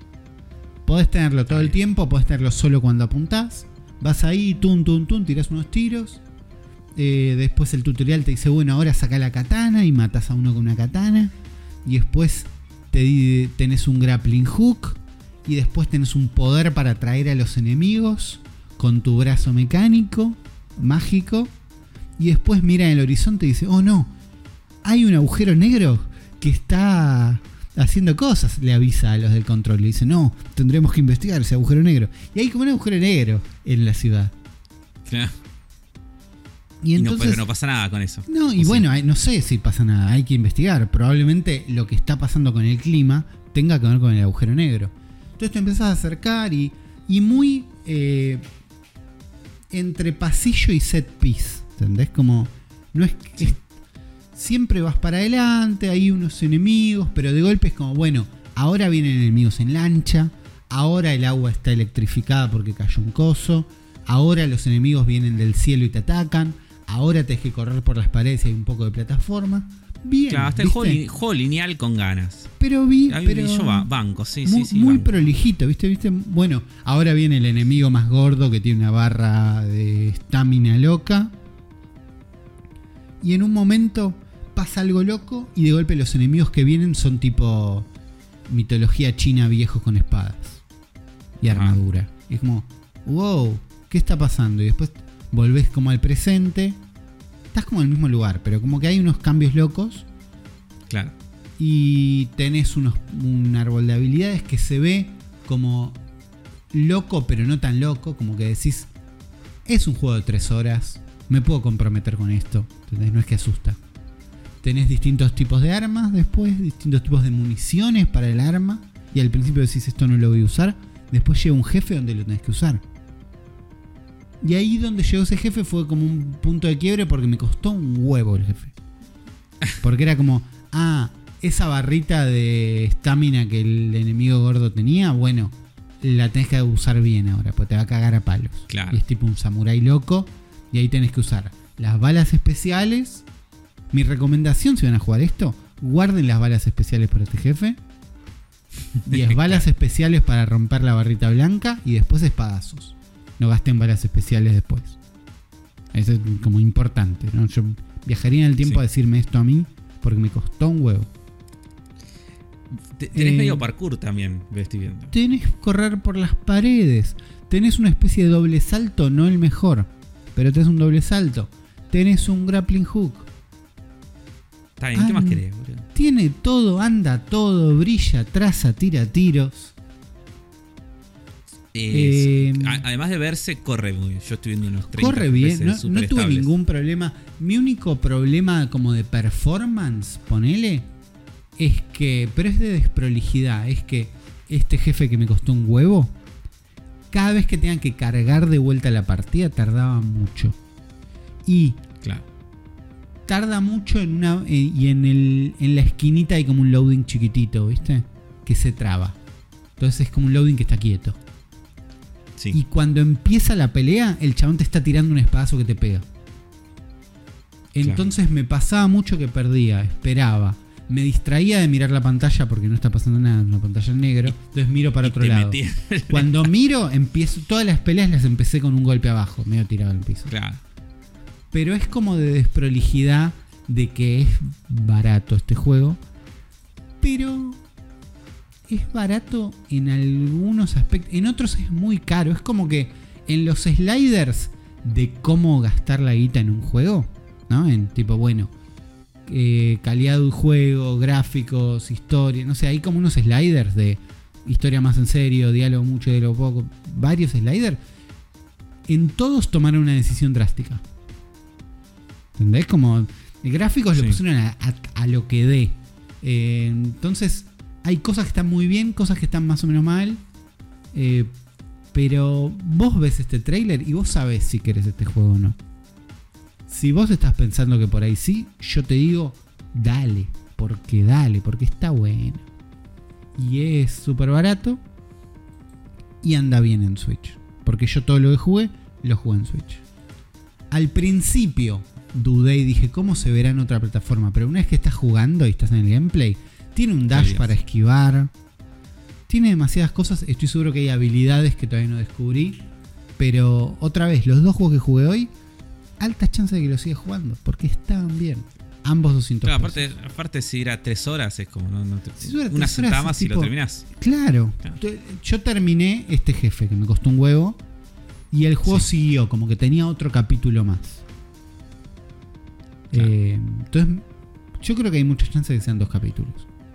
Podés tenerlo todo Está el bien. tiempo, podés tenerlo solo cuando apuntás. Vas ahí, tun, tun, tun, tirás unos tiros. Eh, después el tutorial te dice, bueno, ahora saca la katana y matas a uno con una katana. Y después te di- tenés un grappling hook. Y después tenés un poder para atraer a los enemigos con tu brazo mecánico, mágico. Y después mira en el horizonte y dice, oh no, hay un agujero negro que está haciendo cosas, le avisa a los del control. Le dice, no, tendremos que investigar ese agujero negro. Y hay como un agujero negro en la ciudad. Claro. Y Y no, entonces... pero no pasa nada con eso. No, y ¿O sí? bueno, hay- no sé si pasa nada, hay que investigar. Probablemente lo que está pasando con el clima tenga que ver con el agujero negro. Entonces te empezás a acercar y, y muy... eh, entre pasillo y set piece, ¿entendés? Como no es, Sí. es siempre vas para adelante, hay unos enemigos, pero de golpe es como, bueno, ahora vienen enemigos en lancha, ahora el agua está electrificada porque cayó un coso, ahora los enemigos vienen del cielo y te atacan, ahora tenés que correr por las paredes y hay un poco de plataforma. Bien, Claro, hasta el ¿viste? juego, li- juego lineal con ganas. Pero vi, Ahí pero yo ba- banco, sí, muy, sí, sí. muy banco. prolijito, ¿viste? ¿viste? Bueno, ahora viene el enemigo más gordo que tiene una barra de estamina loca. Y en un momento pasa algo loco y de golpe los enemigos que vienen son tipo mitología china, viejos con espadas y Ajá. armadura. Y es como, wow, ¿qué está pasando? Y después volvés como al presente. Estás como en el mismo lugar, pero como que hay unos cambios locos. Claro. Y tenés unos, un árbol de habilidades que se ve como loco, pero no tan loco. Como que decís, es un juego de tres horas, me puedo comprometer con esto. ¿Entendés? No es que asusta. Tenés distintos tipos de armas después, distintos tipos de municiones para el arma. Y al principio decís, esto no lo voy a usar. Después llega un jefe donde lo tenés que usar. Y ahí donde llegó ese jefe fue como un punto de quiebre porque me costó un huevo el jefe. Porque era como, ah, esa barrita de estamina que el enemigo gordo tenía, bueno, la tenés que usar bien ahora, porque te va a cagar a palos. Claro. Y es tipo un samurái loco, y ahí tenés que usar las balas especiales. Mi recomendación, si van a jugar esto, guarden las balas especiales para este jefe. diez balas especiales para romper la barrita blanca y después espadazos. No gasten balas especiales después. Eso es como importante, ¿no? Yo viajaría en el tiempo Sí. a decirme esto a mí porque me costó un huevo. Te- Tenés Eh, medio parkour también, estoy viendo. Tenés que correr por las paredes. Tenés una especie de doble salto, no el mejor, pero tenés un doble salto. Tenés un grappling hook. Está bien, ¿qué más An- querés, boludo? Tiene todo, anda todo, brilla, traza, tira tiros. Eh, Eh, sí. A- Además de verse, corre muy bien. Yo estoy viendo unos treinta Corre F P S bien, no, súper no tuve estables. ningún problema. Mi único problema como de performance, ponele, es que, pero es de desprolijidad, es que este jefe que me costó un huevo, cada vez que tengan que cargar de vuelta la partida tardaba mucho. Y Claro. tarda mucho en una eh, y en el en la esquinita hay como un loading chiquitito, ¿viste? Que se traba. Entonces es como un loading que está quieto. Sí. Y cuando empieza la pelea, el chabón te está tirando un espadazo que te pega. Entonces me pasaba mucho que perdía, esperaba. Me distraía de mirar la pantalla porque no está pasando nada, es una pantalla en negro. Entonces miro para Y otro te lado. metí- Cuando miro, empiezo. Todas las peleas las empecé con un golpe abajo, medio tirado en el piso. Claro. Pero es como de desprolijidad de que es barato este juego. Pero es barato en algunos aspectos. En otros es muy caro. Es como que en los sliders de cómo gastar la guita en un juego, ¿no? En tipo, bueno, eh, calidad del juego, gráficos, historia. No sé, hay como unos sliders de historia más en serio, diálogo mucho, diálogo poco. Varios sliders. En todos tomaron una decisión drástica. ¿Entendés? Como de gráficos Sí. lo pusieron a, a- a lo que dé. Eh, entonces hay cosas que están muy bien, cosas que están más o menos mal. Eh, pero vos ves este tráiler y vos sabés si querés este juego o no. Si vos estás pensando que por ahí sí, yo te digo, dale. Porque dale, porque está bueno. Y es súper barato. Y anda bien en Switch. Porque yo todo lo que jugué, lo jugué en Switch. Al principio dudé y dije, ¿cómo se verá en otra plataforma? Pero una vez que estás jugando y estás en el gameplay, tiene un dash Dios. para esquivar. Tiene demasiadas cosas. Estoy seguro que hay habilidades que todavía no descubrí. Pero otra vez, los dos juegos que jugué hoy, altas chances de que los siga jugando. Porque estaban bien. Ambos doscientos Claro, pesos. aparte, aparte si era tres horas es como no, no te- Si dura una tres sentada horas, más y tipo- lo terminás. Claro. Claro. T- Yo terminé este jefe que me costó un huevo. Y el juego Sí. siguió, como que tenía otro capítulo más. Claro. Eh, entonces, yo creo que hay muchas chances de que sean dos capítulos.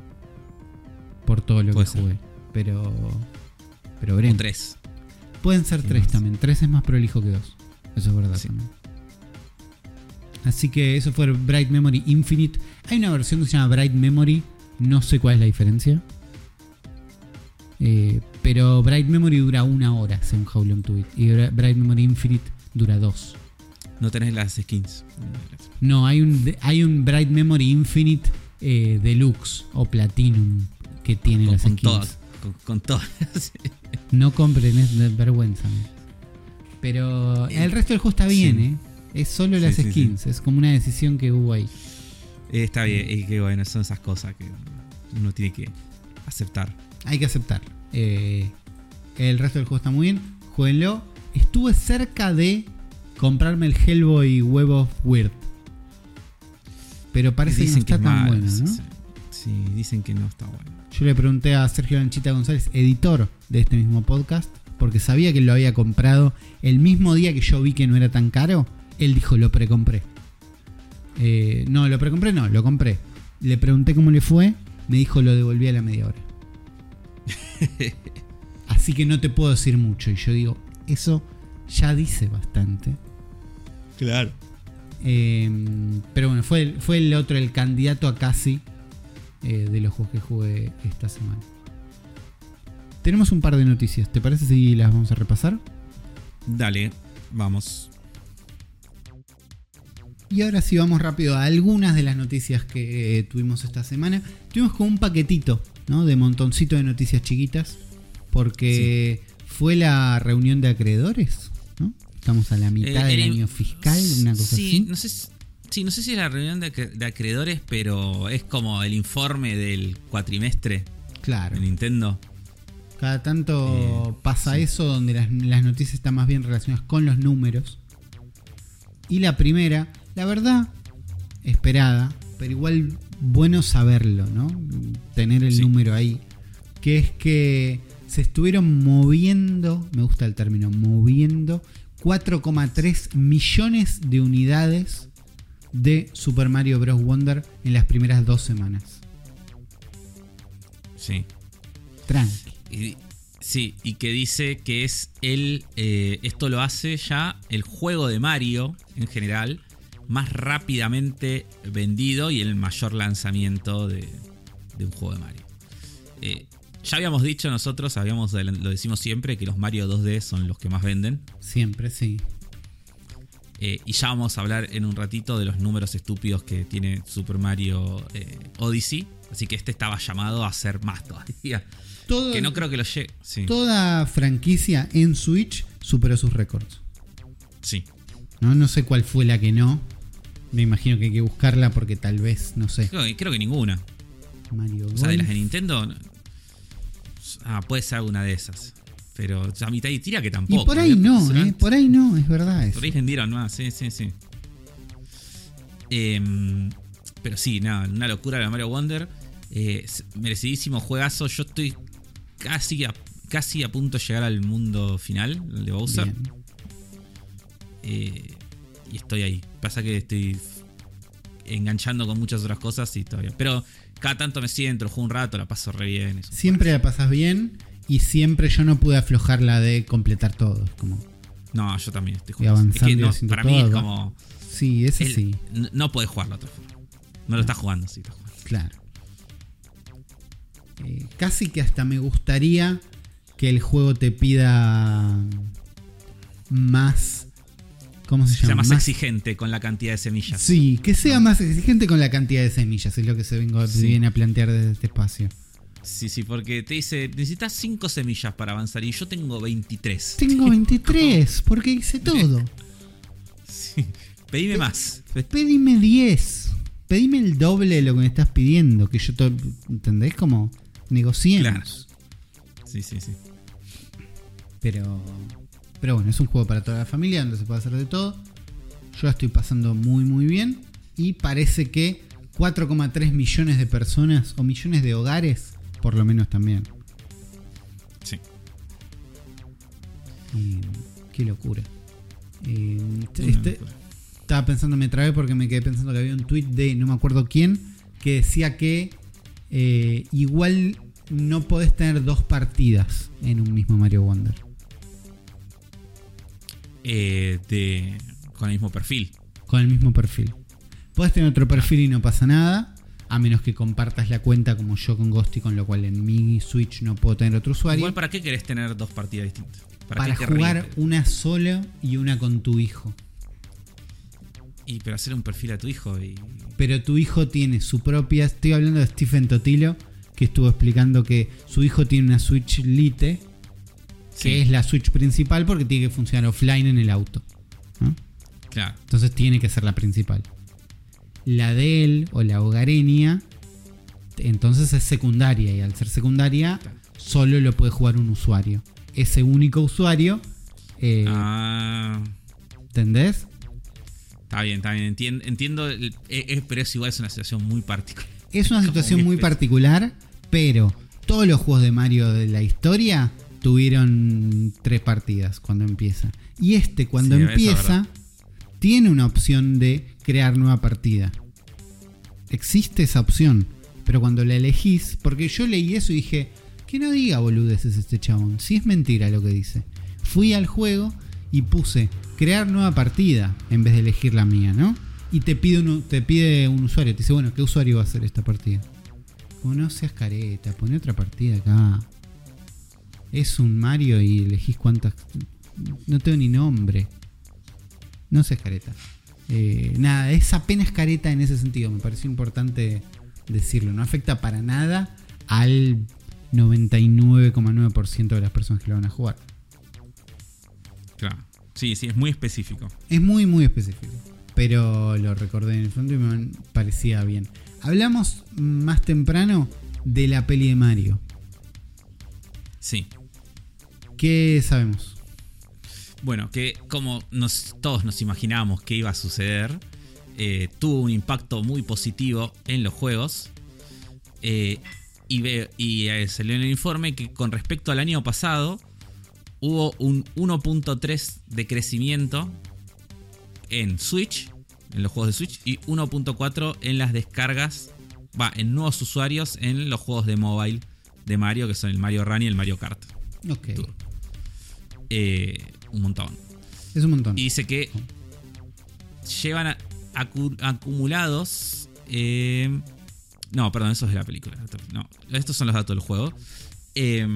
Por todo lo Puede que ser. jugué. Pero. Pero O veremos. tres. Pueden ser Sí, tres más. también. Tres es más prolijo que dos. Eso es verdad Sí. también. Así que eso fue Bright Memory Infinite. Hay una versión que se llama Bright Memory. No sé cuál es la diferencia. Eh, pero Bright Memory dura una hora, según How Long to Beat. Y Bra- Bright Memory Infinite Dura dos. No tenés las skins. No, hay un, hay un Bright Memory Infinite eh, Deluxe o Platinum que tiene Con, las con skins. todas. Con, con todas. No compren, es de vergüenza. Pero el resto del juego está bien, Sí. ¿eh? Es solo Sí, las sí, skins. sí. Es como una decisión que hubo ahí. Eh, está bien, y que bueno, son esas cosas que uno tiene que aceptar. Hay que aceptarlo. Eh, el resto del juego está muy bien. Jueguenlo. Estuve cerca de comprarme el Hellboy Web of Weird. Pero parece Dicen que no está es tan malo, bueno, ¿no? Sí, sí, dicen que no está bueno. Yo le pregunté a Sergio Lanchita González, editor de este mismo podcast, porque sabía que lo había comprado el mismo día que yo vi que no era tan caro. Él dijo, lo precompré. Eh, no, lo precompré no, lo compré. Le pregunté cómo le fue, me dijo lo devolví a la media hora. Así que no te puedo decir mucho. Y yo digo, eso ya dice bastante. Claro. Eh, pero bueno, fue, fue el otro, el candidato a casi eh, de los juegos que jugué esta semana. Tenemos un par de noticias, ¿te parece si las vamos a repasar? Dale, vamos. Y ahora sí vamos rápido a algunas de las noticias que eh, tuvimos esta semana. Tuvimos como un paquetito, ¿no? De montoncito de noticias chiquitas. Porque sí. Fue la reunión de acreedores, ¿no? Estamos a la mitad eh, del eh, año fiscal, una cosa sí, así. No sé si, sí, no sé si es la reunión de, de acreedores, pero es como el informe del cuatrimestre claro. de Nintendo. Cada tanto eh, pasa sí. eso, donde las, las noticias están más bien relacionadas con los números. Y la primera, la verdad, esperada, pero igual bueno saberlo, ¿no? Tener el sí. número ahí. Que es que se estuvieron moviendo, me gusta el término, moviendo cuatro coma tres millones de unidades de Super Mario Bros. Wonder en las primeras dos semanas. Sí. Tranqui. Y, sí, y que dice que es el. Eh, esto lo hace ya el juego de Mario en general más rápidamente vendido y el mayor lanzamiento de, de un juego de Mario. Eh, ya habíamos dicho nosotros, habíamos, lo decimos siempre, que los Mario dos D son los que más venden. Siempre, sí. Eh, y ya vamos a hablar en un ratito de los números estúpidos que tiene Super Mario eh, Odyssey. Así que este estaba llamado a ser más todavía. Todo, que no creo que lo llegue. Sí. Toda franquicia en Switch superó sus récords. Sí. No, no sé cuál fue la que no. Me imagino que hay que buscarla porque tal vez, no sé. Creo, creo que ninguna. Mario O sea, de las de Nintendo. Ah, puede ser alguna de esas. Pero a mitad y tira que tampoco. Y por ahí no, eh, por ahí no, es verdad. Eso. Por ahí vendieron más, sí, sí, sí. Eh, pero sí, nada, una locura la Mario Wonder. Eh, merecidísimo juegazo. Yo estoy casi a, casi a punto de llegar al mundo final, el de Bowser. Eh, y estoy ahí. Pasa que estoy enganchando con muchas otras cosas y todavía. Pero cada tanto me siento, juego un rato, la paso re bien. Siempre la pasas bien y siempre yo no pude aflojar la de completar todo. Como no, yo también estoy jugando. Avanzando es que no, para todo, mí es como. Sí, ese el, sí. No, no podés jugarlo de otra forma. No, no lo estás jugando, sí, estás jugando. Claro. Eh, casi que hasta me gustaría que el juego te pida más. ¿Cómo se llama? Que sea más, más exigente con la cantidad de semillas. Sí, que sea más exigente con la cantidad de semillas. Es lo que se vengo, sí. viene a plantear desde este espacio. Sí, sí, porque te dice, necesitas cinco semillas para avanzar y yo tengo veintitrés. Tengo veintitrés, porque hice todo. Sí, pedime P- más. Pedime diez. Pedime el doble de lo que me estás pidiendo. Que yo, to- ¿entendés? Como negociemos. Claro. Sí, sí, sí. Pero... Pero bueno, es un juego para toda la familia donde se puede hacer de todo. Yo la estoy pasando muy muy bien. Y parece que cuatro coma tres millones de personas o millones de hogares, por lo menos también. Sí. Y, qué locura. Eh, este, estaba pensando, me trabé porque me quedé pensando que había un tweet de no me acuerdo quién que decía que eh, igual no podés tener dos partidas en un mismo Mario Wonder. Eh, de, con el mismo perfil. Con el mismo perfil. Podés tener otro perfil y no pasa nada, a menos que compartas la cuenta como yo con Ghosty, con lo cual en mi Switch no puedo tener otro usuario. Igual, ¿para qué querés tener dos partidas distintas? ¿Para, para jugar una sola y una con tu hijo. Y pero hacer un perfil a tu hijo y... Pero tu hijo tiene su propia... Estoy hablando de Stephen Totilo, que estuvo explicando que su hijo tiene una Switch Lite, que sí. es la Switch principal porque tiene que funcionar offline en el auto, ¿no? Claro. Entonces tiene que ser la principal. La de él o la hogareña, entonces es secundaria, y al ser secundaria claro. solo lo puede jugar un usuario. Ese único usuario... Eh, ah. ¿Entendés? Está bien, está bien, entiendo, entiendo el, es, pero es igual, es una situación muy particular. Es una situación muy particular, pero todos los juegos de Mario de la historia tuvieron tres partidas cuando empieza. Y este cuando sí, empieza tiene una opción de crear nueva partida. Existe esa opción, pero cuando la elegís, porque yo leí eso y dije, que no diga boludeces este chabón, si es mentira lo que dice. Fui al juego y puse crear nueva partida en vez de elegir la mía, ¿no? Y te pide un, te pide un usuario, te dice, bueno, ¿qué usuario va a hacer esta partida? Como no seas careta, poné otra partida acá. Es un Mario y elegís cuántas... No tengo ni nombre. No seas careta. Eh, nada, es apenas careta en ese sentido, me pareció importante decirlo. No afecta para nada al noventa y nueve coma nueve por ciento de las personas que lo van a jugar. Claro. Sí, sí, es muy específico. Es muy, muy específico. Pero lo recordé en el fondo y me parecía bien. Hablamos más temprano de la peli de Mario. Sí. ¿Qué sabemos? Bueno, que como nos, todos nos imaginábamos que iba a suceder, eh, tuvo un impacto muy positivo en los juegos. Eh, y ve, y eh, salió en el informe que con respecto al año pasado hubo un uno punto tres de crecimiento en Switch, en los juegos de Switch, y uno punto cuatro en las descargas, va, en nuevos usuarios en los juegos de mobile de Mario, que son el Mario Run y el Mario Kart. Ok. Eh, un montón. Es un montón. Y dice que llevan a, acu, acumulados... Eh, no, perdón, eso es de la película. No, estos son los datos del juego. Eh,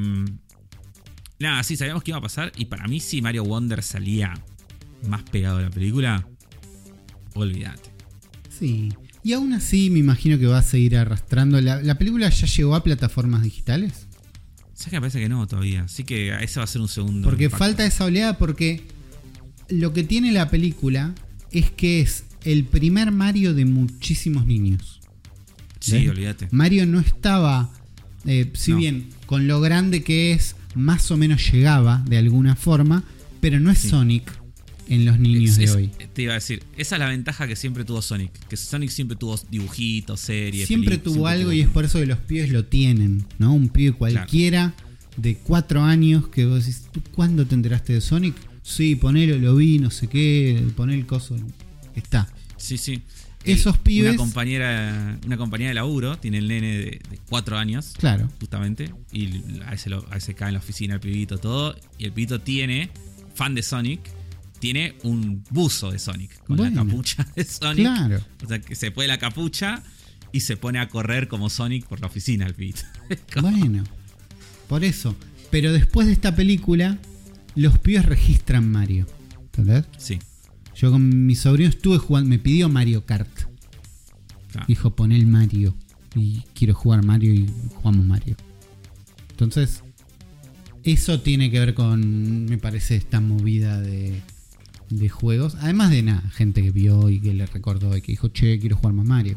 nada, sí, sabíamos que iba a pasar. Y para mí, si Mario Wonder salía más pegado a la película, olvídate. Sí. Y aún así me imagino que va a seguir arrastrando. ¿La, la película ya llegó a plataformas digitales? ¿Sabes que me parece que no todavía? Así que ese va a ser un segundo. Porque impacto. Falta esa oleada, porque lo que tiene la película es que es el primer Mario de muchísimos niños. Sí, ¿ves? Olvídate. Mario no estaba, eh, si no. bien con lo grande que es, más o menos llegaba de alguna forma, pero no es sí. Sonic en los niños es, de es, hoy. Te iba a decir, esa es la ventaja que siempre tuvo Sonic. Que Sonic siempre tuvo dibujitos, series. Siempre tuvo siempre algo tuvo... y es por eso que los pibes lo tienen, ¿no? Un pibe cualquiera claro. de cuatro años que vos decís, ¿tú cuándo te enteraste de Sonic? Sí, ponelo, lo vi, no sé qué, poné el coso. Está. Sí, sí. Esos el, pibes... Una compañera, una compañera de laburo tiene el nene de, de cuatro años. Claro. Justamente. Y a veces, lo, a veces cae en la oficina el pibito, todo. Y el pibito tiene, fan de Sonic, tiene un buzo de Sonic. Con bueno, la capucha de Sonic. Claro. O sea, que se pone la capucha y se pone a correr como Sonic por la oficina el pibito. Bueno. Por eso. Pero después de esta película, los pibes registran Mario. ¿Entendés? Sí. Yo con mi sobrino estuve jugando, me pidió Mario Kart. Ah. Dijo, poné el Mario. Y quiero jugar Mario y jugamos Mario. Entonces, eso tiene que ver con, me parece, esta movida de, de juegos. Además de nada, gente que vio y que le recordó y que dijo, che, quiero jugar más Mario.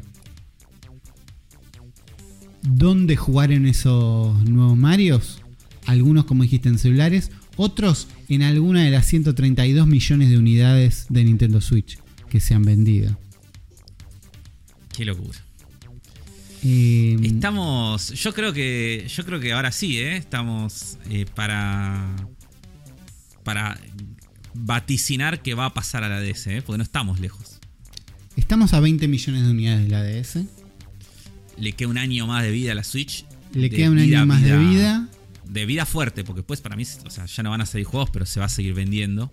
¿Dónde jugaron esos nuevos Marios? Algunos, como dijiste, en celulares. Otros en alguna de las ciento treinta y dos millones de unidades de Nintendo Switch que se han vendido. Qué locura. Eh, Estamos, yo creo que, yo creo que ahora sí, ¿eh? Estamos eh, para para vaticinar que va a pasar a la D S, ¿eh? Porque no estamos lejos. Estamos a veinte millones de unidades de la D S. Le queda un año más de vida a la Switch. Le queda un vida, año más vida, de vida. De vida fuerte, porque después para mí, o sea, ya no van a salir juegos, pero se va a seguir vendiendo.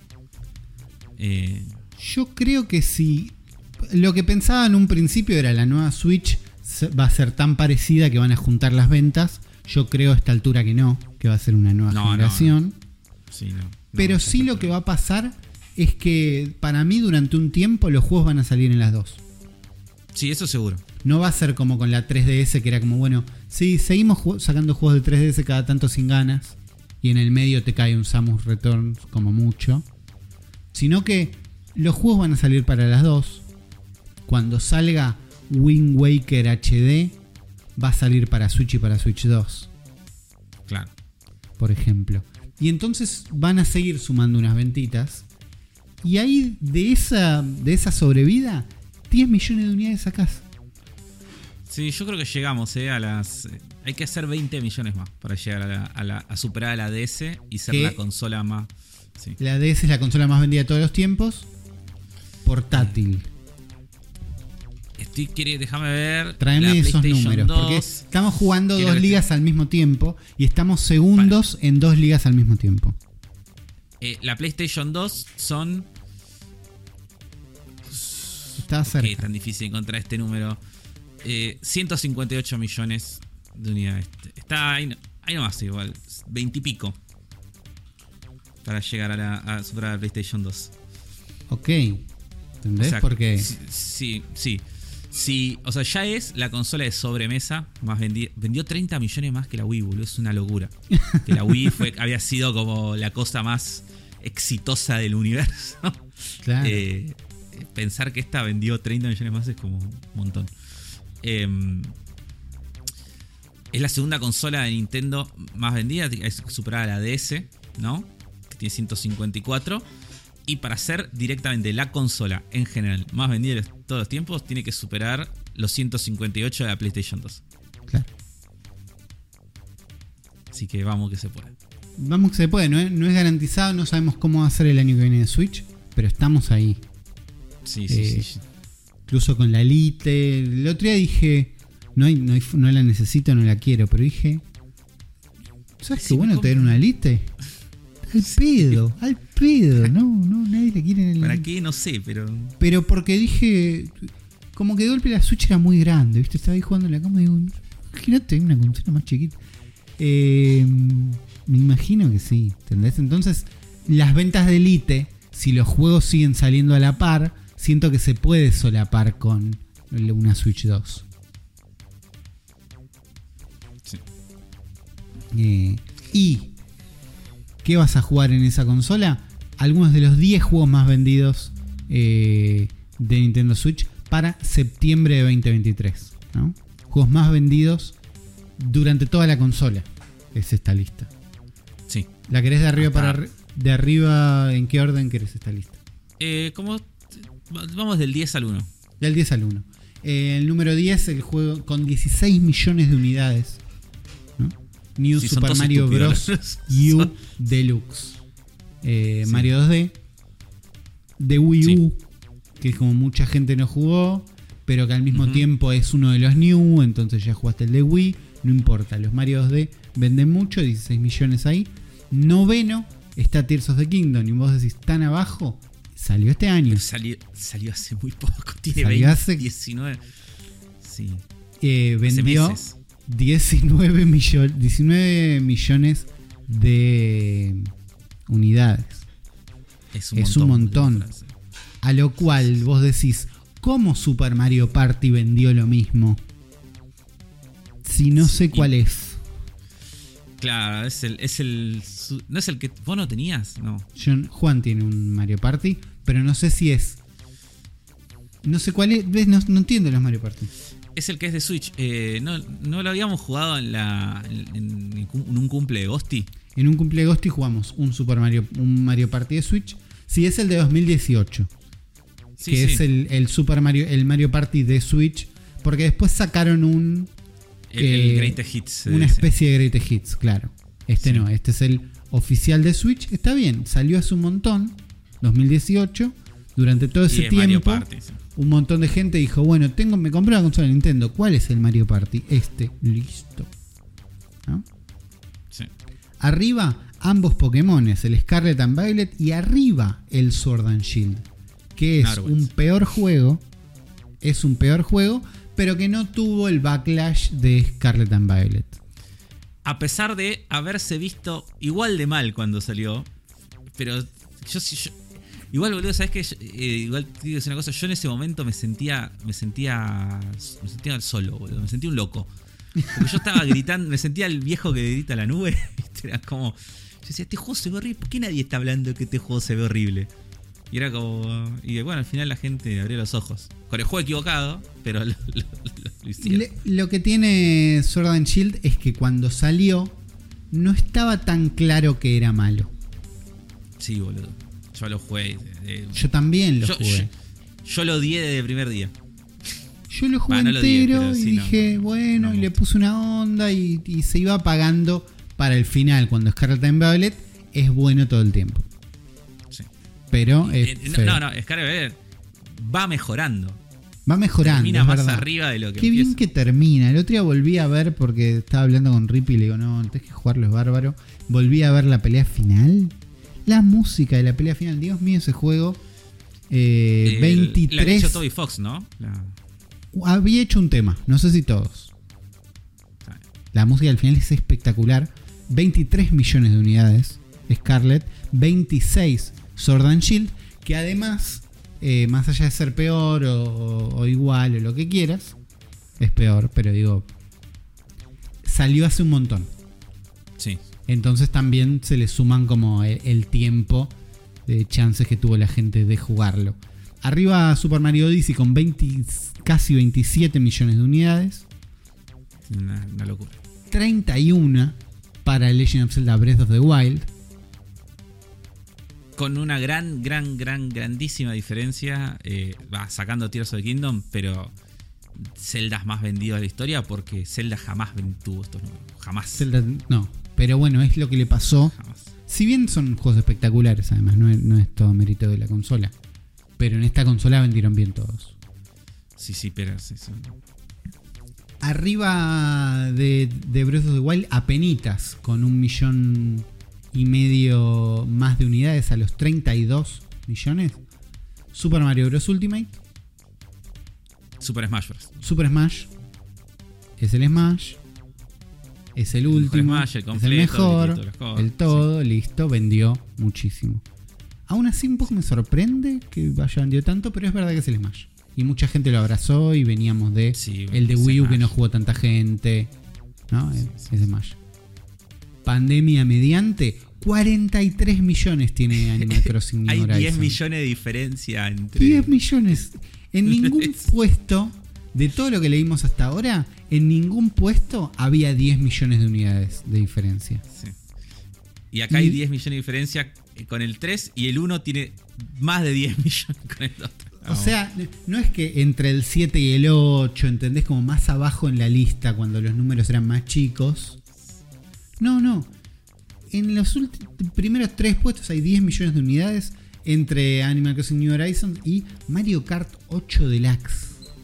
Eh... Yo creo que sí. Lo que pensaba en un principio era la nueva Switch va a ser tan parecida que van a juntar las ventas. Yo creo a esta altura que no, que va a ser una nueva no, generación. No, no. Sí, no. No, Pero sí lo que va a pasar es que para mí durante un tiempo los juegos van a salir en las dos. Sí, eso seguro. No va a ser como con la tres D S, que era como, bueno, sí, seguimos ju- sacando juegos de tres D S cada tanto sin ganas, y en el medio te cae un Samus Returns como mucho. Sino que los juegos van a salir para las dos. Cuando salga Wind Waker H D, va a salir para Switch y para Switch dos. Claro. Por ejemplo. Y entonces van a seguir sumando unas ventitas. Y ahí de esa, de esa sobrevida, diez millones de unidades sacás. Sí, yo creo que llegamos eh, a las... Eh, hay que hacer veinte millones más para llegar a, la, a, la, a superar a la D S y ser ¿Qué? la consola más... Sí. La D S es la consola más vendida de todos los tiempos. Portátil. Estoy, quiere, déjame ver. Tráeme la esos números. dos. Porque estamos jugando Quiero dos que ligas esté- al mismo tiempo. Y estamos segundos en dos ligas al mismo tiempo. Eh, la PlayStation dos son... Está Qué cerca. tan difícil encontrar este número. Eh, ciento cincuenta y ocho millones de unidades. Está ahí, no- ahí nomás igual. veinte y pico. Para llegar a, la, a superar a la PlayStation dos. Ok. ¿Entendés? O sea, Porque Sí, sí, sí. Sí, o sea, ya es la consola de sobremesa más vendida. Vendió treinta millones más que la Wii, boludo. Es una locura. Que la Wii fue, había sido como la cosa más exitosa del universo. claro. Eh, pensar que esta vendió treinta millones más es como un montón. Eh, es la segunda consola de Nintendo más vendida. Es superada a la D S, ¿no? Que tiene ciento cincuenta y cuatro. Y para ser directamente la consola en general más vendida de todos los tiempos, tiene que superar los ciento cincuenta y ocho de la PlayStation dos. Claro. Así que vamos que se puede. Vamos que se puede. No es, no es garantizado. No sabemos cómo va a ser el año que viene de Switch. Pero estamos ahí. Sí, sí, Eh, sí. Incluso con la Elite. El otro día dije, no, hay, no, hay, no la necesito, no la quiero, pero dije, ¿sabes Sí, qué me bueno comp- tener una Elite? Al pedo, al pedo, no, no, nadie la quiere en el... ¿Para qué? No sé, pero... Pero porque dije, como que de golpe la Switch era muy grande, ¿viste? Estaba ahí jugando en la cama y digo, imagínate una consola más chiquita. Eh, me imagino que sí, ¿entendés? Entonces, las ventas de Elite, si los juegos siguen saliendo a la par, siento que se puede solapar con una Switch dos. Sí. Eh, y ¿qué vas a jugar en esa consola? Algunos de los diez juegos más vendidos eh, de Nintendo Switch para septiembre de veinte veintitrés, ¿no? Juegos más vendidos durante toda la consola. Es esta lista. Sí. ¿La querés de arriba Hasta- para arri- de arriba? ¿En qué orden querés esta lista? Eh, ¿cómo? Vamos del diez al uno. Del diez al uno. Eh, el número diez, el juego con dieciséis millones de unidades, ¿no? New Sí, son Super todos Mario estúpidos. Bros. U Son- Deluxe. Eh, Sí. Mario dos D. De Wii Sí. U, que es como mucha gente no jugó, pero que al mismo Ujú. tiempo es uno de los New, entonces ya jugaste el de Wii. No importa, los Mario dos D venden mucho, dieciséis millones ahí. Noveno está Tears of the Kingdom, y vos decís, ¿tan abajo? Salió este año. Salió, salió hace muy poco. Tiene Salió veinte, hace- diecinueve. Sí. Eh, Hace vendió meses. diecinueve, millo- diecinueve millones de unidades. Es un Es montón. un montón. boludo, frase. A lo cual vos decís, ¿cómo Super Mario Party vendió lo mismo? Si no sé Sí. cuál es. Claro, es el, es el. su- ¿No es el que vos no tenías? No. Yo- Juan tiene un Mario Party, pero no sé si es. No sé cuál es. ¿Ves? No, no entiendo los Mario Party. Es el que es de Switch. Eh, no, no lo habíamos jugado en la. En, en- en un cumple de Ghosty. En un cumple Ghosty jugamos un Super Mario, un Mario Party de Switch. Sí, es el de dos mil dieciocho. Sí, que sí. es el, el Super Mario, el Mario Party de Switch. Porque después sacaron un. el, eh, el Greatest Hits. Una ese. especie de Greatest Hits, claro. Este Sí. no, este es el oficial de Switch. Está bien, salió hace un montón, dos mil dieciocho. Durante todo Y ese es Mario tiempo, Party, sí. un montón de gente dijo, bueno, tengo, me compré una consola de Nintendo. ¿Cuál es el Mario Party? Este, listo. ¿No? Sí. Arriba, ambos Pokémones, el Scarlet and Violet, y arriba el Sword and Shield, que es Una vergüenza. un peor juego es un peor juego, pero que no tuvo el backlash de Scarlet and Violet. A pesar de haberse visto igual de mal cuando salió, pero yo, yo igual, boludo, ¿sabes qué? Eh, igual te digo una cosa, yo en ese momento me sentía, me sentía, me sentía solo, boludo, me sentía un loco. Porque yo estaba gritando, me sentía el viejo que grita a la nube, ¿viste? Era como, yo decía, este juego se ve horrible, ¿por qué nadie está hablando que este juego se ve horrible? Y era como, y bueno, al final la gente abrió los ojos. Con el juego equivocado, pero lo, lo, lo, lo hicieron. Le, lo que tiene Sword and Shield es que cuando salió no estaba tan claro que era malo. Sí, boludo. Yo lo jugué. Eh, yo también lo yo, jugué. Yo, yo lo odié desde el primer día. Yo lo jugué bah, no entero lo odié, y sí, dije, no, bueno, no y le puse una onda y, y se iba apagando para el final. Cuando Scarlet and Violet es bueno todo el tiempo. Sí. Pero y, es eh, feo. No, no, Scarlet and Violet va mejorando. Va mejorando. Termina es más verdad. arriba de lo que Qué empieza. bien que termina. El otro día volví a ver, porque estaba hablando con Rippy y le digo, no, tenés que jugarlo, es bárbaro. Volví a ver la pelea final. La música de la pelea final. Dios mío, ese juego. Eh, El, veintitrés. La había hecho Toby Fox, ¿no? La... Había hecho un tema, no sé si todos. La música del final es espectacular. veintitrés millones de unidades Scarlet, veintiséis Sword and Shield, que además, eh, más allá de ser peor o, o igual o lo que quieras, es peor, pero digo, salió hace un montón. Sí. Entonces también se le suman como el, el tiempo de chances que tuvo la gente de jugarlo. Arriba Super Mario Odyssey con veinte, casi veintisiete millones de unidades. Una, una locura. treinta y uno para Legend of Zelda Breath of the Wild. Con una gran, gran, gran, grandísima diferencia. Eh, va sacando Tears of the Kingdom, pero Zelda es más vendido de la historia porque Zelda jamás tuvo estos números. Jamás. Zelda, no, pero bueno, es lo que le pasó. Jamás. Si bien son juegos espectaculares, además, no es, no es todo mérito de la consola. Pero en esta consola vendieron bien todos. Sí, sí, pero sí, sí. Arriba de, de Breath of the Wild, apenitas, con un millón y medio más de unidades a los treinta y dos millones. Super Mario Bros. Ultimate. Super Smash Bros. Super Smash. Es el Smash. Es el, el último. Smash, el completo, es el mejor. El, el todo, sí. Listo, vendió muchísimo. Aún así un poco me sorprende que haya vendido tanto, pero es verdad que es el Smash. Y mucha gente lo abrazó y veníamos de sí, el de Wii U Smash. Que no jugó tanta gente. ¿No? Sí, es, sí, es Smash. Pandemia mediante, cuarenta y tres millones tiene Animal Crossing New Horizons. Hay diez millones de diferencia entre... diez millones. En ningún puesto, de todo lo que leímos hasta ahora, en ningún puesto había diez millones de unidades de diferencia. Sí. Y acá y, hay diez millones de diferencia con el tres y el uno tiene más de diez millones con el otro. O sea, no es que entre el siete y el ocho, ¿entendés? Como más abajo en la lista cuando los números eran más chicos. No, no. En los primeros tres puestos hay diez millones de unidades entre Animal Crossing New Horizons y Mario Kart ocho Deluxe.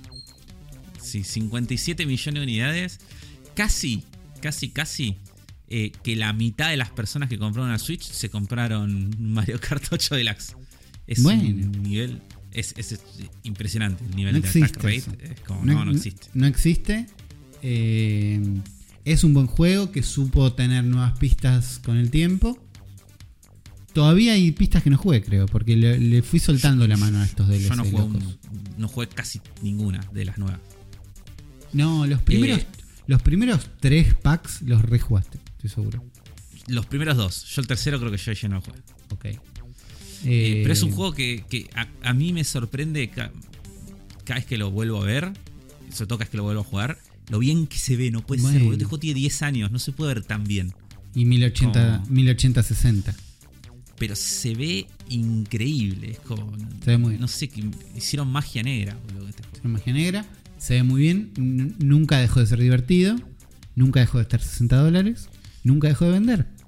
Sí, cincuenta y siete millones de unidades. Casi, casi, casi eh, que la mitad de las personas que compraron una Switch se compraron Mario Kart ocho Deluxe. Es bueno. un nivel... Es, es, es impresionante el nivel no de attack rate. Eso. Es como, no, no, no existe. No existe. Eh, es un buen juego que supo tener nuevas pistas con el tiempo. Todavía hay pistas que no jugué, creo, porque le, le fui soltando yo, la mano a estos D L C. Yo no jugué, un, no jugué casi ninguna de las nuevas. No, los primeros, eh, los primeros tres packs los rejugaste, estoy seguro. Los primeros dos. Yo el tercero creo que yo ya no jugué. Ok. Eh, pero es un juego que, que a, a mí me sorprende ca, cada vez que lo vuelvo a ver, sobre todo cada vez que lo vuelvo a jugar, lo bien que se ve, no puede bueno. ser, porque este juego tiene diez años, no se puede ver tan bien. Y mil ochenta sesenta. Pero se ve increíble, es como, se ve muy bien. No sé, que hicieron magia negra, boludo, este juego. Hicieron magia negra, se ve muy bien, N- nunca dejó de ser divertido, nunca dejó de estar sesenta dólares, nunca dejó de vender.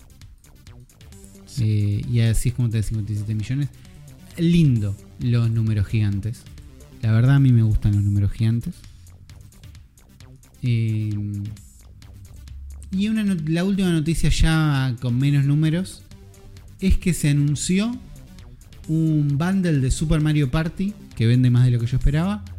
Eh, y así es como te da cincuenta y siete millones. Lindo los números gigantes. La verdad a mí me gustan los números gigantes. Eh, y una not- la última noticia ya con menos números es que se anunció un bundle de Super Mario Party que vende más de lo que yo esperaba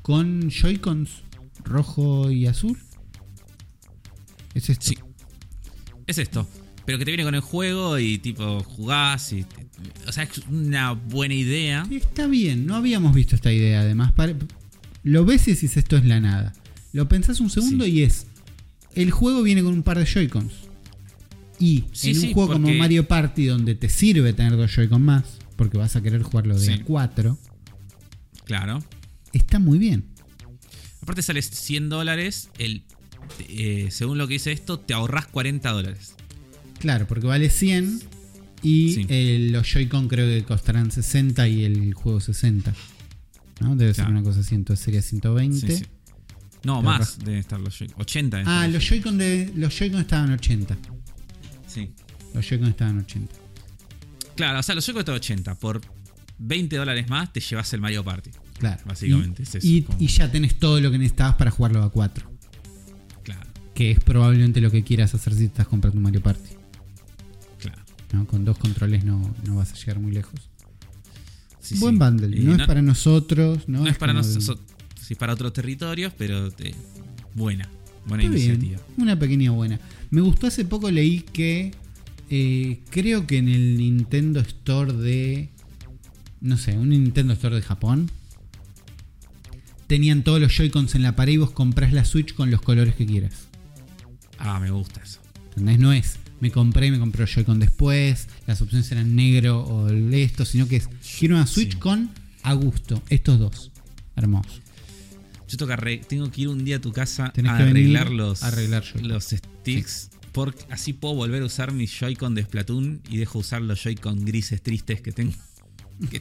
con Joy-Cons rojo y azul. ¿Es esto? Sí. Es esto. Pero que te viene con el juego y tipo jugás y... O sea, es una buena idea. Está bien, no habíamos visto esta idea además. Lo ves y decís esto es la nada. Lo pensás un segundo sí. y es... El juego viene con un par de Joy-Cons. Y sí, en un sí, juego porque... como Mario Party, donde te sirve tener dos Joy-Cons más, porque vas a querer jugarlo de sí. a cuatro. Claro. Está muy bien. Aparte sale cien dólares. El, eh, según lo que dice esto, te ahorrás cuarenta dólares. Claro, porque vale cien y sí. eh, los Joy-Con creo que costarán sesenta y el juego sesenta. ¿No? Debe claro. ser una cosa así, entonces sería ciento veinte. Sí, sí. No, te más ahorras. Deben estar los Joy-Con. ochenta. Ah, los Joy-Con de, los Joy-Con estaban ochenta. Sí. Los Joy-Con estaban ochenta. Claro, o sea, los Joy-Con estaban ochenta. Por veinte dólares más te llevas el Mario Party. Claro. Básicamente y, es eso. Y, como... y ya tenés todo lo que necesitabas para jugarlo a cuatro. Claro. Que es probablemente lo que quieras hacer si estás comprando un Mario Party. Claro. ¿No? Con dos controles no, no vas a llegar muy lejos. Sí, Buen sí. bundle. No, no es para nosotros. No, no es, es para nosotros. De... Sí, para otros territorios, pero te... buena. Buena Está iniciativa. Bien, una pequeña buena. Me gustó hace poco, leí que eh, creo que en el Nintendo Store de... No sé, un Nintendo Store de Japón. Tenían todos los Joy-Cons en la pared y vos comprás la Switch con los colores que quieras. Ah, me gusta eso. ¿Entendés? No es, me compré y me compré el Joy-Con después, las opciones eran negro o esto, sino que es, quiero una Switch sí. con a gusto, estos dos. Hermoso. Yo tengo que, arreg- tengo que ir un día a tu casa Tenés a que arreglar los, arreglar los sticks. Sí. Porque así puedo volver a usar mis Joy-Con de Splatoon y dejo usar los Joy-Con grises tristes que tengo. Que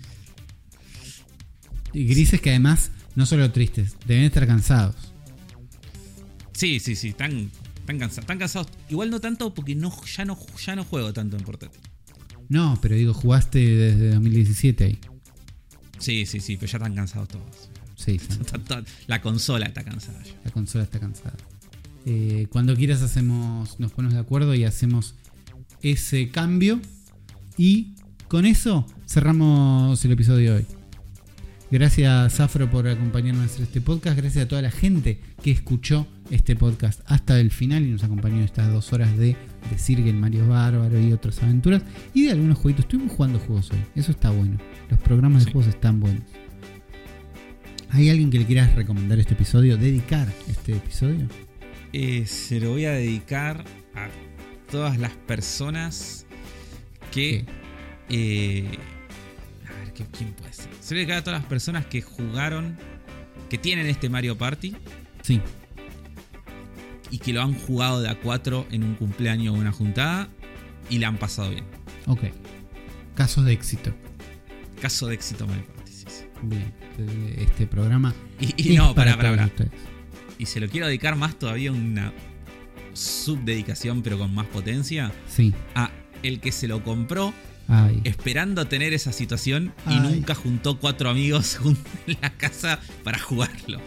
y grises que además, no solo tristes, deben estar cansados. Sí, sí, sí, están, están cansados. Están cansados. Igual no tanto porque no, ya, no, ya no juego tanto en portátil. No, pero digo, jugaste desde dos mil diecisiete ahí. Sí, sí, sí, pero ya están cansados todos. Sí, sí. La consola está cansada ya. La consola está cansada. Eh, cuando quieras hacemos, nos ponemos de acuerdo y hacemos ese cambio. Y con eso cerramos el episodio de hoy. Gracias, Zafro, por acompañarnos a hacer este podcast. Gracias a toda la gente que escuchó este podcast hasta el final y nos acompañó en estas dos horas de decir que el Mario es bárbaro y otras aventuras. Y de algunos jueguitos. Estuvimos jugando juegos hoy. Eso está bueno. Los programas de sí. juegos están buenos. ¿Hay alguien que le quieras recomendar este episodio? ¿Dedicar este episodio? Eh, se lo voy a dedicar a todas las personas que... Eh, a ver, ¿quién puede ser? Se lo voy a dedicar a todas las personas que jugaron, que tienen este Mario Party. Sí. Y que lo han jugado de a cuatro en un cumpleaños o una juntada y la han pasado bien. Ok. Casos de éxito. Caso de éxito Mario Party, sí, sí. Bien. Este programa. Y, y no, para, para, para. para. Y se lo quiero dedicar más todavía, una subdedicación, pero con más potencia. Sí. A el que se lo compró. Ay. Esperando tener esa situación y Ay. nunca juntó cuatro amigos en la casa para jugarlo.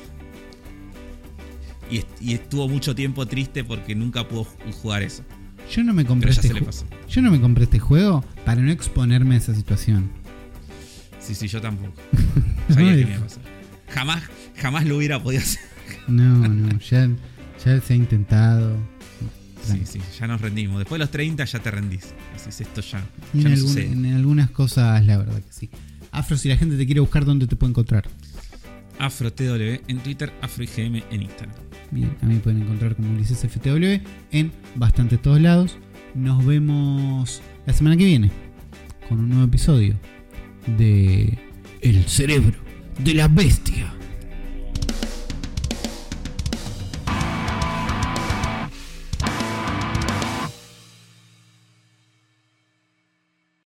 Y, est- y estuvo mucho tiempo triste porque nunca pudo jugar eso. Yo no me compré Pero ya este se le ju- pasó. Yo no me compré este juego para no exponerme a esa situación. Sí, sí, yo tampoco. Sabía que me iba a pasar. Jamás, jamás lo hubiera podido hacer. No, no, ya, ya se ha intentado. Sí, sí, ya nos rendimos. Después de los treinta ya te rendís. Decís, esto ya, Y ya en, no algún- sucede. en algunas cosas, la verdad que sí. Afro, si la gente te quiere buscar, ¿dónde te puede encontrar? AfroTW en Twitter, AfroIGM en Instagram. Bien, a mí me pueden encontrar como Ulises F T W en bastante todos lados. Nos vemos la semana que viene con un nuevo episodio de El cerebro de la bestia.